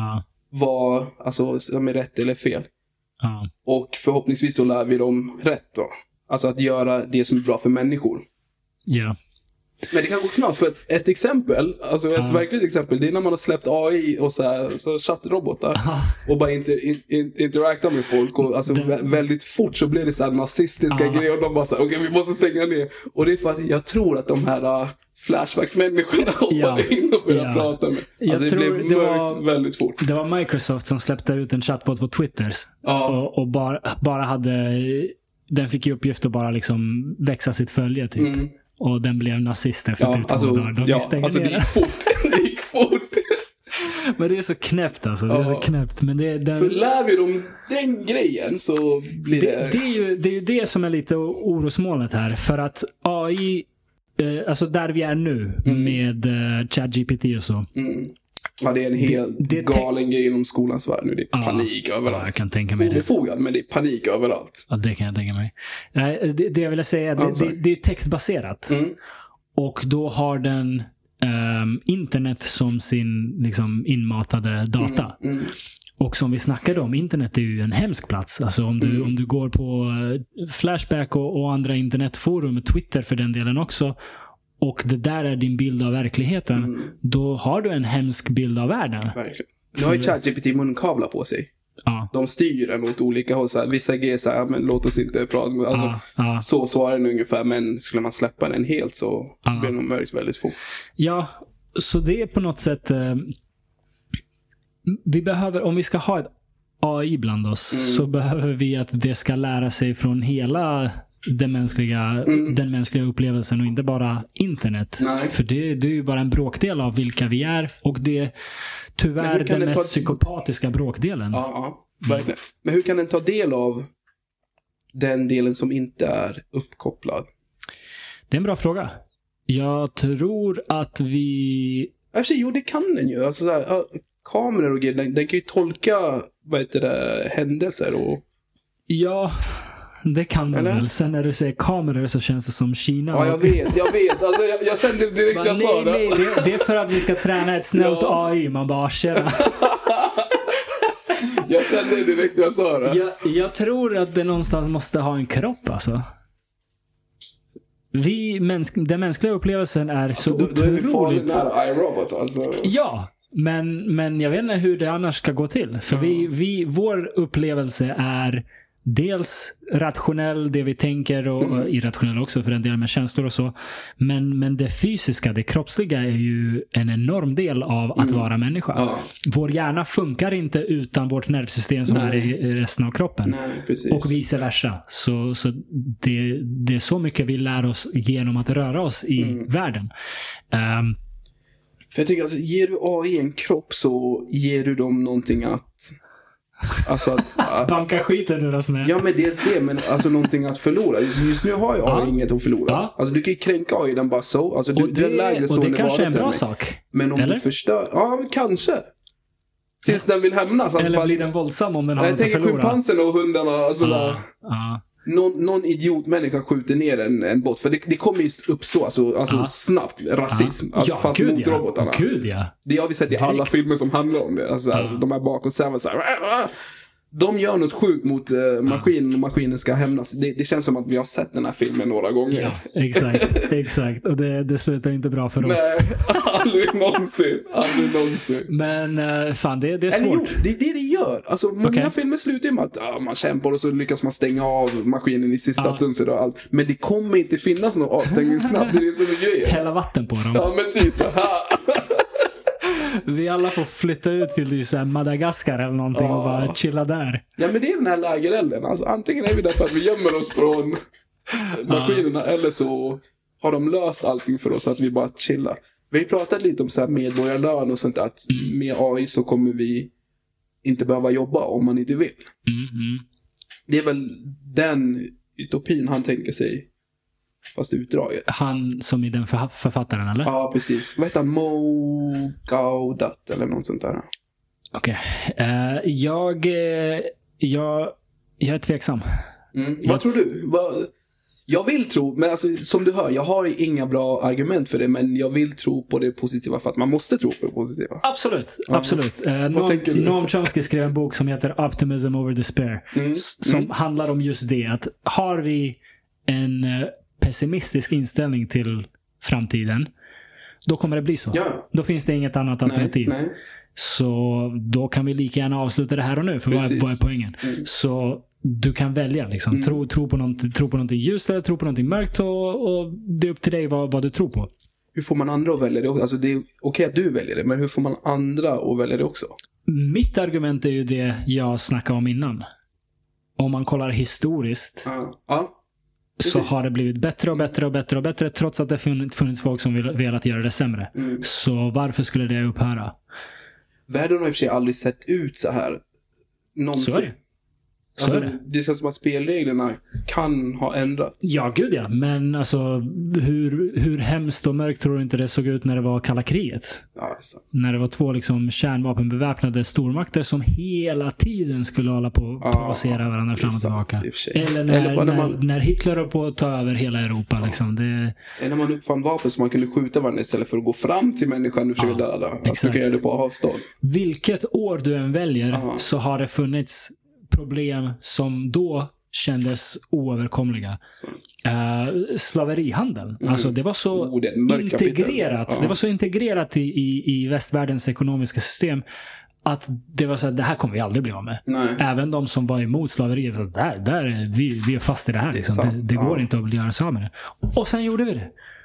vad alltså, som är rätt eller fel. Ja. Och förhoppningsvis så lär vi dem rätt då. Alltså att göra det som är bra för människor. Ja. Men det kan gå knappt, för ett, ett exempel, alltså ett Ja. verkligt exempel, det är när man har släppt A I och så, här, så chattrobotar Ja. och bara inter, in, in, interakta med folk och alltså Det- vä- väldigt fort så blir det så här nazistiska Ja. grejer och de bara så här, okej, vi måste stänga ner. Och det är för att jag tror att de här uh, Flashback-människorna hoppade Ja. in och började Ja. prata med. Jag Alltså det tror blev det mörkt var- väldigt fort. Det var Microsoft som släppte ut en chatbot på Twitter. Ja. Och, och bara, bara hade... Den fick ju uppgift att bara liksom växa sitt följe typ. Mm. Och den blev nazist efter Ja, typ två alltså, dagar. De ja, stängde alltså ner det den. gick fort. Det gick fort. Men det är så knäppt alltså. Det är så Ja. knäppt. Men det, den, Så lär vi dem den grejen så blir det... det, det, är ju, det är ju det som är lite orosmolnet här. För att A I, eh, alltså där vi är nu Mm. med eh, ChatGPT och så. Mm. Ja, det är en helt Det- det galen grej inom skolans värld nu. Det är Ja. panik Ja, överallt. jag kan tänka mig det. Obefogad, men det är panik överallt. Ja, det kan jag tänka mig. Nej, det, det jag ville säga är Ja, att det, sorry. det, det är textbaserat. Mm. Och då har den ehm, internet som sin liksom, inmatade data. Mm. Mm. Och som vi snackade om, internet är ju en hemsk plats. Alltså om du, Mm. om du går på eh, Flashback och, och andra internetforum, Twitter för den delen också, och det där är din bild av verkligheten, Mm. då har du en hemsk bild av världen. Verkligen. Nu har ju ChatGPT munkavlar på sig. Ja. De styr den åt olika håll. Så här, vissa grejer så här, ja, men låt oss inte prata. med- Alltså, ja, ja. Så svarar den ungefär, men skulle man släppa den helt så Ja. blir den mörkt väldigt fort. Ja, så det är på något sätt eh, vi behöver, om vi ska ha ett A I bland oss, Mm. så behöver vi att det ska lära sig från hela den mänskliga, Mm. den mänskliga upplevelsen och inte bara internet. Nej. För det, det är ju bara en bråkdel av vilka vi är, och det är Men tyvärr hur kan den det mest ta- psykopatiska bråkdelen. Ja, ja, verkligen. Men hur kan den ta del av den delen som inte är uppkopplad? Det är en bra fråga. Jag tror att vi... Alltså, jo, det kan den ju. Alltså, där, ja, kameror och grejer, den, den kan ju tolka vad heter det, händelser och... Ja, det kan den Eller? väl. Sen när du säger kameror så känns det som Kina. Ja, jag vet, jag vet. Alltså, jag, jag kände direkt Bara, jag nej, sa det. nej, det, det är för att vi ska träna ett snällt Ja. A I. Man bara, tjena. Jag kände direkt jag sa det. jag, jag tror att det någonstans måste ha en kropp, alltså. Vi, mäns den mänskliga upplevelsen är så Så då, då är vi farligt otroligt... nära iRobot, alltså. Ja, men, men jag vet inte hur det annars ska gå till. För vi, vi, vår upplevelse är dels rationell, det vi tänker, och, Mm. och irrationell också för den delen med känslor och så. Men, men det fysiska, det kroppsliga är ju en enorm del av att Mm. vara människa. Ja. Vår hjärna funkar inte utan vårt nervsystem som Nej. är i i resten av kroppen. Nej, precis. Och vice versa. Så, så det, det är så mycket vi lär oss genom att röra oss i Mm. världen. Um, För jag tänker, alltså, ger du A I en kropp så ger du dem någonting att... Alltså att... att banka skiten ur oss med. ja, men dels det, men alltså någonting att förlora. Just, just nu har ju A I Ja. inget att förlora. Ja. Alltså du kan ju kränka A I den bara så. Alltså du, Och det är en lägre det, och stående det kanske är en varelse bra än mig. sak. Men om Eller? du förstör... Ja, men kanske. Tills den vill hämnas. Alltså, Eller för att- blir den våldsam om den har jag något att tänker förlora? schimpanserna och hundarna. Alltså, där, Ja, ja. någon, någon idiotmänniska skjuter ner en, en bot. För det, det kommer ju uppstå alltså, alltså Ja. snabbt rasism. Ja. Alltså Ja, fast gud mot ja. robotarna. Gud ja. Det har vi sett i alla Direkt. filmer som handlar om det. Alltså, Ja. de här bakåt så här, så här, de gör något sjukt mot uh, maskinen och maskinen ska hämnas. Det, det känns som att vi har sett den här filmen några gånger. Ja, exakt. exakt. Och det, det slutar inte bra för oss. Nej, aldrig någonsin. Aldrig någonsin. Men eh, fan, det, det är Eller svårt. jo, det är det det gör. Alltså, många Okej. filmer slutar ju med att ah, man kämpar och så lyckas man stänga av maskinen i sista Ja. stunden och allt. Men det kommer inte finnas någon avstängningsknapp. Det är det som är grejen. Hälla vatten på dem. Ja, men typ så här. Vi alla får flytta ut till typ så här Madagaskar eller någonting och Ja. bara chilla där. Ja, men det är den här lägerelden. Alltså, antingen är vi där för att vi gömmer oss från maskinerna eller så har de löst allting för oss så att vi bara chillar. Vi har ju pratat lite om så här medborgarlön och sånt där, att med A I så kommer vi inte behöva jobba om man inte vill. Mm, mm. Det är väl den utopin han tänker sig, fast utdraget. Han som i den förha- författaren, eller? Ja, precis. Vad heter han? Mo Gaudat eller något sånt där. Okej. Eh, jag, eh, jag, jag är tveksam. Mm. Vad tror du? Vad... Jag vill tro, men alltså, som du hör, jag har inga bra argument för det, men jag vill tro på det positiva för att man måste tro på det positiva. Absolut, absolut. Uh, Noam, Noam Chomsky skrev en bok som heter Optimism Over Despair, mm. som mm. handlar om just det, att har vi en uh, pessimistisk inställning till framtiden, då kommer det bli så. Ja. Då finns det inget annat alternativ. Nej, nej. Så då kan vi lika gärna avsluta det här och nu, för vad är, vad är poängen? Mm. Så du kan välja liksom. Mm. Tro, tro, på någonting, tro på någonting ljust eller tro på någonting mörkt, och, och det är upp till dig vad, vad du tror på. Hur får man andra att välja det? Alltså det är okej okay att du väljer det, men hur får man andra att välja det också? Mitt argument är ju det jag snackade om innan. Om man kollar historiskt, ja. Ja. så har det blivit bättre och bättre och bättre och bättre, trots att det funnits folk som vill, velat göra det sämre. Mm. Så varför skulle det upphöra? Världen har i och för sig aldrig sett ut så här någonsin. Så är det. Så alltså, är det. Det känns som att spelreglerna kan ha ändrats. Ja, gud ja. Men alltså, hur, hur hemskt och mörkt tror du inte det såg ut när det var kalla kriget? Ja, det är sant. När det var två liksom kärnvapenbeväpnade stormakter som hela tiden skulle hålla på och ja, provocera varandra fram och tillbaka. Eller när, Eller när, man... när Hitler var på att ta över hela Europa. Ja. Liksom, det... Eller när man uppfann vapen så man kunde skjuta varandra istället för att gå fram till människan och försöka ja, döda. Alltså, du kan göra det på avstånd. Vilket år du än väljer, ja, så har det funnits problem som då kändes oöverkomliga. Uh, slaverihandeln. Mm. Alltså det var så oh, det integrerat. Ja. Det var så integrerat i, i, i västvärldens ekonomiska system att det var så att det här kommer vi aldrig bli av med. Nej. Även de som var emot slaveriet, så där, där vi, vi är fast i det här. Liksom. Det, det går ja. inte att göra sig av med det. Och sen gjorde vi det.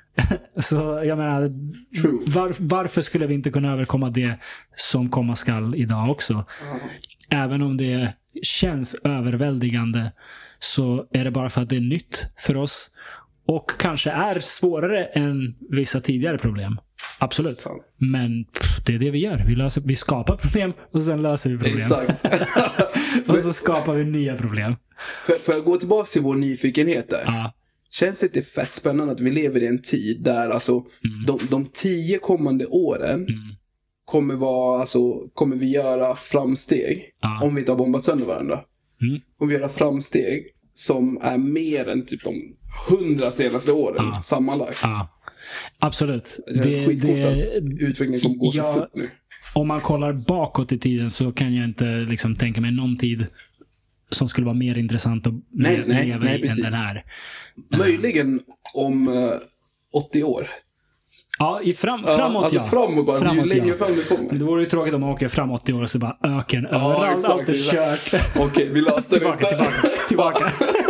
Så jag menar, var, varför skulle vi inte kunna överkomma det som komma skall idag också? Mm. Även om det känns överväldigande, så är det bara för att det är nytt för oss och kanske är svårare än vissa tidigare problem. Absolut. Sant. Men pff, det är det vi gör. Vi, löser, vi skapar problem och sen löser vi problem. Exakt. Och så skapar vi nya problem. För, för att gå tillbaka till vår nyfikenhet där. Ja. Känns det inte fett spännande att vi lever i en tid där alltså mm. de, de tio kommande åren mm. kommer vara, alltså, kommer vi göra framsteg ah. om vi inte har bombat sönder varandra. Mm. Kommer vi göra framsteg som är mer än typ de hundra senaste åren ah. sammanlagt. Ah. Absolut. Det, det är skitcoolt att utvecklingen kommer gå så jag, fort nu. Om man kollar bakåt i tiden så kan jag inte liksom tänka mig någon tid som skulle vara mer intressant att nej, leva nej, i nej, än den här. Möjligen om uh, åttio år. Ja, i fram, framåt ja. Alltså ja. framåt bara, framåt, ju längre ja. fram det kommer. Det vore ju tråkigt om man åker fram åttio år och så bara öken ja, överallt. Exakt, allt är kört. Okej, okay, vi löste det. Tillbaka, tillbaka, tillbaka.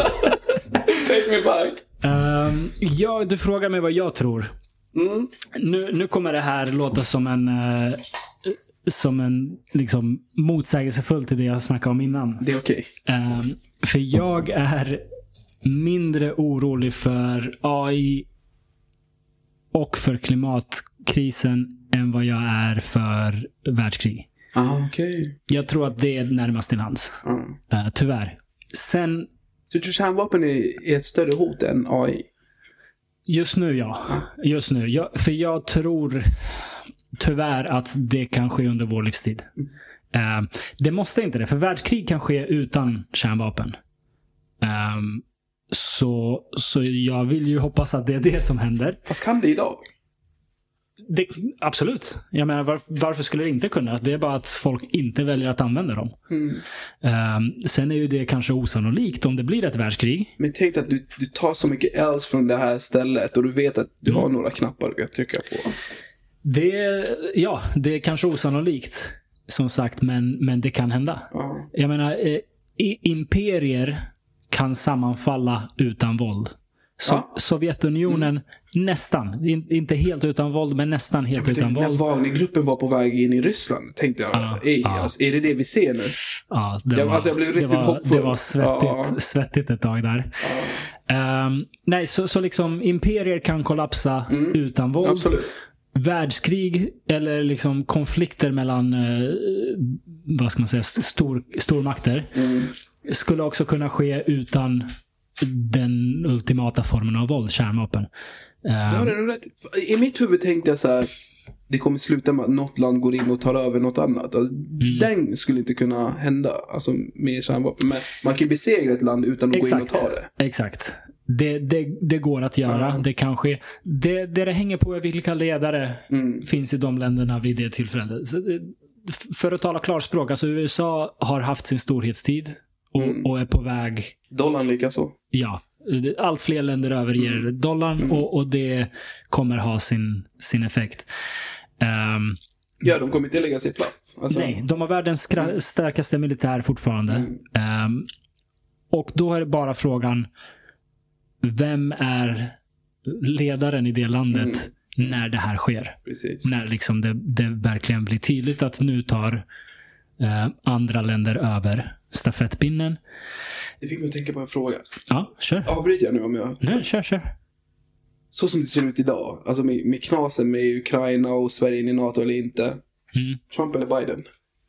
Take me back. Um, ja, du frågar mig vad jag tror. Mm. Nu, nu kommer det här låta som en uh, som en liksom motsägelsefull till det jag snackade om innan. Det är okej. Okay. Um, för jag är mindre orolig för A I och för klimatkrisen än vad jag är för världskrig. Ah, okay. Jag tror att det är närmast till hands. Mm. Uh, tyvärr. Sen... Så du tror kärnvapen är, är ett större hot än A I? Just nu, ja. Mm. Just nu. Jag, för jag tror tyvärr att det kan ske under vår livstid. Mm. Uh, det måste inte det. För världskrig kan ske utan kärnvapen. Um, så, så jag vill ju hoppas att det är det som händer. Fast kan det idag? Det, absolut. Jag menar, var, varför skulle det inte kunna? Det är bara att folk inte väljer att använda dem. Mm. Um, sen är ju det kanske osannolikt om det blir ett världskrig. Men tänk att du, du tar så mycket else från det här stället och du vet att du mm. har några knappar du kan trycka på. Det, ja, det är kanske osannolikt, som sagt, men, men det kan hända. Mm. Jag menar, eh, imperier kan sammanfalla utan våld. Så ja. Sovjetunionen mm. nästan, in, inte helt utan våld, men nästan helt ja, utan när våld. När Wagnergruppen var på väg in i Ryssland tänkte jag, ja, ej, ja. Alltså, är det det vi ser nu? Ja, det jag, var, alltså, jag blev riktigt det var, hoppfull. Det var svettigt, ja. svettigt ett tag där. Ja. Um, nej, så, så liksom imperier kan kollapsa mm. utan våld. Absolut. Världskrig eller liksom konflikter mellan eh, vad ska man säga, stor, stormakter mm. skulle också kunna ske utan den ultimata formen av våld, kärnvapen. Um, det har du rätt. I mitt huvud tänkte jag så här, det kommer sluta med att något land går in och tar över något annat. Alltså, mm. Den skulle inte kunna hända, alltså med kärnvapen. Men man kan besegra ett land utan att exakt. gå in och ta det. Exakt. Det, det, det går att göra. Mm. Det kanske det, det det hänger på vilka ledare mm. finns i de länderna vid det tillfället. Så, för att tala klarspråk, alltså U S A har haft sin storhetstid och, mm. och är på väg. Dollarn lika så. Ja, allt fler länder överger mm. dollarn mm. Och, och det kommer ha sin, sin effekt. Um, ja, de kommer inte lägga sig platt. Alltså. Nej, de har världens skra- mm. starkaste militär fortfarande. Mm. Um, och då är det bara frågan, vem är ledaren i det landet mm. när det här sker? Precis. När liksom det, det verkligen blir tydligt att nu tar eh, andra länder över stafettpinnen. Det fick mig att tänka på en fråga. Ja, kör. Avbryter jag nu om jag... Nej, kör, kör. Så som det ser ut idag, alltså med, med knasen med Ukraina och Sverige in i NATO eller inte. Mm. Trump eller Biden?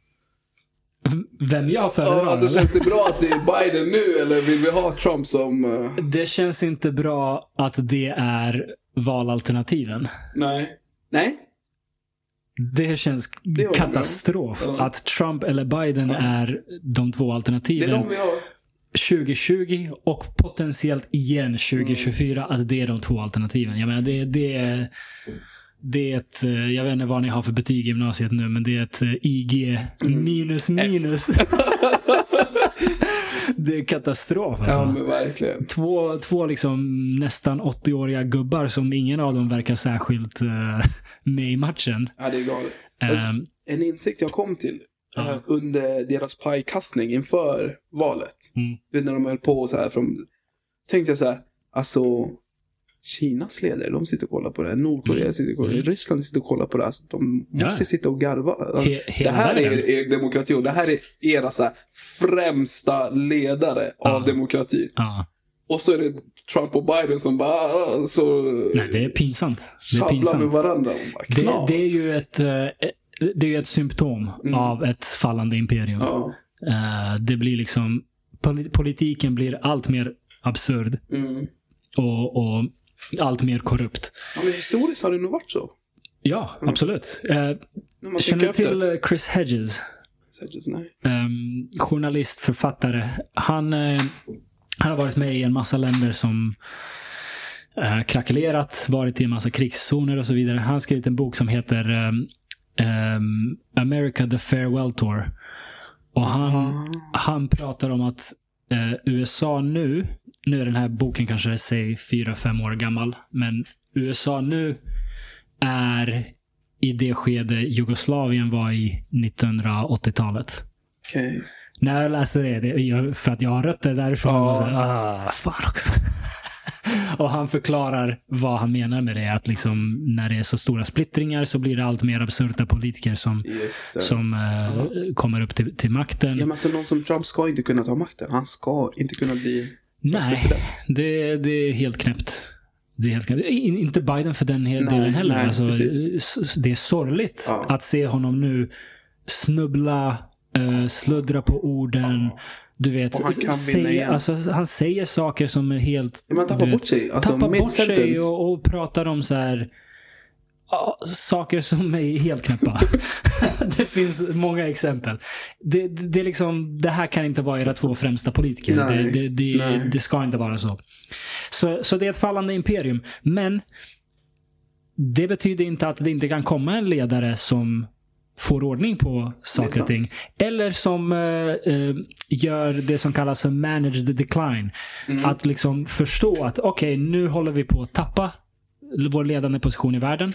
Vem jag föredrar? Ja, alltså känns det bra att det är Biden nu eller vill vi ha Trump som... Uh... Det känns inte bra att det är valalternativen. Nej. Nej. Det känns det katastrof ja. Att Trump eller Biden ja. Är de två alternativen. Det är de vi har. tjugo tjugo och potentiellt igen tjugo tjugofyra mm. att det är de två alternativen. Jag menar det, det är... Det är ett, jag vet inte vad ni har för betyg i gymnasiet nu, men det är ett I G minus minus. Det är katastrof alltså. Ja, men verkligen. Två, två liksom nästan åttio-åriga gubbar som ingen av dem verkar särskilt uh, med i matchen. Ja, det är galet. Um, en insikt jag kom till uh, uh, under deras pajkastning inför valet. Mm. Vet när de höll på så här från... Tänkte jag så här, alltså... Kinas ledare, de sitter och kollar på det. Nordkorea mm. sitter och kollar. Mm. Ryssland sitter och kollar på det. Alltså, de måste ja. sitta och garva. Alltså, He- det här är er demokrati och det här är era så här, främsta ledare ja. Av demokrati. Ja. Och så är det Trump och Biden som bara så... Nej, det är pinsamt. Det är pinsamt. med varandra. Det, det är ju ett, det är ett symptom mm. av ett fallande imperium. Ja. Det blir liksom... Politiken blir allt mer absurd. Mm. Och... och allt mer korrupt. Ja, men historiskt har det nog varit så. Ja, mm. absolut. Eh, känner till Chris Hedges? Hedges, nej. Um, journalist, författare. Han, eh, han har varit med i en massa länder som eh, krackelerat, varit i en massa krigszoner och så vidare. Han har skrivit en bok som heter um, um, America the Farewell Tour. Och han, mm. han pratar om att eh, U S A nu Nu är den här boken kanske säg fyra, fem år gammal. Men U S A nu är i det skede Jugoslavien var i nittonhundraåttiotalet. Okej. Okay. När jag läser det, det är för att jag har rötter därifrån. Oh. Och så, ah, fan också. Och han förklarar vad han menar med det. Att liksom, när det är så stora splittringar så blir det allt mer absurda politiker som, som uh, uh. kommer upp till, till makten. Ja, men alltså någon som Trump ska inte kunna ta makten. Han ska inte kunna bli... Nej, det, det är helt knäppt. Det är helt knäppt. In, inte Biden för den nej, delen heller. Nej, alltså, det är sorgligt ja. Att se honom nu snubbla, uh, sluddra på orden. Ja. Du vet, han, säga, alltså, han säger saker som är helt... Man tappar bort sig. Alltså, tappar bort sig och, och pratar om så här... Ja, saker som är helt knäppa. Det finns många exempel. Det, det, det, är liksom, det här kan inte vara era två främsta politiker. Nej, det, det, det, det ska inte vara så. så. Så det är ett fallande imperium. Men det betyder inte att det inte kan komma en ledare som får ordning på saker och ting. Eller som uh, gör det som kallas för manage the decline. Mm. Att liksom förstå att okej, okay, nu håller vi på att tappa vår ledande position i världen.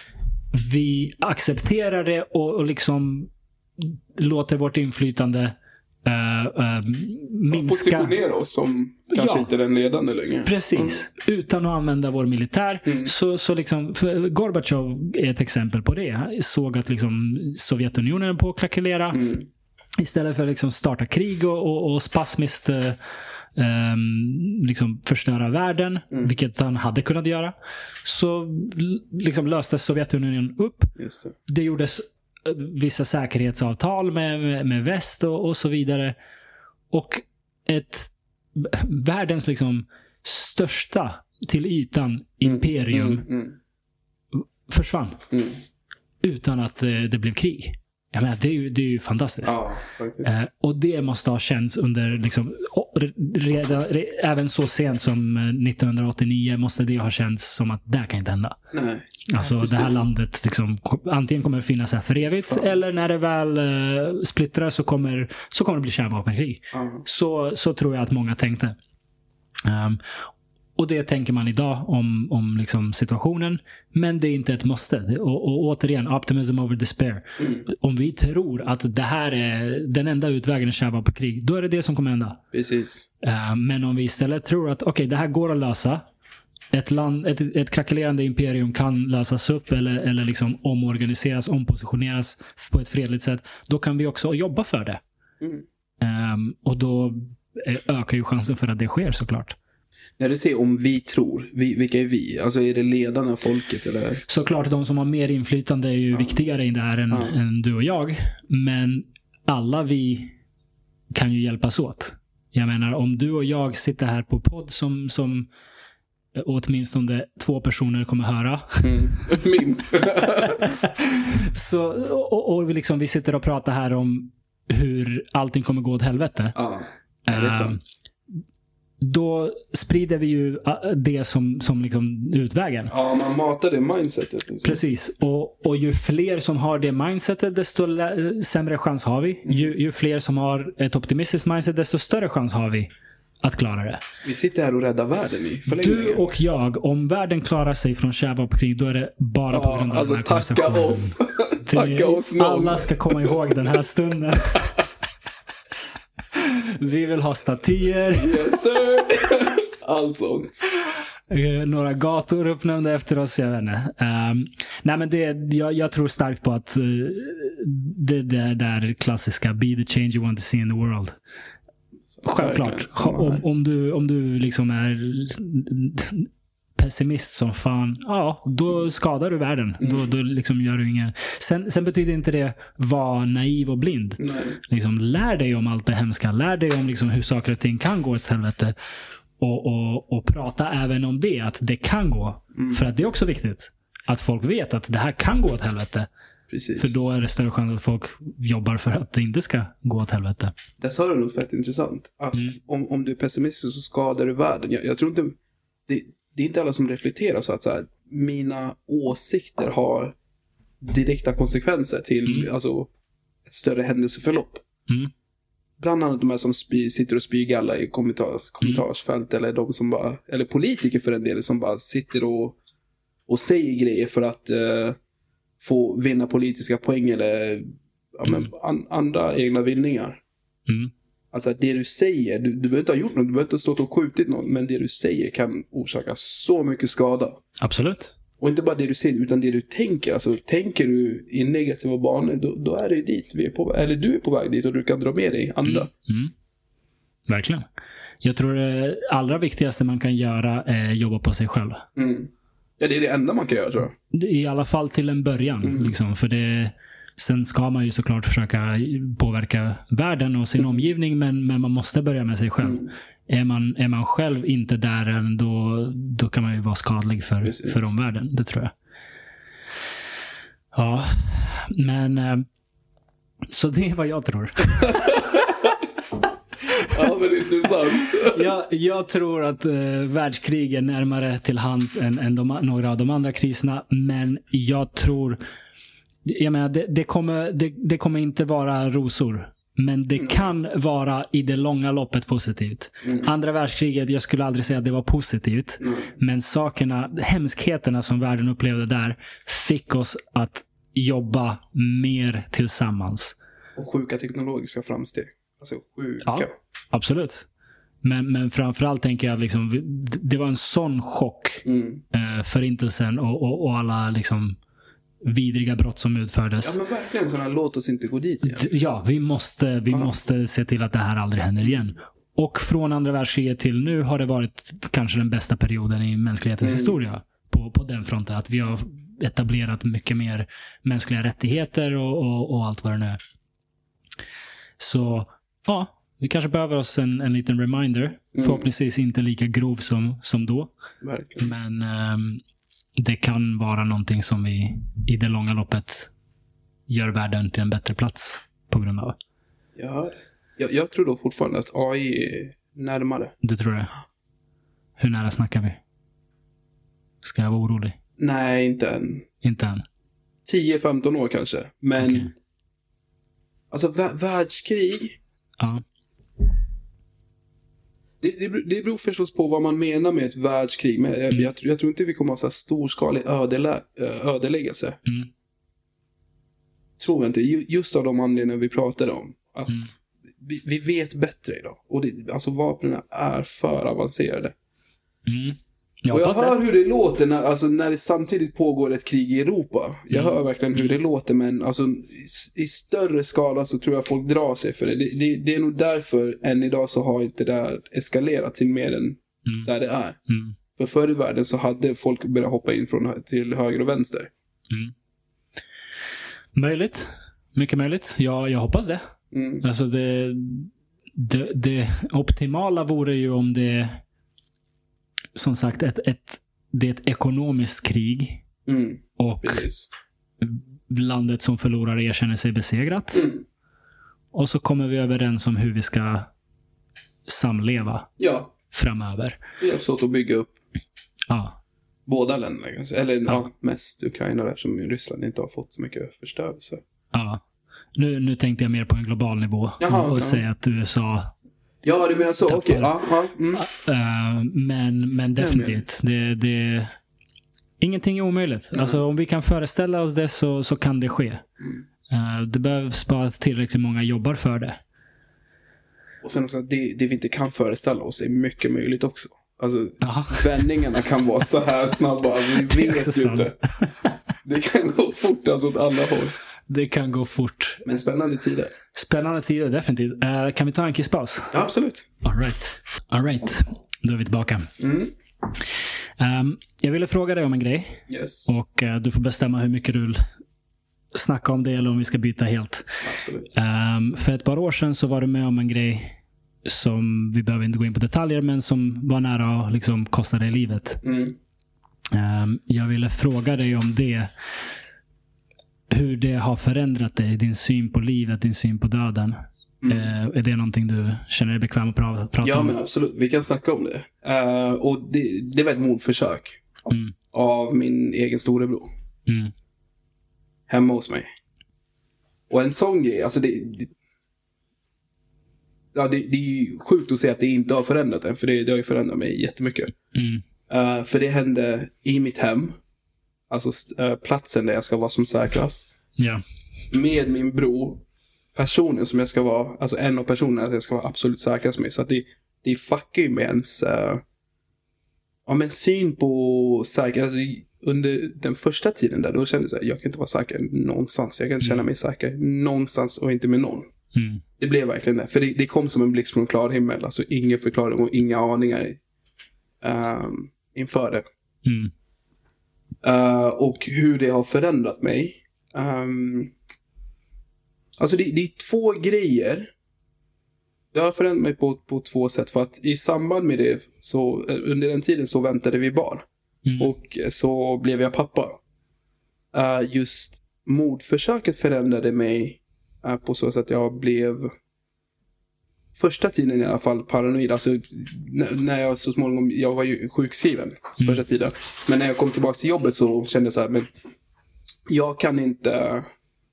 Vi accepterar det och, och liksom låter vårt inflytande uh, uh, minska. Positionera oss som kanske ja, inte den ledande längre. Precis. Mm. Utan att använda vår militär. Mm. Så, så liksom, Gorbachev är ett exempel på det. Han såg att liksom Sovjetunionen är på att krackelera. Mm. Istället för att liksom starta krig och, och, och spasmiskt uh, Um, liksom förstöra världen, mm. vilket han hade kunnat göra, så liksom löste Sovjetunionen upp. Just det. Det gjordes vissa säkerhetsavtal med, med, med väst och, och så vidare, och ett världens liksom största till ytan imperium mm. Mm. Mm. försvann mm. utan att det blev krig. Jag menar, det är ju, det är ju fantastiskt. Ja, faktiskt. Eh, och det måste ha känts under liksom, redan, re, även så sent som nittonhundraåttionio måste det ha känts som att det här kan inte hända. Nej. Alltså ja, det här landet liksom, antingen kommer det finnas här för evigt, så. Eller när det väl uh, splittrar så kommer, så kommer det bli kärnvapenkrig. Uh-huh. Så, så tror jag att många tänkte. Um, och det tänker man idag om, om liksom situationen, men det är inte ett måste. Och, och återigen, optimism over despair. Mm. Om vi tror att det här är den enda utvägen i kärnvapenkrig, då är det det som kommer hända. Precis. Uh, men om vi istället tror att okej, okay, det här går att lösa. Ett, land, ett, ett krackelerande imperium kan lösas upp eller, eller liksom omorganiseras, ompositioneras på ett fredligt sätt. Då kan vi också jobba för det. Mm. Um, och då ökar ju chansen för att det sker, såklart. När du säger om vi tror, vi, vilka är vi? Alltså är det ledarna, folket eller? Såklart, de som har mer inflytande är ju ja. viktigare i det här än, ja. än du och jag. Men alla vi kan ju hjälpas åt. Jag menar, om du och jag sitter här på podd som... som åtminstone två personer kommer höra. Mm, minst. Så, och och liksom, vi sitter och pratar här om hur allting kommer gå åt helvete. Ja, är det sant? Uh, då sprider vi ju det som, som liksom utvägen. Ja, man matar det mindsetet. Liksom. Precis. Och, och ju fler som har det mindsetet, desto lä- sämre chans har vi. Mm. Ju, ju fler som har ett optimistiskt mindset, desto större chans har vi att klara det. Vi sitter här och räddar världen i förlängningen. Du och jag, om världen klarar sig från kärnvapenkrig, då är det bara ja, på grund av alltså, den här tacka oss. Tacka oss någon. Alla ska komma ihåg den här stunden. Vi vill ha statyer. Yes sir. Allt sånt. Några gator uppnämnda efter oss, jag vet inte. Um, nej men det, jag, jag tror starkt på att uh, det, det där klassiska be the change you want to see in the world. Självklart. Om, om du, om du liksom är pessimist som fan, ja, då skadar du världen. Mm. Då, då liksom gör du ingen... Sen, sen betyder inte det vara naiv och blind. Liksom, lär dig om allt det hemska. Lär dig om liksom hur saker och ting kan gå åt helvete. Och, och, och prata även om det, att det kan gå. Mm. För att det är också viktigt att folk vet att det här kan gå åt helvete. Precis. För då är det större chans att folk jobbar för att det inte ska gå åt helvete. Det sa du något fett intressant. Att mm. om, om du är pessimistisk så skadar du världen. Jag, jag tror inte... Det, det är inte alla som reflekterar så att så här, mina åsikter har direkta konsekvenser till mm. alltså, ett större händelseförlopp. Mm. Bland annat de här som spy, sitter och spyr galla i kommentar, kommentarsfält. Mm. Eller de som bara... Eller politiker för en del som bara sitter och, och säger grejer för att... Uh, få vinna politiska poäng eller ja, men, an, andra egna vinningar. Mm. Alltså det du säger, du, du behöver inte ha gjort något, du behöver inte ha stått och skjutit någon, men det du säger kan orsaka så mycket skada. Absolut. Och inte bara det du säger, utan det du tänker. Alltså tänker du i negativa banor, då, då är det dit vi är på, eller du är på väg dit och du kan dra med dig andra. Mm. Mm. Verkligen. Jag tror det allra viktigaste man kan göra är jobba på sig själv. Mm. Ja, det är det enda man kan göra, tror jag. I alla fall till en början. Mm. Liksom, för det, sen ska man ju såklart försöka påverka världen och sin mm. omgivning, men, men man måste börja med sig själv. Mm. Är, man, är man själv inte där än, då, då kan man ju vara skadlig för, för omvärlden. Det tror jag. Ja, men så det är vad jag tror. Ja, men intressant. jag, jag tror att eh, världskrig är närmare till hands än, än de, några av de andra kriserna. Men jag tror, jag menar, det, det, kommer, det, det kommer inte vara rosor. Men det mm. kan vara i det långa loppet positivt. Mm. Andra världskriget, jag skulle aldrig säga att det var positivt. Mm. Men sakerna, hemskheterna som världen upplevde där fick oss att jobba mer tillsammans. Och sjuka teknologiska framsteg. Alltså sjuka. Ja, absolut. Men, men framförallt tänker jag att liksom, det var en sån chock mm. eh, förintelsen och, och, och alla liksom vidriga brott som utfördes. Ja, men verkligen sådana, låt oss inte gå dit igen. Ja, vi måste, vi ah. måste se till att det här aldrig händer igen. Och från andra världskriget till nu har det varit kanske den bästa perioden i mänsklighetens mm. historia på, på den fronten. Att vi har etablerat mycket mer mänskliga rättigheter och, och, och allt vad det nu är. Så ja, vi kanske behöver oss en, en liten reminder. Mm. Förhoppningsvis inte lika grov som, som då. Verkligen. Men um, det kan vara någonting som vi i det långa loppet gör världen till en bättre plats på grund av. Ja, jag, jag tror då fortfarande att A I är närmare. Du tror det? Hur nära snackar vi? Ska jag vara orolig? Nej, inte än. Inte än? tio femton år kanske. Men okay. Alltså vä- världskrig. Ja. Det, det, det beror förstås på vad man menar med ett världskrig. Men jag, mm. jag, jag tror inte vi kommer att ha så här storskalig ödelä, ödeläggelse. Mm. Tror jag inte. Just av de anledningar vi pratade om. Att mm. vi, vi vet bättre idag. Och det, alltså vapnen är för avancerade. Mm. Jag och jag hör det. hur det låter när, alltså, när det samtidigt pågår ett krig i Europa. Jag mm. hör verkligen hur det låter. Men alltså, i, i större skala så tror jag folk drar sig för det. Det, det. det är nog därför än idag så har inte det där eskalerat till mer än mm. där det är. Mm. För förr i världen så hade folk börjat hoppa in från till höger och vänster. Mm. Möjligt. Mycket möjligt. Ja, jag hoppas det. Mm. Alltså det, det, det optimala vore ju om det som sagt ett, ett, det är ett ekonomiskt krig mm. och Precis. landet som förlorar erkänner sig besegrat. Mm. Och så kommer vi överens om hur vi ska samleva ja. framöver. Vi hjälps åt att bygga upp ja. båda länderna kanske. Eller ja. Ja, mest Ukraina eftersom Ryssland inte har fått så mycket förstörelse. Ja. Nu, nu tänkte jag mer på en global nivå. Jaha, och ja. säga att U S A... Ja, du menar så. Okej. Okay. Ja, ja. Mm. Uh, men, men definitivt. Det, det, ingenting är omöjligt. Mm. Alltså, om vi kan föreställa oss det så, så kan det ske. Mm. Uh, det behövs bara tillräckligt många jobbar för det. Och sen också att det, det vi inte kan föreställa oss är mycket möjligt också. Alltså, aha. vändningarna kan vara så här snabba. Vi vet ju inte. Det kan gå fort alltså åt alla håll. Det kan gå fort. Men spännande tider. Spännande tider, definitivt. Uh, kan vi ta en kisspaus? Ja, absolut. All right. All right. Då är vi tillbaka. Mm. Um, jag ville fråga dig om en grej. Yes. Och uh, du får bestämma hur mycket du vill snacka om det eller om vi ska byta helt. Absolut. Um, för ett par år sedan så var du med om en grej som vi behöver inte gå in på detaljer men som var nära att liksom kosta dig livet. Mm. Um, jag ville fråga dig om det. Hur det har förändrat dig, din syn på livet, din syn på döden. Mm. Uh, är det någonting du känner dig bekväm att pra- prata ja, om? Ja, men absolut. Vi kan snacka om det. Uh, och det, det var ett mordförsök mm. av min egen storebror. Mm. Hemma hos mig. Och en sån grej, alltså det... det ja, det, det är ju sjukt att säga att det inte har förändrat den. För det, det har ju förändrat mig jättemycket. Mm. Uh, för det hände i mitt hem. Alltså uh, platsen där jag ska vara som säkrast. Ja. Med min bror. Personen som jag ska vara. Alltså en av personerna jag ska vara absolut säkrast med. Så att det, det fuckar ju med ens... Uh, ja, men syn på säkerhet. Alltså, under den första tiden där, då kände jag att jag kan inte vara säker någonstans. Jag kan inte känna mig säker någonstans och inte med någon. Mm. Det blev verkligen det. För det, det kom som en blixt från klar himmel. Alltså ingen förklaring och inga aningar um, inför det. Mm. Uh, och hur det har förändrat mig. Um, alltså det, det är två grejer. Det har förändrat mig på, på två sätt. För att i samband med det, så under den tiden så väntade vi barn. Mm. Och så blev jag pappa. Uh, just mordförsöket förändrade mig uh, på så sätt att jag blev första tiden i alla fall paranoid. Alltså n- när jag så småningom, jag var ju sjukskriven mm. första tiden. Men när jag kom tillbaka till jobbet så kände jag så här, men jag kan inte...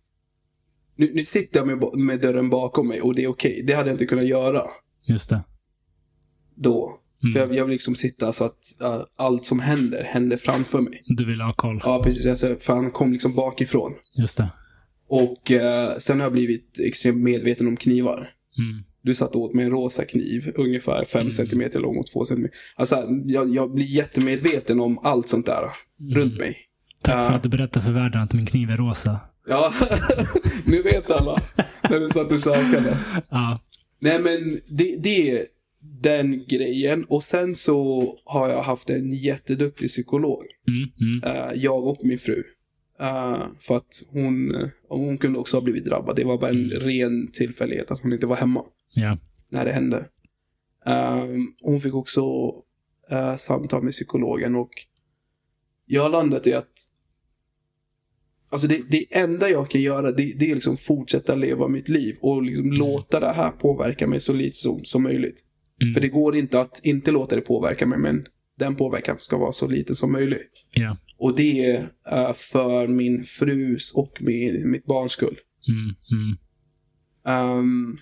Nu, nu sitter jag med, med dörren bakom mig och det är okej. Okay. Det hade jag inte kunnat göra. Just det. Då. Mm. För jag, jag vill liksom sitta så att uh, allt som händer, händer framför mig. Du vill ha koll. Ja, precis. Alltså, för han kom liksom bakifrån. Just det. Och uh, sen har jag blivit extremt medveten om knivar. Mm. Du satt åt med en rosa kniv, ungefär fem mm. centimeter lång och två centimeter. Alltså, jag, jag blir jättemedveten om allt sånt där mm. runt mig. Tack för uh, att du berättar för världen att min kniv är rosa. Ja, nu vet alla. När du satt och käkade. Ja. Nej, men det, det är den grejen. Och sen så har jag haft en jätteduktig psykolog. Mm, mm. Uh, jag och min fru. Uh, för att hon, hon kunde också ha blivit drabbad. Det var bara en mm. ren tillfällighet att hon inte var hemma. Ja. När det hände. Uh, hon fick också uh, samtal med psykologen. Och jag har landat i att alltså det, det enda jag kan göra, det, det är liksom fortsätta leva mitt liv och liksom mm. låta det här påverka mig så lite som, som möjligt. Mm. För det går inte att inte låta det påverka mig, men den påverkan ska vara så lite som möjligt. Yeah. Och det är uh, för min frus och min, mitt barns skull. Mm. Mm. Um,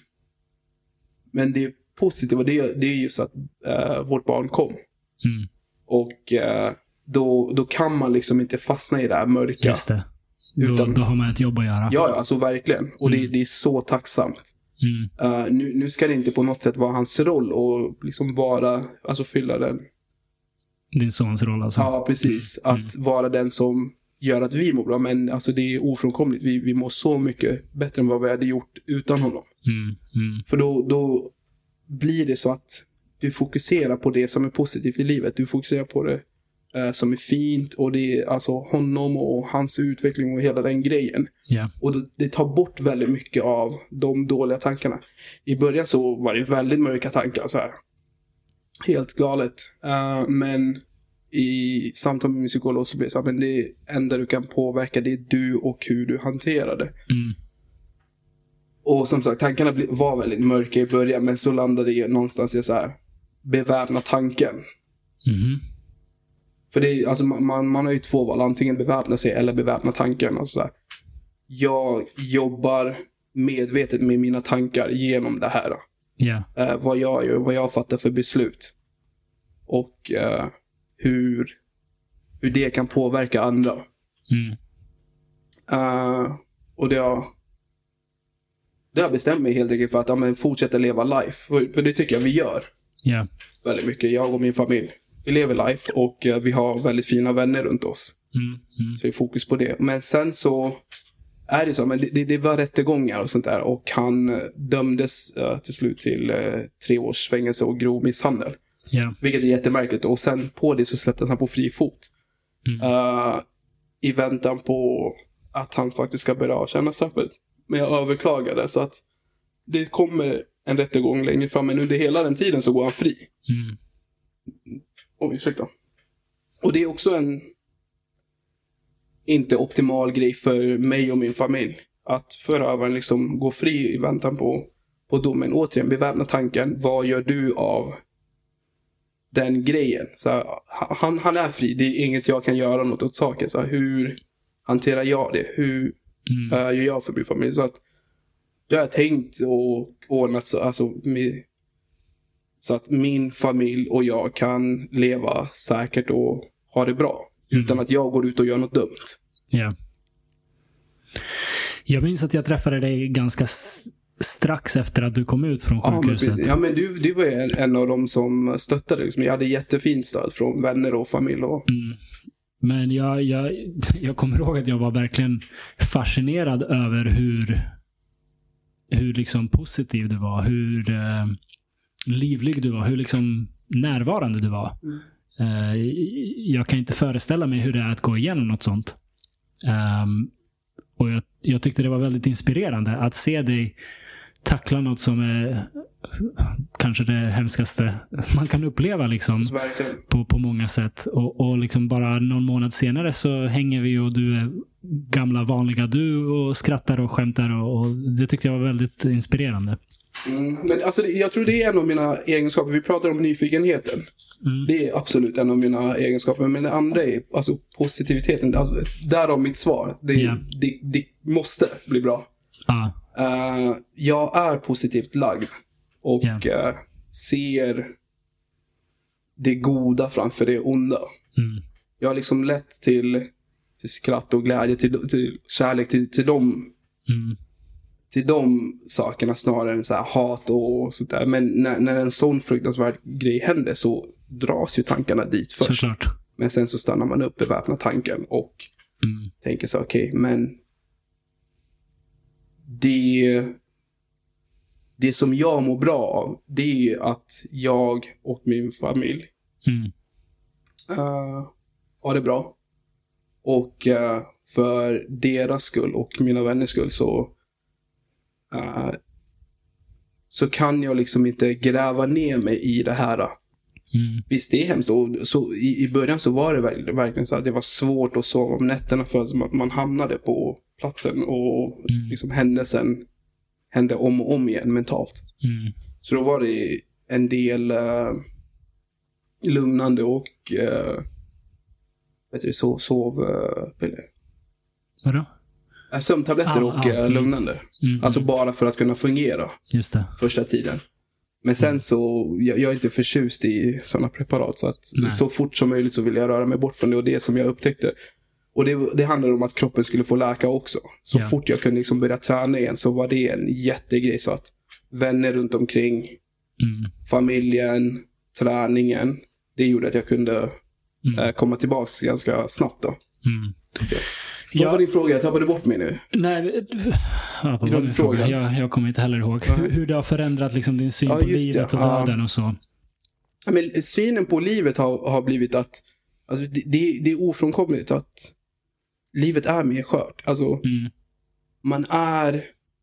men det positiva, det är, det är just att uh, vårt barn kom. Mm. Och uh, då, då kan man liksom inte fastna i det här mörka. Just det. Då, utan, då har man ett jobb att göra. Ja, alltså verkligen. Och mm. det, det är så tacksamt. Mm. Uh, nu, nu ska det inte på något sätt vara hans roll och liksom vara, alltså fylla den. Din sons roll alltså. Ja, precis. Mm. Att vara den som gör att vi mår bra. Men alltså det är ofrånkomligt. Vi, vi mår så mycket bättre än vad vi hade gjort utan honom. Mm. Mm. För då, då blir det så att du fokuserar på det som är positivt i livet. Du fokuserar på det uh, som är fint. Och det är alltså honom och hans utveckling och hela den grejen. Yeah. Och det, det tar bort väldigt mycket av de dåliga tankarna. I början så var det väldigt mörka tankar så här. Helt galet. Uh, men i samtal med min psykolog så blir det så här, men det enda du kan påverka, det är du och hur du hanterar det. Mm. Och som sagt, tankarna var väldigt mörka i början, men så landade det någonstans i så här, beväpna tanken. Mm. För det är, alltså man, man har ju två val, antingen beväpna sig eller beväpna tanken. Alltså så här, jag jobbar medvetet med mina tankar genom det här. Yeah. Uh, vad jag gör, vad jag fattar för beslut. Och uh, hur, hur det kan påverka andra. Mm. Uh, och det har, det har bestämt mig helt enkelt för att ja, men fortsätta leva life. För, för det tycker jag vi gör. Yeah. Väldigt mycket, jag och min familj. Vi lever life och uh, vi har väldigt fina vänner runt oss. Mm. Mm. Så vi är fokus på det. Men sen så är det så, men det, det var rättegångar och sånt där. Och han dömdes uh, till slut till uh, tre års fängelse och grov misshandel. Yeah. Vilket är jättemärkligt. Och sen på det så släpptes han på fri fot. Mm. Uh, I väntan på att han faktiskt ska börja avtjäna straffet. Men jag överklagade så att det kommer en rättegång längre fram. Men under hela den tiden så går han fri. Mm. Oj, ursäkta. Och det är också en inte optimal grej för mig och min familj. Att förövaren liksom går fri i väntan på, på domen. Återigen, beväpna tanken. Vad gör du av den grejen? Så här, han, han är fri. Det är inget jag kan göra något åt saken. Så här, hur hanterar jag det? Hur mm. äh, gör jag för min familj? Så att jag har tänkt och ordnat så, alltså, med, så att min familj och jag kan leva säkert och ha det bra. Mm. Utan att jag går ut och gör något dumt. Ja. Jag minns att jag träffade dig ganska s- strax efter att du kom ut från sjukhuset. Ja, men, ja, men du, du var en, en av dem som stöttade. Liksom. Jag hade jättefint stöd från vänner och familj. Och... Mm. Men jag, jag, jag kommer ihåg att jag var verkligen fascinerad över hur, hur liksom positiv du var. Hur eh, livlig du var. Hur liksom närvarande du var. Mm. Jag kan inte föreställa mig hur det är att gå igenom något sånt. Um, och jag, jag tyckte det var väldigt inspirerande att se dig tackla något som är kanske det hemskaste man kan uppleva liksom, på, på många sätt. Och, och liksom bara någon månad senare så hänger vi och du är gamla vanliga du och skrattar och skämtar och, och det tyckte jag var väldigt inspirerande. Mm, men alltså, jag tror det är en av mina egenskaper. Vi pratar om nyfikenheten. Mm. Det är absolut en av mina egenskaper. Men det andra är alltså positiviteten. Alltså, därav mitt svar. Det, yeah. det, det måste bli bra. Ah. Uh, jag är positivt lagd. Och yeah. uh, ser det goda framför det onda. Mm. Jag har liksom lätt till, till skratt och glädje. Till, till kärlek till, till dem. Mm. Till de sakerna snarare än så här hat och sånt där. Men när, när en sån fruktansvärd grej händer så dras ju tankarna dit först. Såklart. Men sen så stannar man upp, beväpnar tanken och mm. tänker så okej, okay, men det det som jag mår bra av, det är att jag och min familj mm. uh, har det bra. Och uh, för deras skull och mina vänners skull så Uh, så kan jag liksom inte gräva ner mig i det här Mm. Visst, det är hemskt. Och så, i, i början så var det verkligen, verkligen så att det var svårt att sova om nätterna för att man, man hamnade på platsen och Mm. liksom händelsen hände om och om igen mentalt. Mm. Så då var det en del uh, lugnande och uh, vet du, sov, sov uh, Vadå? uh, sömntabletter Ah, och ah, uh, mm. lugnande. Mm. Alltså bara för att kunna fungera Just det. första tiden. Men sen så, jag, jag är inte förtjust i sådana preparat, så att Nej. så fort som möjligt så vill jag röra mig bort från det, och det som jag upptäckte. Och det, det handlar om att kroppen skulle få läka också. Så Ja. fort jag kunde liksom börja träna igen så var det en jättegrej, så att vänner runt omkring, Mm. familjen, träningen, det gjorde att jag kunde Mm. eh, komma tillbaks ganska snabbt då. Mm. Okay. Ja. Vad var din fråga? Jag tappade bort mig nu. Nej, ja, vad Är det var min fråga? frågan? Jag, jag kommer inte heller ihåg. Nej. Hur, hur det har förändrat liksom din syn Ja, på just livet det. och Ja. döden och så. Ja, men synen på livet har, har blivit att alltså, det, det, det är ofrånkomligt att livet är mer skört. Alltså, Mm. man är...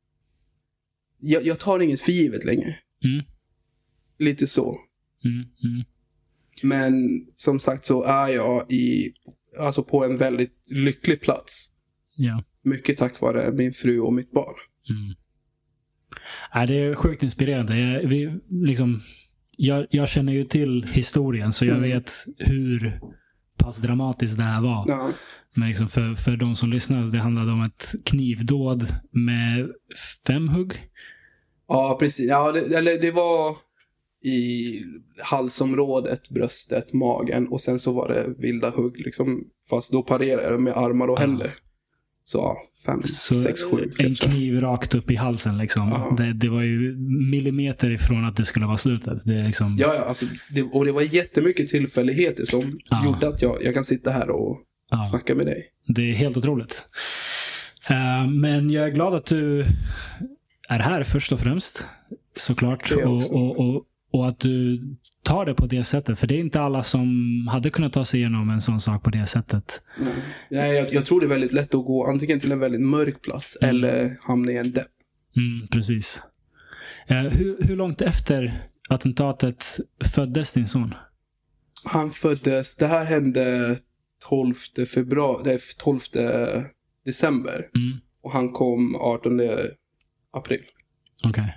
Jag, jag tar inget för givet längre. Mm. Lite så. Mm. Mm. Men som sagt så är jag i, alltså på en väldigt lycklig plats. Ja. Mycket tack vare min fru och mitt barn. Mm. Ja, det är sjukt inspirerande. Jag, vi, liksom, jag, jag känner ju till historien, så jag Mm. vet hur pass dramatiskt det här var. Ja. Men liksom för, för de som lyssnar, det handlade om ett knivdåd med fem hugg. Ja, precis. Ja, det, eller det var i halsområdet, bröstet, magen, och sen så var det vilda hugg liksom, fast då parerade jag med armar och händer. Så ja, fem, Så sex, sju en kanske. kniv rakt upp i halsen liksom. Ja. Det, det var ju millimeter ifrån att det skulle vara slutet. Det är liksom... Ja, ja, alltså, det, och det var jättemycket tillfälligheter som Ja. gjorde att jag, jag kan sitta här och Ja. snacka med dig. Det är helt otroligt. Uh, men jag är glad att du är här först och främst. Såklart. Det Och, också. och, och, och att du tar det på det sättet. För det är inte alla som hade kunnat ta sig igenom en sån sak på det sättet. Nej. Ja, jag, jag tror det är väldigt lätt att gå antingen till en väldigt mörk plats Mm. eller hamna i en depp. Mm, precis. Uh, hur, hur långt efter attentatet föddes din son? Han föddes, det här hände tolfte februari, nej, tolfte december. Mm. Och han kom artonde april. Okej. Okay.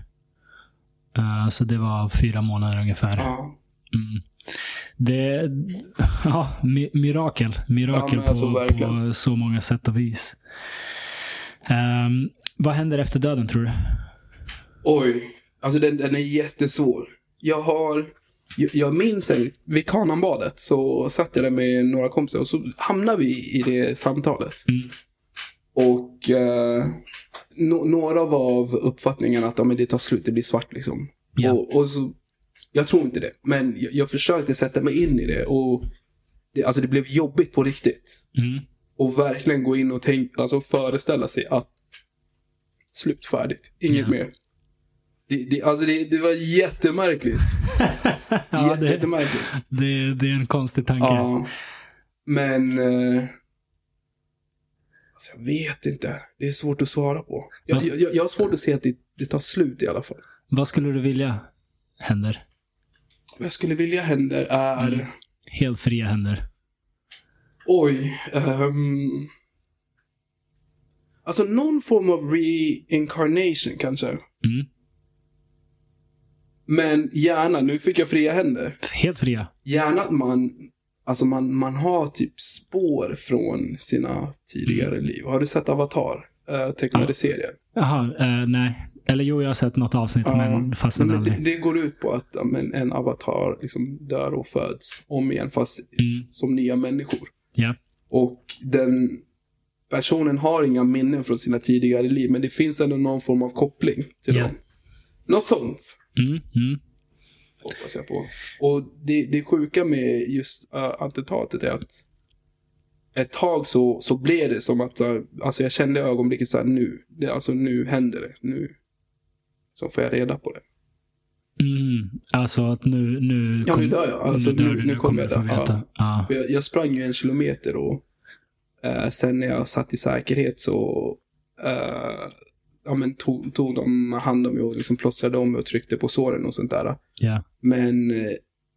Uh, så det var fyra månader ungefär. Ja. Mm. Det, ja, mi- mirakel. Mirakel Ja, men alltså, på, verkligen. på så många sätt och vis. Um, vad händer efter döden, tror du? Oj, alltså den, den är jättesvår. Jag har, jag, jag minns en, vid Kananbadet så satt jag där med några kompisar och så hamnade vi i det samtalet. Mm. Och eh, no, några var av uppfattningen att ja, men det tar slut, det blir svart liksom. Ja. Och, och så, jag tror inte det, men jag, jag försökte sätta mig in i det, och det, alltså det blev jobbigt på riktigt. Mm. Och verkligen gå in och tänka, alltså föreställa sig att slutfärdigt, inget Ja. mer. Det, det, alltså det, det var jättemärkligt. Ja, det, Jättemärkligt. det, det är en konstig tanke. Ja, men eh, alltså jag vet inte. Det är svårt att svara på. Jag, jag, jag har svårt att se att det, det tar slut i alla fall. Vad skulle du vilja händer? Vad jag skulle vilja händer är... Mm. Helt fria händer. Oj. Um, alltså någon form av reincarnation kanske. Mm. Men gärna, nu fick jag fria händer. Helt fria. Gärna att man, alltså man, man har typ spår från sina tidigare Mm. liv. Har du sett Avatar? Uh, tecknade Ja. serien? Jaha, eh, nej. Eller jo, jag har sett något avsnitt, Ja. men fastnade Nej, men aldrig. det, det går ut på att ja, men en avatar liksom dör och föds om igen, fast Mm. som nya människor. Ja. Och den personen har inga minnen från sina tidigare liv, men det finns ändå någon form av koppling till Ja. dem. Något sånt Mm. Mm. hoppas jag på. Och det, det sjuka med just uh, attentatet är att ett tag så, så blev det som att uh, alltså jag kände i ögonblicket så här, nu, det, alltså nu händer det, nu så får jag reda på det. Mm. Alltså att nu nu Ja, kom, nu dör jag. Alltså, nu, dör nu- du, nu kommer du jag få dö. veta. Ja. För Jag, jag sprang ju en kilometer och eh, sen när jag satt i säkerhet så eh, ja, men tog, tog de hand om mig och liksom plåstrade om mig och tryckte på såren och sånt där. Ja. Men eh,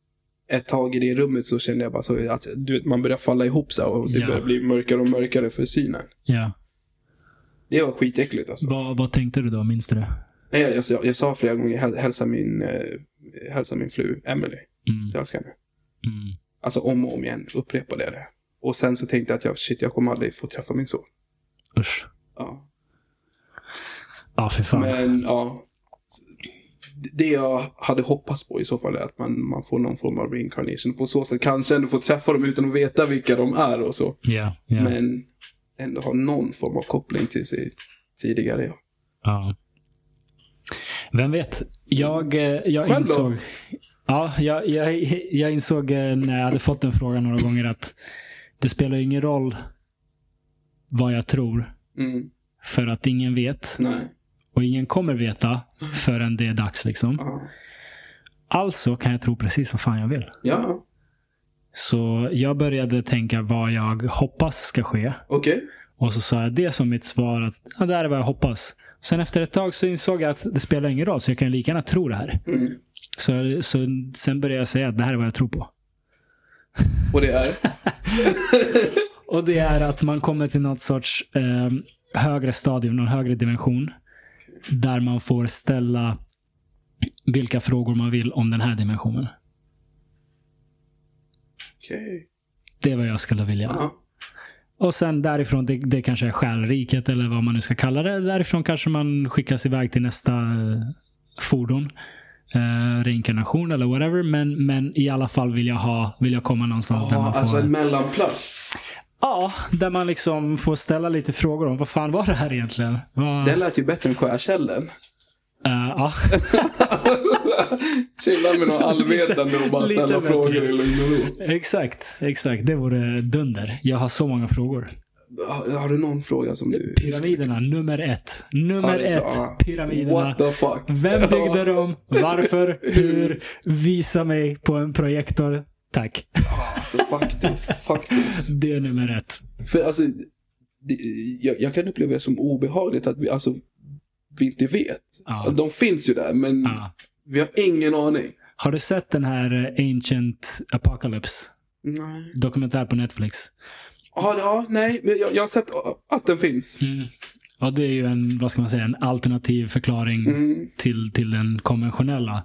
ett tag i det rummet så kände jag bara så att du vet, man börjar falla ihop så och det Ja. börjar bli mörkare och mörkare för synen. Ja. Det var skitäckligt alltså. Vad, vad tänkte du då? Minns du det? Nej, jag, jag, jag sa flera gånger häl, hälsa min eh, hälsa min fru Emily. Mm. Jag älskar henne. Mm. Alltså om och om igen upprepade jag det. Och sen så tänkte jag att jag, shit, jag kommer aldrig få träffa min son. Usch. Ja. Ja, för fan. Men ja, det jag hade hoppats på i så fall är att man, man får någon form av reincarnation. På så sätt kanske ändå få träffa dem utan att veta vilka de är och så. Ja, ja. Men ändå ha någon form av koppling till sig tidigare. Ja. Ja. Vem vet? Jag, eh, jag Själv då? insåg... Ja, jag, jag, jag insåg eh, när jag hade fått den frågan några gånger att det spelar ingen roll vad jag tror. Mm. För att ingen vet. Nej. Och ingen kommer veta förrän det är dags liksom. Ja. Alltså kan jag tro precis vad fan jag vill. Ja. Så jag började tänka vad jag hoppas ska ske. Okej. Okay. Och så sa jag det som mitt svar att ja, det här är vad jag hoppas. Sen efter ett tag så insåg jag att det spelar ingen roll så jag kan lika gärna tro det här. Mm. Så, så sen började jag säga att det här är vad jag tror på. Och det är? Och det är att man kommer till något sorts eh, högre stadium, någon högre dimension. Okay. Där man får ställa vilka frågor man vill om den här dimensionen. Okej. Okay. Det är vad jag skulle vilja. Uh-huh. Och sen därifrån, det, det kanske är själriket eller vad man nu ska kalla det. Därifrån kanske man skickas iväg till nästa eh, fordon. Uh, reinkarnation eller whatever, men, men i alla fall vill jag ha vill jag komma någonstans oh, där man får, alltså en mellanplats. Ja, där man liksom får ställa lite frågor om vad fan var det här egentligen? Vad... Det lät ju bättre än Skärkällen. Uh, ja. Chilla med någon allvetande och bara ställa lite frågor bättre. i lugn och ro. Exakt, exakt. Det vore dunder. Jag har så många frågor. Har, har du någon fråga som du... Pyramiderna, nummer ett. Nummer ja, ett, så, pyramiderna. What the fuck? Vem byggde dem? Varför? Hur? Visa mig på en projektor. Tack. Alltså faktiskt, faktiskt. Det är nummer ett. För alltså, det, jag, jag kan uppleva det som obehagligt att vi, alltså, vi inte vet. Ja. De finns ju där, men Ja. vi har ingen aning. Har du sett den här Ancient Apocalypse? Nej. Dokumentär på Netflix. Ja, ja nej, men jag, jag har sett att den finns. Mm. Ja, det är ju en, vad ska man säga, en alternativ förklaring Mm. till, till den konventionella.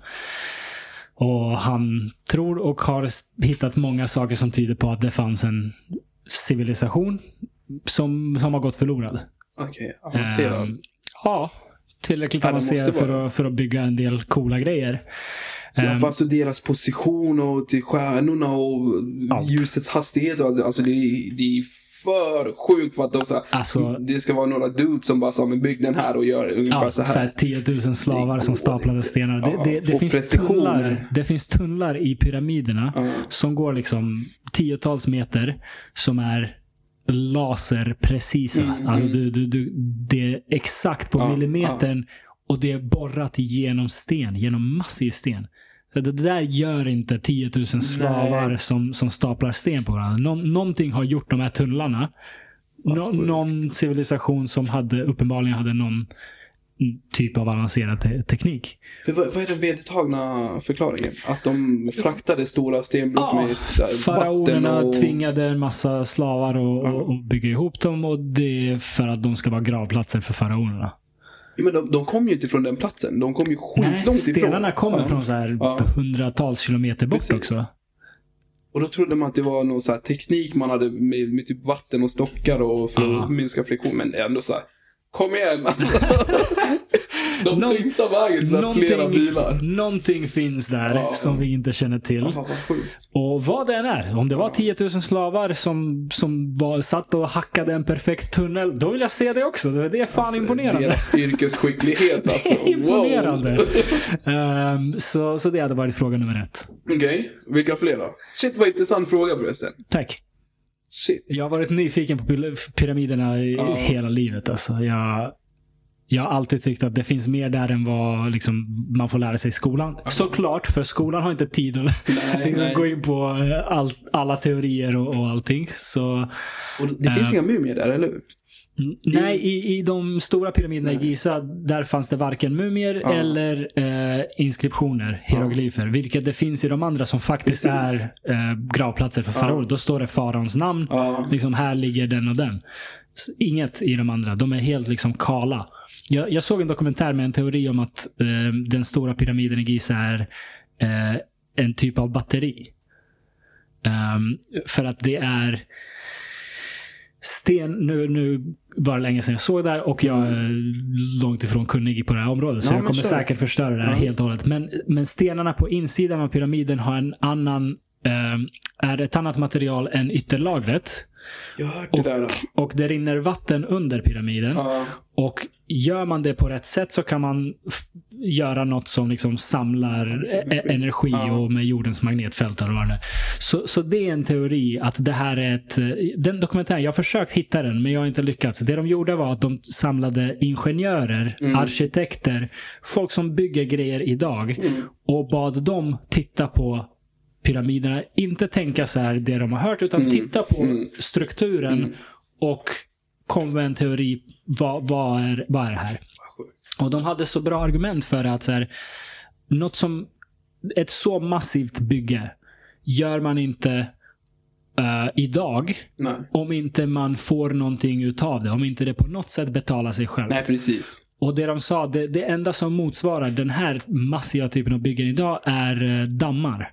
Och han tror och har hittat många saker som tyder på att det fanns en civilisation som, som har gått förlorad. Okej, okay, avancerad. Um, ja, tillräckligt Ja, det måste avancerad för vara. att, för att bygga en del coola grejer. Ja, Um, fast deras position och till stjärnorna och Allt. ljusets hastighet och, alltså det är, det är för sjukt för att de, så här, Alltså- det ska vara några dudes som bara sa men bygg den här och gör ungefär ja, så här. så här tio tusen slavar som staplade stenar. Det, Ja, det, det, och finns precisionen. tunnlar, det finns tunnlar i pyramiderna Ja. som går liksom tiotals meter som är laserprecisa. Mm, alltså mm. du, du, du, det är exakt på Ja, millimetern och det är borrat genom sten, genom massiv sten. Så det där gör inte tio tusen slavar som, som staplar sten på varandra. Nå, någonting har gjort de här tunnlarna. Nå, någon civilisation som hade uppenbarligen hade någon typ av avancerad te- teknik. För vad, vad är den vedertagna förklaringen? Att de fraktade stora stenblock Ja, med så här, vatten faraonerna och... tvingade en massa slavar och, Ja. och, och bygga ihop dem, och det är för att de ska vara gravplatser för faraonerna. Ja, men de, de kom ju inte från den platsen. De kom ju skitlångt Nej, ifrån. stenarna kommer Ja. från så här Ja. hundratals kilometer bort Precis. också. Och då trodde man att det var någon så här teknik man hade med, med typ vatten och stockar och för Ja. att minska friktion. Men det är ändå så här, kom igen alltså. De Nå- tyngsta vägen så här flera bilar. någonting finns där Ja. som vi inte känner till. Ja, vad sjukt. Och vad det än är, om det var tio tusen slavar som, som var, satt och hackade en perfekt tunnel, då vill jag se det också. Det är fan Alltså, imponerande. Deras yrkesskicklighet alltså. Imponerande. Wow. um, så, så det hade varit fråga nummer ett. Okej, okay. Vilka fler då? Shit, vad intressant fråga förresten. Tack. Shit. Jag har varit nyfiken på py- pyramiderna i Ja. hela livet. Alltså, jag, jag har alltid tyckt att det finns mer där än vad liksom, man får lära sig i skolan. Såklart, för skolan har inte tid att Nej, liksom, nej. gå in på eh, all, alla teorier och, och allting. Så, Och det finns Eh. inga mumier där, eller hur? Nej, i, i de stora pyramiderna i Giza, där fanns det varken mumier ja. eller eh, inskriptioner, hieroglyfer, ja. vilket det finns i de andra som faktiskt Precis. är eh, gravplatser för faraor. Ja. Då står det faraons namn, ja. liksom här ligger den och den. Så inget i de andra, de är helt liksom kala. Jag, jag såg en dokumentär med en teori om att eh, den stora pyramiden i Giza är eh, en typ av batteri. Um, för att det är sten, nu, nu var det länge sedan jag såg där och jag är långt ifrån kunnig på det här området, så ja, jag kommer så. säkert förstöra det här ja. helt och hållet. Men, men stenarna på insidan av pyramiden har en annan um, är ett annat material än ytterlagret. Jag hörde det och, där då. och det rinner vatten under pyramiden. Ja. Och gör man det på rätt sätt så kan man f- göra något som liksom samlar e- energi ja. och med jordens magnetfält eller vad det är. Så, så det är en teori att det här är ett... Den dokumentären, jag har försökt hitta den men jag har inte lyckats. Det de gjorde var att de samlade ingenjörer, mm. arkitekter, folk som bygger grejer idag mm. och bad dem titta på pyramiderna, inte tänka så här det de har hört, utan mm. titta på mm. strukturen mm. och kom med en teori, vad, vad, är, vad är det här? Och de hade så bra argument för att så här, något som ett så massivt bygge gör man inte uh, idag Nej. om inte man får någonting utav det, om inte det på något sätt betalar sig själv. Nej, precis. Och det de sa, det, det enda som motsvarar den här massiva typen av byggen idag är uh, dammar.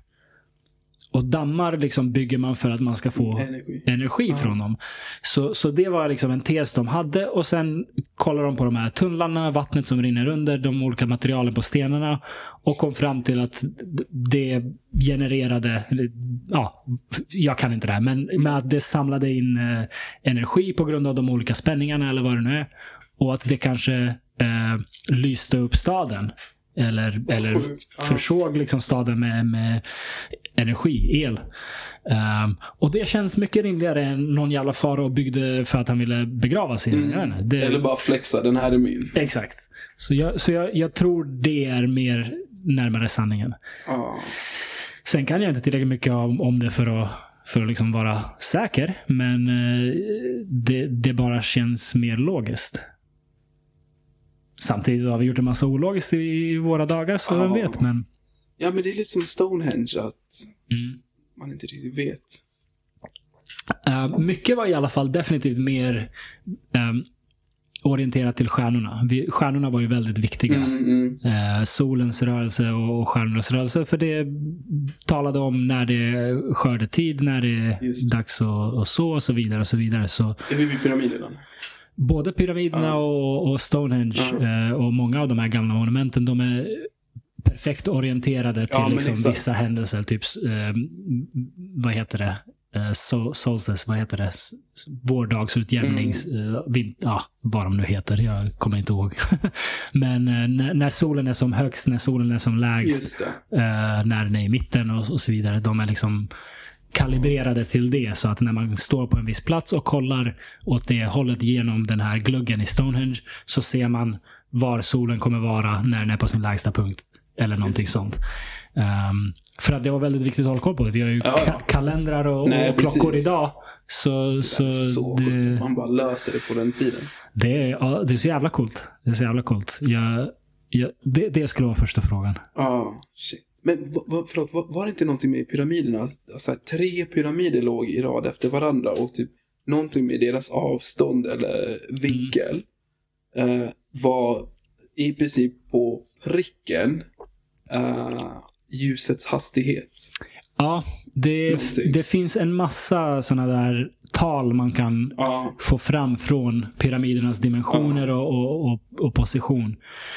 Och dammar liksom bygger man för att man ska få energi, energi ja. från dem. Så, så det var liksom en tes de hade. Och sen kollade de på de här tunnlarna, vattnet som rinner under, de olika materialen på stenarna. Och kom fram till att det genererade, ja, jag kan inte det här, men med att det samlade in eh, energi på grund av de olika spänningarna eller vad det nu är. Och att det kanske eh, lyste upp staden. Eller, eller försåg liksom staden med, med energi, el. Um, och det känns mycket rimligare än någon jävla farao byggde för att han ville begrava sig. Mm. Det... Eller bara flexa, den här är min. Exakt. Så jag, så jag, jag tror det är mer närmare sanningen. Ah. Sen kan jag inte tillräckligt mycket om, om det för att, för att liksom vara säker. Men uh, det, det bara känns mer logiskt. Samtidigt har vi gjort en massa ologiskt i våra dagar, så vem vet. Men... Ja, men det är lite som Stonehenge att mm. man inte riktigt vet. Uh, mycket var i alla fall definitivt mer um, orienterat till stjärnorna. Vi, stjärnorna var ju väldigt viktiga. Mm, mm. Uh, solens rörelse och, och stjärnornas rörelse. För det talade om när det är skördetid, när det är Just. dags att, att så och så vidare och så vidare. Så... Är vi vid pyramiderna? Både pyramiderna ja. och, och Stonehenge ja. eh, och många av de här gamla monumenten, de är perfekt orienterade till ja, liksom vissa händelser. Typ, eh, vad heter det? Eh, sol, solstice, vad heter det? Vårdagsutjämnings... Mm. Eh, vin, ja, vad de nu heter. Jag kommer inte ihåg. Men eh, när, när solen är som högst, när solen är som lägst, eh, när den är i mitten och, och så vidare. De är liksom... kalibrerade till det, så att när man står på en viss plats och kollar åt det hållet genom den här gluggen i Stonehenge, så ser man var solen kommer vara när den är på sin lägsta punkt eller någonting Just. sånt. Um, för att det var väldigt viktigt att hålla koll på det. Vi har ju ja. ka- kalendrar och, Nej, och klockor idag. Så, så, så det, man bara löser det på den tiden. Det är, ja, det är så jävla coolt. Det är så jävla coolt. Jag, jag, det, det skulle vara första frågan. Ja, oh, shit. Men v- förlåt, var, var det inte någonting med pyramiderna? Alltså, tre pyramider låg i rad efter varandra och typ någonting med deras avstånd eller vinkel mm. eh, var i princip på pricken eh, ljusets hastighet. Ja, det, det finns en massa sådana där tal man kan ja. få fram från pyramidernas dimensioner ja. och, och, och, och position.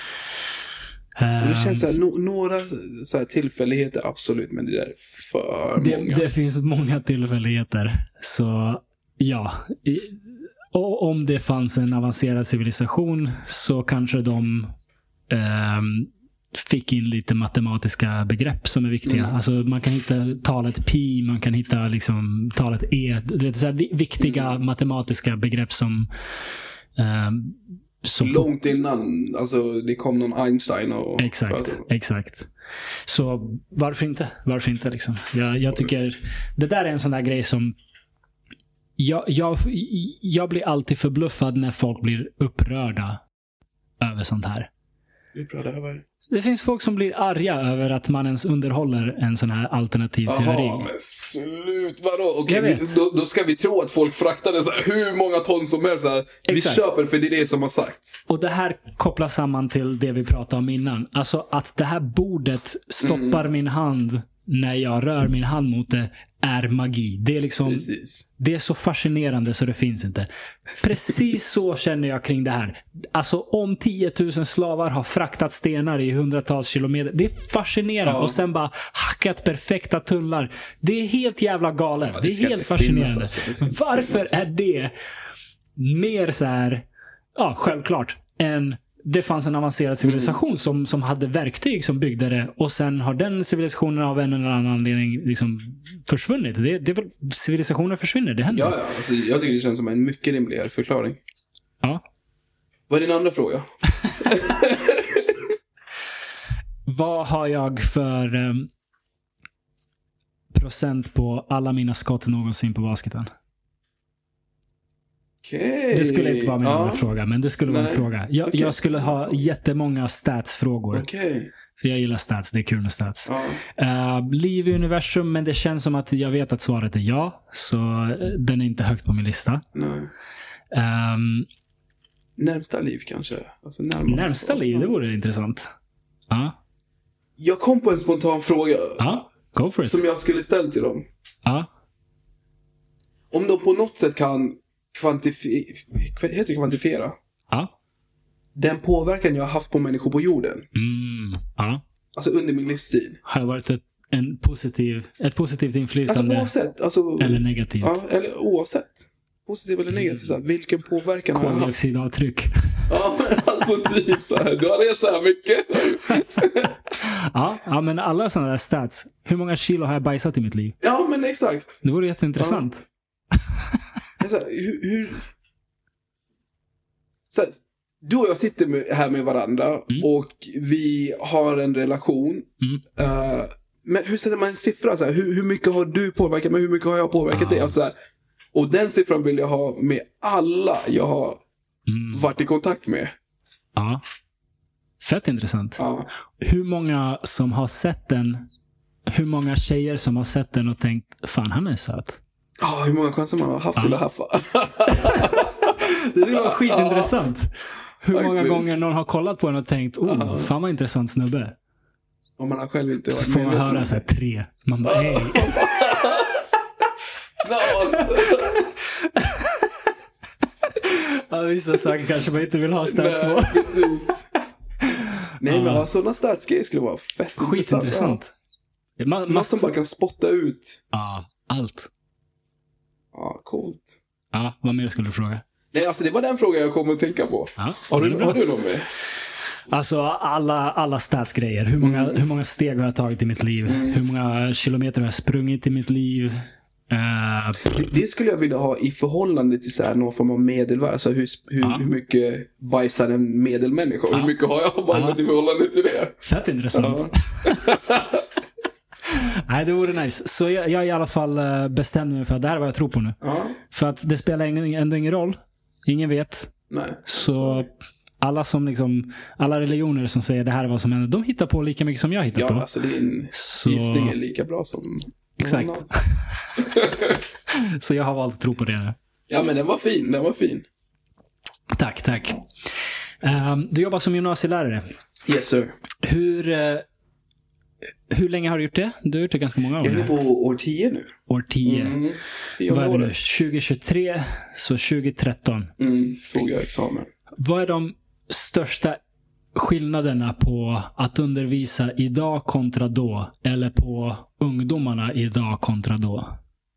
Men det känns så här, no, några så här tillfälligheter absolut, men det där är för det, många. Det finns många tillfälligheter. Så ja, I, och om det fanns en avancerad civilisation så kanske de eh, fick in lite matematiska begrepp som är viktiga. Mm. Alltså man kan hitta talet pi, man kan hitta liksom talet e. Det är så här viktiga mm. matematiska begrepp som eh, Så långt på... innan, alltså det kom någon Einstein och... Exakt, exakt. Så varför inte? Varför inte liksom? Jag, jag tycker, det där är en sån där grej som jag, jag, jag blir alltid förbluffad när folk blir upprörda över sånt här. Upprörda över? Det finns folk som blir arga över att man ens underhåller en sån här alternativ Aha, teori. Men slut, vadå? Okej, vi, då, då ska vi tro att folk fraktade så här, hur många ton som helst. Så här. Vi köper för det är det som har sagts. Och det här kopplar samman till det vi pratade om innan. Alltså att det här bordet stoppar mm. min hand när jag rör min hand mot det är magi. Det är liksom Precis. Det är så fascinerande så det finns inte. Precis så känner jag kring det här. Alltså om tio tusen slavar har fraktat stenar i hundratals kilometer. Det är fascinerande. Ja. Och sen bara hackat perfekta tunnlar. Det är helt jävla galet. Ja, det, det är helt fascinerande. Alltså. Varför är det mer så här, ja, självklart, än det fanns en avancerad civilisation mm. som, som hade verktyg som byggde det, och sen har den civilisationen av en eller annan anledning liksom försvunnit. Det, det är väl, civilisationer försvinner, det händer. Ja, ja. Alltså, jag tycker det känns som en mycket rimligare förklaring. Ja. Vad är din andra fråga? Vad har jag för um, procent på alla mina skott någonsin på basketen? Okay. Det skulle inte vara min ja. andra fråga, men det skulle Nej. vara en fråga. Jag, okay. jag skulle ha jättemånga statsfrågor. Okay. För jag gillar stats, det är kul med stats. Ja. Uh, liv i universum, men det känns som att jag vet att svaret är ja. Så den är inte högt på min lista. Nej. Um, närmsta liv kanske? Alltså närmsta liv, det vore intressant. Ja. Jag kom på en spontan fråga. Ja, go for it. Som jag skulle ställa till dem. Ja. Om de på något sätt kan kvantifiera, heter det kvantifiera? Ja. Den påverkan jag har haft på människor på jorden. Mm. Ja. Alltså under min livstid. Har det varit ett, en positiv, ett positivt inflytande? Alltså oavsett. Alltså, eller negativt? Ja, eller oavsett. Positiv eller negativ. Mm. Vilken påverkan har jag haft? Koldioxidavtryck. Ja, men alltså typ så här. Du har rest så här mycket. ja, ja, men alla sådana där stats. Hur många kilo har jag bajsat i mitt liv? Ja, men exakt. Det vore jätteintressant. Ja. Så här, hur... hur... Så här, du och jag sitter med, här med varandra mm. och vi har en relation. Mm. Uh, men hur sätter man en siffra? Så här, hur, hur mycket har du påverkat mig? Hur mycket har jag påverkat ah. dig? Alltså, så här, och den siffran vill jag ha med alla jag har mm. varit i kontakt med. Ja. Fett intressant. Ja. Hur många som har sett den, hur många tjejer som har sett den och tänkt, fan han är söt. Ja, oh, hur många chanser man har haft ja. till att haffa. Det skulle vara skitintressant. Hur Faktiskt. många gånger någon har kollat på den och tänkt, oh, uh-huh. fan vad intressant snubbe. Om man har själv inte varit så får man höra så här tre. Man bara, hej. Ja, vissa saker kanske man inte vill ha stats på. Nej, precis. Nej, men uh. sådana statsgrejer skulle vara fett skitintressant. Ja. Man, man som bara kan spotta ut. Ja, allt. Ja, coolt. Ja, vad mer skulle du fråga? Nej, alltså det var den frågan jag kom att tänka på. Ja, har, du, har du någon med? Alltså alla, alla statsgrejer. Hur många, mm. hur många steg har jag tagit i mitt liv? Mm. Hur många kilometer har jag sprungit i mitt liv? Uh, det, det skulle jag vilja ha i förhållande till så här, någon form av medelvärde. Alltså hur, hur, ja. hur mycket bajsar en medelmänniska? Ja. Hur mycket har jag bajsat ja. i förhållande till det? Sett intressant. Ja. Nej, det vore nice. Så jag, jag i alla fall bestämde mig för att det här är vad jag tror på nu. Ja. För att det spelar ändå ingen roll. Ingen vet. Nej, så sorry. alla som liksom, alla religioner som säger det här är vad som händer, de hittar på lika mycket som jag hittar ja, på. Ja, alltså det är en så... gissning är lika bra som exakt. Så jag har valt att tro på det nu. Ja, men den var fin, den var fin. Tack, tack. Um, du jobbar som gymnasielärare. Yes, sir. Hur... Uh, Hur länge har du gjort det? Du har gjort det ganska många år. Jag är på år tio nu. År tio. Mm, tio Vad är det nu? tjugo tjugotre, så tjugo tretton. Mm, tog jag examen. Vad är de största skillnaderna på att undervisa idag kontra då? Eller på ungdomarna idag kontra då?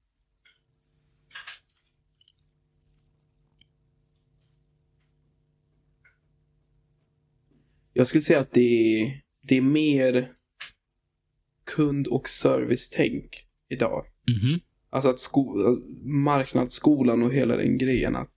Jag skulle säga att det är, det är mer kund- och servicetänk idag. Mm-hmm. Alltså att sko- marknadsskolan och hela den grejen att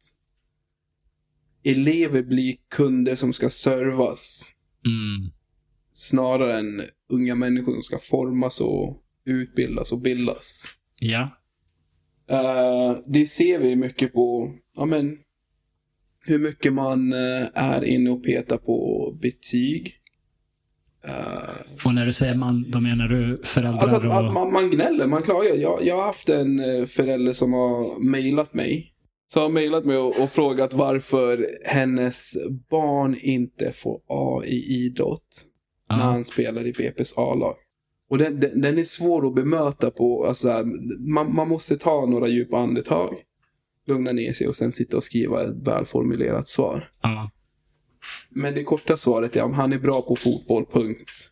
elever blir kunder som ska servas mm. snarare än unga människor som ska formas och utbildas och bildas. Ja. Uh, det ser vi mycket på, ja men, hur mycket man uh, är inne och petar på betyg. Uh, och när du säger man, då menar du föräldrar? Alltså att, och... att man, man gnäller, man klagar. Jag, jag har haft en uh, förälder som har mejlat mig. Som har mejlat mig och, och frågat varför hennes barn inte får A i idrott uh. när han spelar i B P:s A-lag. Och den, den, den är svår att bemöta på. Alltså, man, man måste ta några djupa andetag, lugna ner sig och sen sitta och skriva ett välformulerat svar. Ja. Men det korta svaret är om han är bra på fotboll, punkt.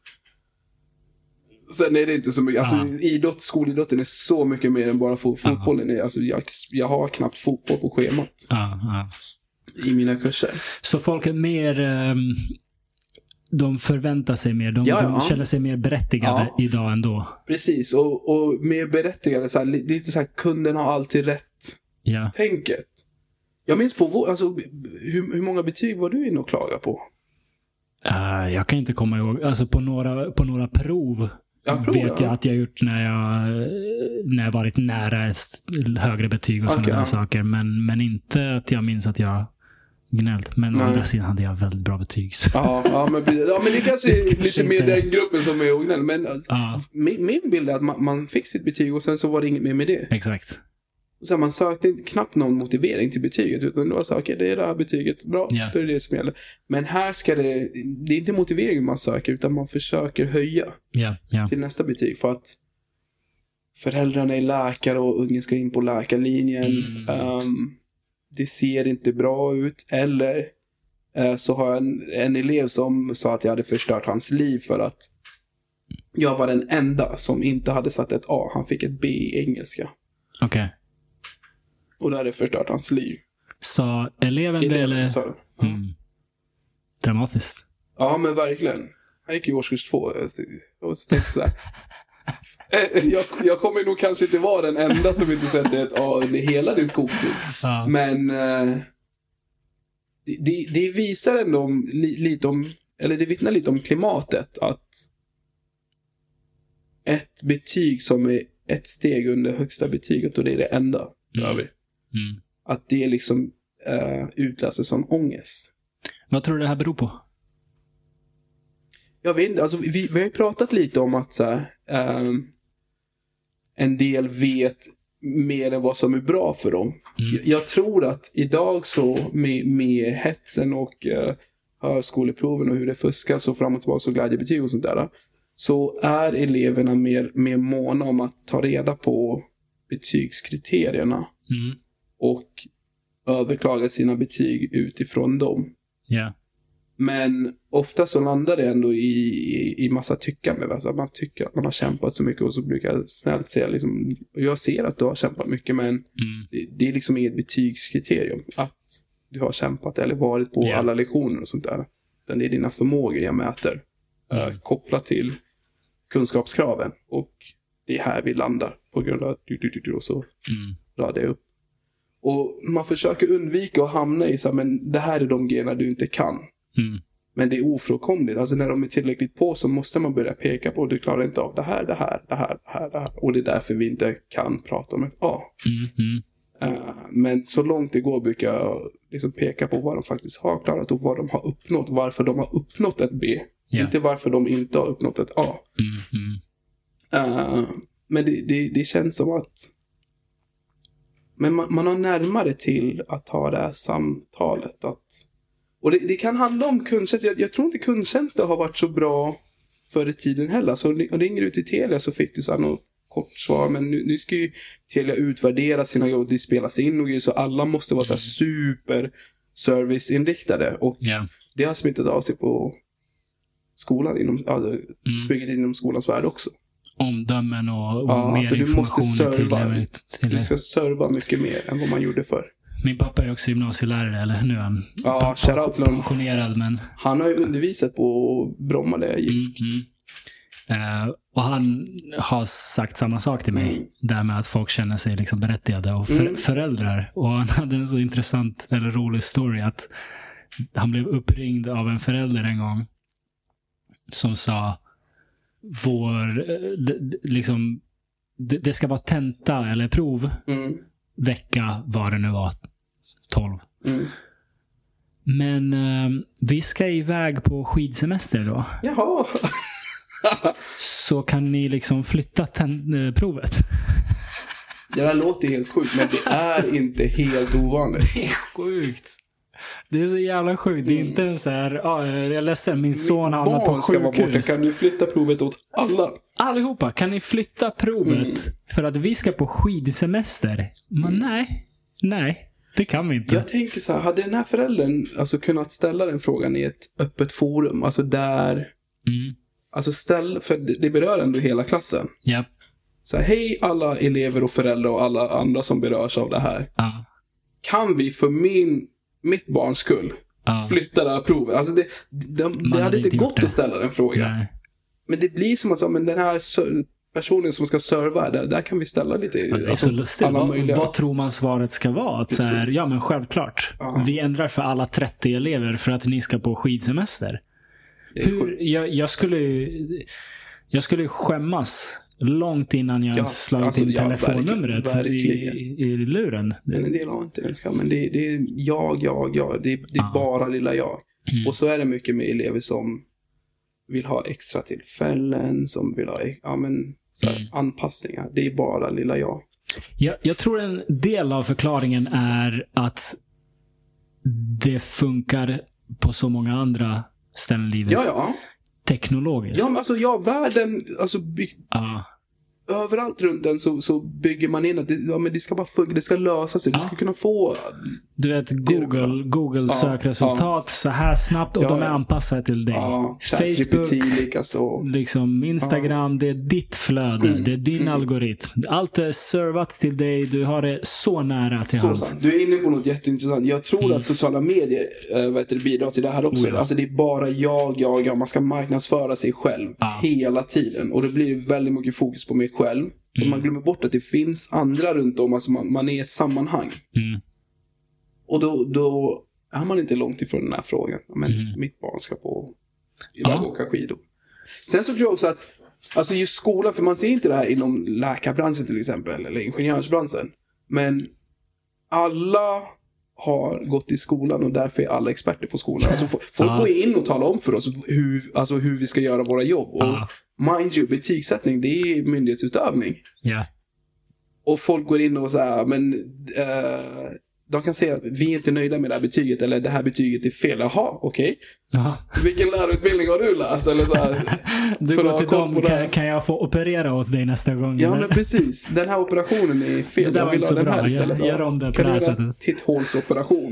Sen är det inte så mycket. Alltså, ja. idrott, skolidrotten är så mycket mer än bara fo- fotbollen. Ja. Alltså, jag, jag har knappt fotboll på schemat. Ja, ja. I mina kurser. Så folk är mer... Um... De förväntar sig mer. De, ja, ja. de känner sig mer berättigade ja. idag ändå. Precis. Och, och mer berättigade. Så här, det är inte så här, kunden har alltid rätt. Ja. Tänket. Jag minns på vår, alltså, hur, hur många betyg var du inne och klaga på? Uh, jag kan inte komma ihåg. Alltså på några, på några prov ja, prov, vet jag ja. att jag gjort när jag när jag varit nära ett högre betyg och okay, sådana ja. saker. Men, men inte att jag minns att jag gnällt. Men å andra sidan hade jag väldigt bra betyg. Ja, ja, men, ja, men det kanske är lite mer den gruppen som är ognäll. Men alltså, ja. min, min bild är att man, man fick sitt betyg och sen så var det inget mer med det. Exakt. Så här, man sökte knappt någon motivering till betyget, utan det var så här, okej, okay, det är det här betyget, bra, yeah. det är det som gäller. Men här ska det, det är inte motiveringen man söker, utan man försöker höja yeah, yeah. till nästa betyg, för att föräldrarna är läkare och ungen ska in på läkarlinjen. Mm. Um, det ser inte bra ut. Eller uh, så har jag en, en elev som sa att jag hade förstört hans liv för att jag var den enda som inte hade satt ett A. Han fick ett B i engelska. Okej. Okay. Och det hade förstört hans liv. Så eleven, eleven eller... Så, ja. mm. Dramatiskt. Ja, men verkligen. Han gick i årskurs två. Och så tänkte så här. jag, jag kommer nog kanske inte vara den enda som inte sätter ett A under hela din skoltid. Ja. Men uh, det, det, det visar ändå om, li, lite om, eller det vittnar lite om klimatet, att ett betyg som är ett steg under högsta betyget, och det är det enda. Mm. Mm. Att det liksom uh, utlöser sån ångest. Vad tror du det här beror på? Jag vet inte, alltså vi, vi har ju pratat lite om att så här, um, en del vet mer än vad som är bra för dem. Mm. Jag, jag tror att idag så med, med hetsen och uh, högskoleproven och hur det fuskas och fram och tillbaka och glädjebetyg och sånt där, så är eleverna mer, mer måna om att ta reda på betygskriterierna mm. och överklaga sina betyg utifrån dem. Yeah. Men ofta så landar det ändå i, i, i massa tyckande. Alltså man tycker att man har kämpat så mycket, och så brukar jag snällt säga liksom, jag ser att du har kämpat mycket, men mm. det, det är liksom inget betygskriterium att du har kämpat eller varit på yeah. alla lektioner och sånt där. Utan det är dina förmågor jag mäter mm. äh, kopplat till kunskapskraven, och det är här vi landar på grund av att du, du, du, du, och så mm. drar det upp. Och man försöker undvika att hamna i så här, men det här är de grejerna du inte kan. Mm. Men det är ofrånkomligt. Alltså när de är tillräckligt på, så måste man börja peka på, du klarar inte av det här, det här, det här, det här, det här. Och det är därför vi inte kan prata om ett A. Mm. Uh, men så långt det går brukar jag liksom peka på vad de faktiskt har klarat och vad de har uppnått. Varför de har uppnått ett B. Yeah. Inte varför de inte har uppnått ett A. Mm. Uh, men det, det, det känns som att men man, man har närmare till att ha det här samtalet. Att, och det, det kan handla om kundtjänst. Jag, jag tror inte kundtjänster har varit så bra förr i tiden heller. Så ringer du till Telia så fick du så här något kort svar. Men nu, nu ska ju Telia utvärdera sina jobb. Det spelas in och grejer, så alla måste vara så här super serviceinriktade. Och yeah. det har smittat av sig på skolan. Inom, alltså, mm. smyget inom skolans värld också. Omdömen och, och ja, mer alltså du måste serva, till, till du ska serva mycket mer än vad man gjorde förr. Min pappa är också gymnasielärare, eller nu är han ja, pensionerad, men han har ju undervisat på Bromma där jag gick. Mm, mm. Uh, och han har sagt samma sak till mig, mm. där med att folk känner sig liksom berättigade och för, mm. föräldrar. Och han hade en så intressant eller rolig story att han blev uppringd av en förälder en gång som sa vår liksom det, det ska vara tenta eller prov. Mm. Vecka var det nu var. tolv. Mm. Men uh, vi ska iväg på skidsemester då. Jaha. Så kan ni liksom flytta ten- uh, provet. Det där låter helt sjukt, men det är inte helt ovanligt. Det är sjukt. Det är så jävla sjukt. Det är inte en så här, ah, jag är ledsen, min son hamnar på sjukhus. Kan du flytta provet åt alla? Allihopa, kan ni flytta provet mm. för att vi ska på skidsemester? Men mm. nej, nej, det kan vi inte. Jag tänker så här, hade den här föräldern alltså kunnat ställa den frågan i ett öppet forum, alltså där, mm. alltså ställ, för det berör ändå hela klassen. Ja. Så här, hej alla elever och föräldrar och alla andra som berörs av det här. Ja. Kan vi för min mitt barns skull ja. flytta det här provet? Alltså det, det, det hade, hade inte gått att ställa den frågan. Nej. Men det blir som att så, men den här personen som ska serva, där, där kan vi ställa lite. Ja, det är alltså, så lustigt. Alla vad, vad tror man svaret ska vara? Att så här, ja men självklart. Ja. Vi ändrar för alla trettio elever för att ni ska på skidsemester. Hur, jag, jag skulle jag skulle skämmas långt innan jag ja, slagit alltså, in ja, telefonnumret verkligen, i, i luren. Men en del har inte den ska, men det, det är jag, jag, jag. Det, det är ah. bara lilla jag. Mm. Och så är det mycket med elever som vill ha extra tillfällen, som vill ha ja, men, så här, mm. anpassningar. Det är bara lilla jag. jag. Jag tror en del av förklaringen är att det funkar på så många andra ställen i livet. Ja, ja. Teknologiskt. Ja, men alltså ja, världen alltså by- ah. överallt runt den så, så bygger man in att det, ja, men det ska bara funka, det ska lösa sig, ah. du ska kunna få du vet Google Google ah. sökresultat ah. så här snabbt och ja, de är anpassade till dig. Ah. Facebook likaså. Liksom Instagram, ah. det är ditt flöde, mm. det är din mm. algoritm. Allt är servat till dig, du har det så nära till så hands. Sant. Du är inne på något jätteintressant. Jag tror mm. att sociala medier äh, vet du, bidrar till det här också. Oh, ja. Alltså det är bara jag, jag, jag. Man ska marknadsföra sig själv ah. hela tiden. Och det blir väldigt mycket fokus på mig själv. Mm. Och man glömmer bort att det finns andra runt om. Alltså man, man är i ett sammanhang. Mm. Och då, då är man inte långt ifrån den här frågan. Men mm. mitt barn ska på iväg ja. åka skidor. Sen så tror jag också att alltså just skolan, för man ser inte det här inom läkarbranschen till exempel, eller ingenjörsbranschen. Men alla har gått i skolan och därför är alla experter på skolan. Alltså folk ja. går in och talar om för oss hur, alltså hur vi ska göra våra jobb. Och ja. mind you, betygssättning, det är myndighetsutövning. Ja. Och folk går in och så här, men uh, de kan säga att vi är inte nöjda med det här betyget, eller det här betyget är fel. Jaha, okej. Okay. Vilken lärarutbildning har du läst? Eller så här, du går till dem, kan, kan jag få operera åt dig nästa gång? Ja, men precis. Den här operationen är fel. Det där var inte så den bra. Här istället. Jag gör om det på det här sättet. Kan du göra titthålsoperation?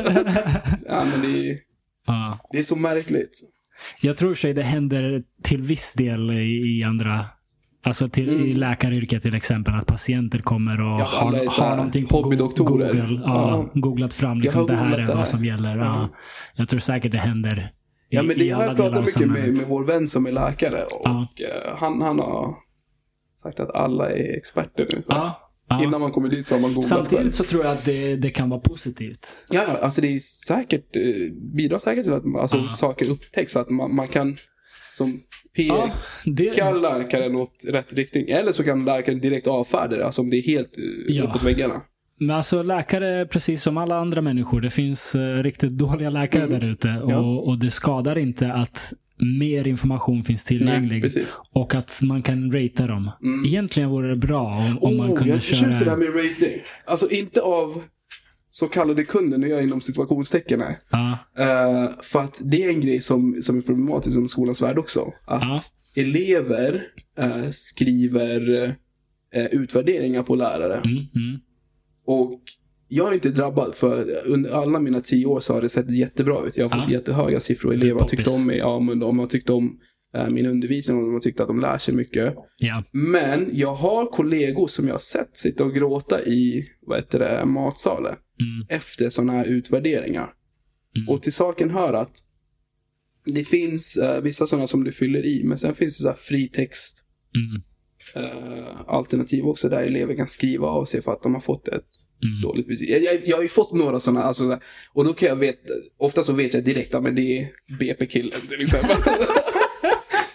Ja, men det är, ja. det är så märkligt. Jag tror sig det händer till viss del i, i andra... Alltså till, mm. i läkaryrket till exempel, att patienter kommer och ja, har, har någonting på Google. Ja, ja. Googlat fram liksom, det här är vad som gäller. Ja. Ja. Jag tror säkert det händer i, ja, men det i har alla jag pratat mycket med, med vår vän som är läkare. Och ja. uh, han, han har sagt att alla är experter nu. Så. Ja. Ja. Innan man kommer dit så har man googlat. Samtidigt själv. så tror jag att det, det kan vara positivt. Ja, alltså det är säkert, bidrar säkert till att alltså, ja. saker upptäcks. Så att man, man kan som P ja, det... kan läkaren åt rätt riktning. Eller så kan läkaren direkt avfärda det. Alltså om det är helt ja. uppåt väggarna. Men alltså läkare, precis som alla andra människor, det finns uh, riktigt dåliga läkare mm. där ute. Och, ja. och det skadar inte att mer information finns tillgänglig. Nej, och att man kan ratea dem. Mm. Egentligen vore det bra om, om oh, man kunde jag köra... Jag köper det där med rating. Alltså inte av så kallade kunder, nu är jag inom situationstecken här. Ja. Uh, för att det är en grej som, som är problematisk som skolans värld också. Att ja. elever uh, skriver uh, utvärderingar på lärare. Mm, mm. Och jag är inte drabbad, för under alla mina tio år så har det sett jättebra ut. Jag har fått ja. jättehöga siffror. Elever har tyckt om mig. Ja, men de har tyckt om äh, min undervisning och de har tyckt att de lär sig mycket. Ja. Men jag har kollegor som jag har sett sitta och gråta i vad heter det, matsalen mm. efter sådana här utvärderingar. Mm. Och till saken hör att det finns äh, vissa sådana som du fyller i, men sen finns det så här fritext mm. Uh, alternativ också där elever kan skriva av sig för att de har fått ett mm. dåligt betyg. Jag, jag, jag har ju fått några sådana, alltså, och då kan jag veta, ofta så vet jag direkt att men det är B P-killen till exempel.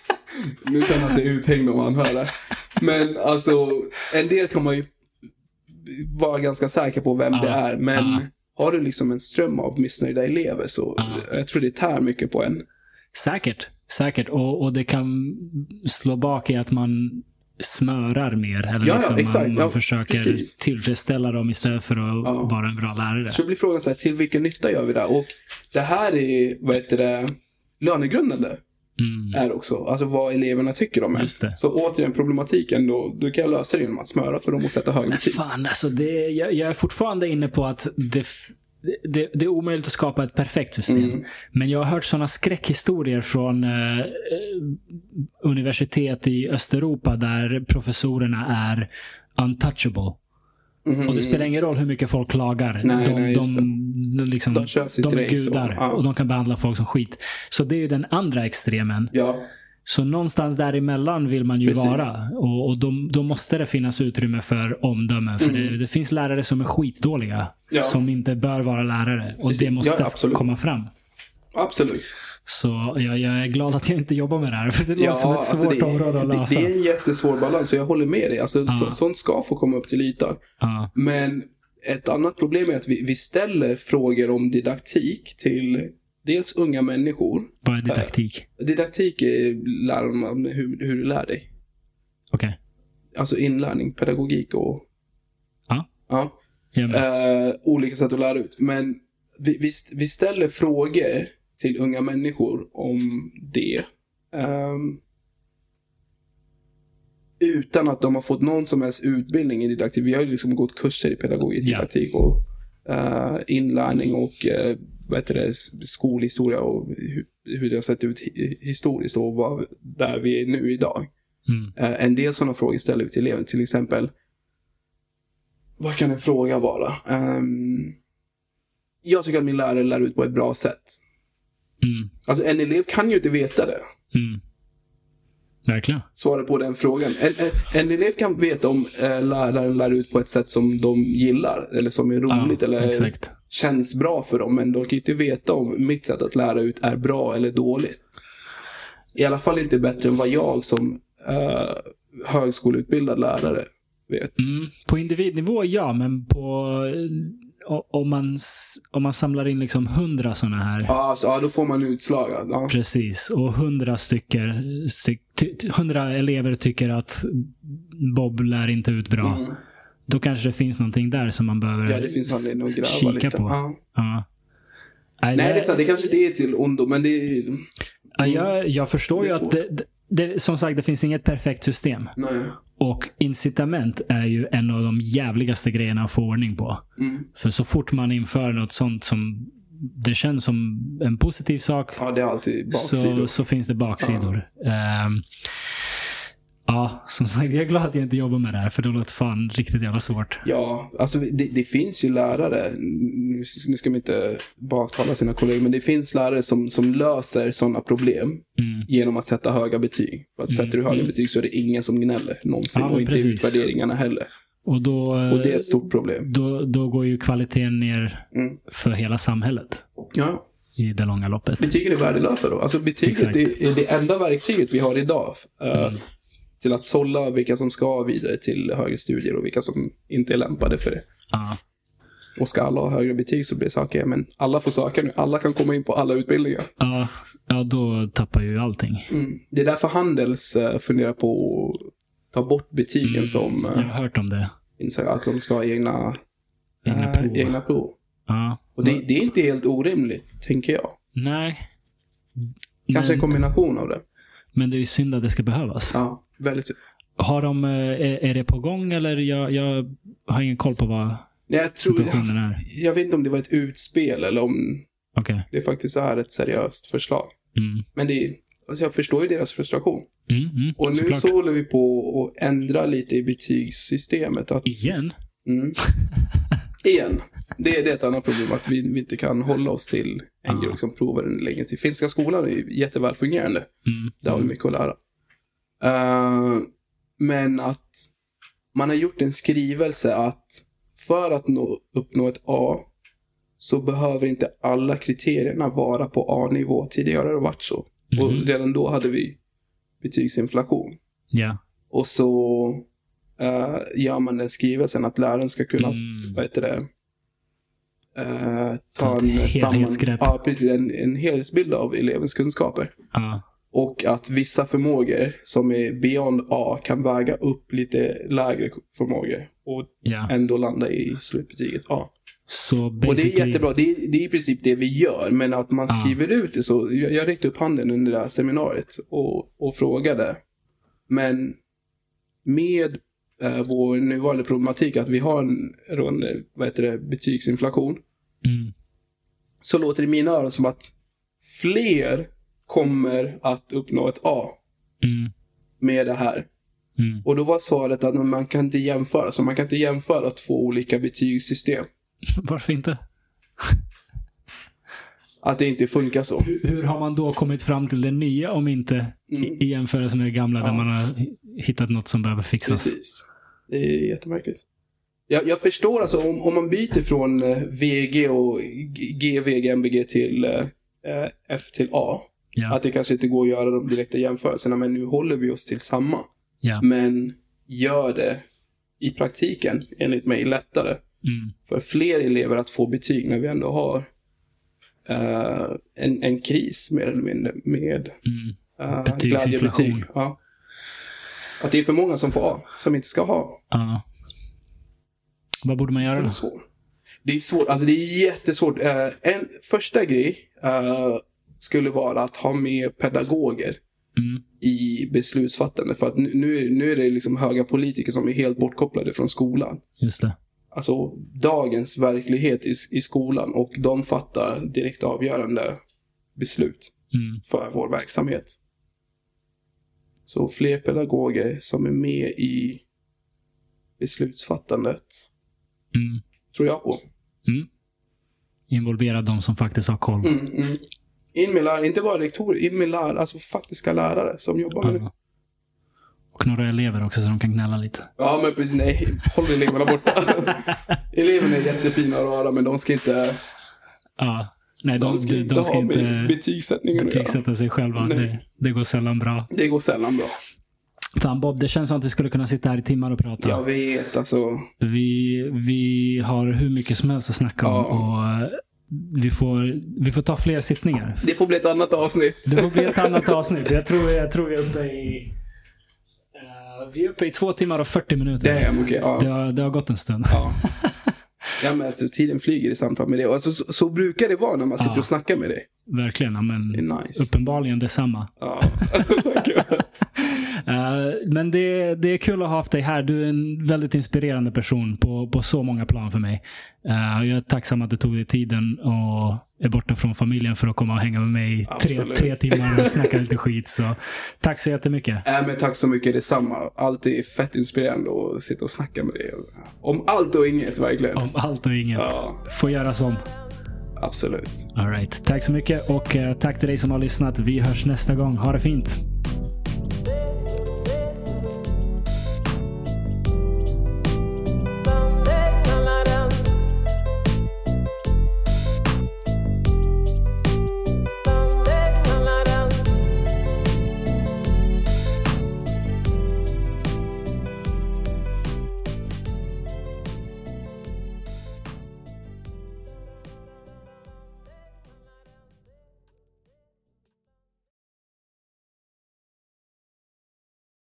Nu känner han sig uthängd om han hör det. Men alltså, en del kan man ju vara ganska säker på vem ah, det är. Men ah. har du liksom en ström av missnöjda elever så ah. jag tror det tär mycket på en. Säkert, säkert. Och, och det kan slå bak i att man smörar mer. Eller ja, liksom ja, exakt. man, man ja, försöker precis. tillfredsställa dem istället för att ja. vara en bra lärare. Så blir frågan så här, till vilken nytta gör vi det? Och det här är, vad heter det, lönegrundande. Mm. Är också, alltså vad eleverna tycker om en. Så återigen problematiken då, då kan jag lösa det genom att smöra för dem och sätta högre betyg. Fan, alltså det, jag, jag är fortfarande inne på att det, det, det är omöjligt att skapa ett perfekt system. Mm. Men jag har hört sådana skräckhistorier från eh, universitet i Östeuropa där professorerna är untouchable. Mm. Och det spelar ingen roll hur mycket folk klagar. Nej, de, nej, de, liksom, de, de är gudar och, ja. och de kan behandla folk som skit. Så det är ju den andra extremen. Ja. Så någonstans däremellan vill man ju Precis. vara. Och, och då, då måste det finnas utrymme för omdömen. För mm. det, det finns lärare som är skitdåliga. Ja. Som inte bör vara lärare. Och Precis. det måste ja, komma fram. Absolut. Så jag, jag är glad att jag inte jobbar med det här. För det ja, låter som ett alltså svårt det, område att lösa. Det är en jättesvår balans. Så jag håller med dig. Alltså, ah. så, sånt ska få komma upp till ytan. Ah. Men ett annat problem är att vi, vi ställer frågor om didaktik till dels unga människor. Vad är didaktik? Eh, didaktik är lära om hur, hur du lär dig. Okej. Okay. Alltså inlärning, pedagogik och ah. ja. Eh, olika sätt att lära ut. Men vi, vi, vi ställer frågor till unga människor om det. Um, utan att de har fått någon som helst utbildning i didaktik. Vi har ju liksom gått kurser i pedagogik, didaktik yeah. och uh, inlärning och uh, vad heter det, skolhistoria och hur, hur det har sett ut historiskt och vad, där vi är nu idag. Mm. Uh, en del sådana frågor ställer vi till elever. Till exempel, vad kan en fråga vara? Um, jag tycker att min lärare lär ut på ett bra sätt. Mm. Alltså en elev kan ju inte veta det. Mm. Verkligen. Svara på den frågan. En, en, en elev kan veta om äh, läraren lär ut på ett sätt som de gillar. Eller som är roligt. Ja, eller exakt. Känns bra för dem. Men de kan ju inte veta om mitt sätt att lära ut är bra eller dåligt. I alla fall inte bättre än vad jag som äh, högskoleutbildad lärare vet. Mm. På individnivå ja, men på... Om man, om man samlar in liksom hundra sådana här. Ja, så, ja, då får man utslag. Ja. Precis. Och hundra stycker, styck, hundra elever tycker att Bob lär inte ut bra. Mm. Då kanske det finns någonting där som man behöver ja, det finns anledning att gräva kika lite. på. Ja. Ja. Nej, det, är så, det kanske inte är till ondo, men det är... Mm, ja, jag, jag förstår ju att det, det, som sagt, det finns inget perfekt system. Nej. Och incitament är ju en av de jävligaste grejerna att få ordning på. Mm. För så fort man inför något sånt som det känns som en positiv sak, ja, det är alltid baksidor. Så, så finns det baksidor. Ja. Um, ja, som sagt, jag är glad att jag inte jobbar med det här, för det låter fan riktigt jävla svårt. Ja, alltså det, det finns ju lärare, nu, nu ska man inte baktala sina kollegor, men det finns lärare som, som löser sådana problem mm. genom att sätta höga betyg. För att mm. sätter du höga mm. betyg så är det ingen som gnäller någonsin, ja, och inte precis. Utvärderingarna heller. Och, då, och det är ett stort problem. Då, då går ju kvaliteten ner mm. för hela samhället. Ja. I det långa loppet. Betygen är värdelösa då. Alltså betyget är, är det enda verktyget vi har idag. Mm. Uh, till att sålla vilka som ska vidare till högre studier och vilka som inte är lämpade för det. Ja. Och ska alla ha högre betyg så blir det saker. Men alla får söka nu. Alla kan komma in på alla utbildningar. Ja, ja då tappar ju allting. Mm. Det är därför Handels uh, funderar på att ta bort betygen mm. som... Uh, jag har hört om det. Alltså de ska ha egna, egna uh, prov. Egna prov. Ja. Och det, det är inte helt orimligt, tänker jag. Nej. Kanske men, en kombination av det. Men det är ju synd att det ska behövas. Ja, väldigt synd. Har de, är, är det på gång eller jag, jag har ingen koll på vad Nej, jag tror, situationen är. Jag vet inte om det var ett utspel eller om okay. det faktiskt är ett seriöst förslag. Mm. Men det är, alltså jag förstår ju deras frustration. Mm, mm, och nu såklart. Så håller vi på att ändra lite i betygssystemet. Att, Igen? Mm, igen. Det, det är ett annat problem att vi, vi inte kan hålla oss till en grupp som provar en längre tid. Finska skolan är ju jättevälfungerande. Mm. Där har vi mycket att lära. Uh, men att man har gjort en skrivelse att för att nå, uppnå ett A så behöver inte alla kriterierna vara på A-nivå. Tidigare har det varit så. Mm. Och redan då hade vi betygsinflation. Ja. Och så uh, gör man den skrivelsen att läraren ska kunna, mm. vad heter det, uh, ta en, samman, ja, precis, en, en helhetsbild av elevens kunskaper. Uh. Och att vissa förmågor som är beyond A kan väga upp lite lägre förmågor och yeah. ändå landa i slutbetyget A. Så basically... Och det är jättebra, det är, det är i princip det vi gör, men att man skriver uh. ut det så. Jag, jag räckte upp handen under det här seminariet och, och frågade. Men med äh, vår nuvarande problematik att vi har en, en vad heter det, betygsinflation, mm. så låter det i mina öron som att fler kommer att uppnå ett A mm. med det här. Mm. Och då var svaret att man kan inte jämföra, så man kan inte jämföra två olika betygssystem. Varför inte? Att det inte funkar så. Hur, hur har man då kommit fram till det nya om inte mm. i, i jämförelse med det gamla, ja. Där man har hittat något som behöver fixas? Precis. Det är jättemärkligt. Jag, jag förstår alltså om, om man byter från V G och G V G M B G till eh, F till A. Ja. Att det kanske inte går att göra de direkta jämförelserna, men nu håller vi oss till samma. Ja. Men gör det i praktiken enligt mig lättare mm. för fler elever att få betyg när vi ändå har uh, en, en kris mer eller mindre med mm. uh, glädjebetyg. Ja. Att det är för många som får A, som inte ska ha. Uh. Vad borde man göra då? Det är svårt. Det är svårt, alltså det är jättesvårt. Uh, en första grej uh, skulle vara att ha med pedagoger mm. i beslutsfattande. För att nu, nu är det liksom höga politiker som är helt bortkopplade från skolan. Just det. Alltså dagens verklighet i, i skolan, och de fattar direkt avgörande beslut mm. för vår verksamhet. Så fler pedagoger som är med i beslutsfattandet mm. tror jag på. Mm. Involvera de som faktiskt har koll. Mm, mm. In med lärare, inte bara rektorer, in med lärare, alltså faktiska lärare som jobbar med det. Och några elever också så de kan knälla lite. Ja, men precis, nej, håll eleverna borta. Eleverna är jättefina att röra, men de ska inte... Ja, nej, de, de ska inte de ska ha inte med betygsättningen betygsätta sig själva. Det, det går sällan bra. Det går sällan bra. Fan Bob, det känns som att vi skulle kunna sitta här i timmar och prata. Jag vet, alltså. Vi, vi har hur mycket som helst att snacka om. Ja. Och vi får, vi får ta fler sittningar. Det får bli ett annat avsnitt. Det får bli ett annat avsnitt. Jag tror, jag tror vi är uppe i... Uh, vi är uppe i två timmar och fyrtio minuter. Damn, okay, ja. det, har, det har gått en stund. Ja. Ja, men alltså, tiden flyger i samtal med det. Alltså, så, så brukar det vara när man sitter ja. och snackar med dig. Verkligen, men det är nice. Uppenbarligen detsamma. Ja, tack. Uh, men det, det är kul att ha haft dig här. Du är en väldigt inspirerande person på, på så många plan för mig. Uh, jag är tacksam att du tog dig tiden och är borta från familjen för att komma och hänga med mig i tre, tre timmar och snacka lite skit. Så tack så jättemycket. Äh, men tack så mycket, det är samma. Alltid fett inspirerande att sitta och snacka med dig. Om allt och inget, verkligen. Om allt och inget. Ja. Får göras om. Absolut. All right. Tack så mycket och uh, tack till dig som har lyssnat. Vi hörs nästa gång. Ha det fint.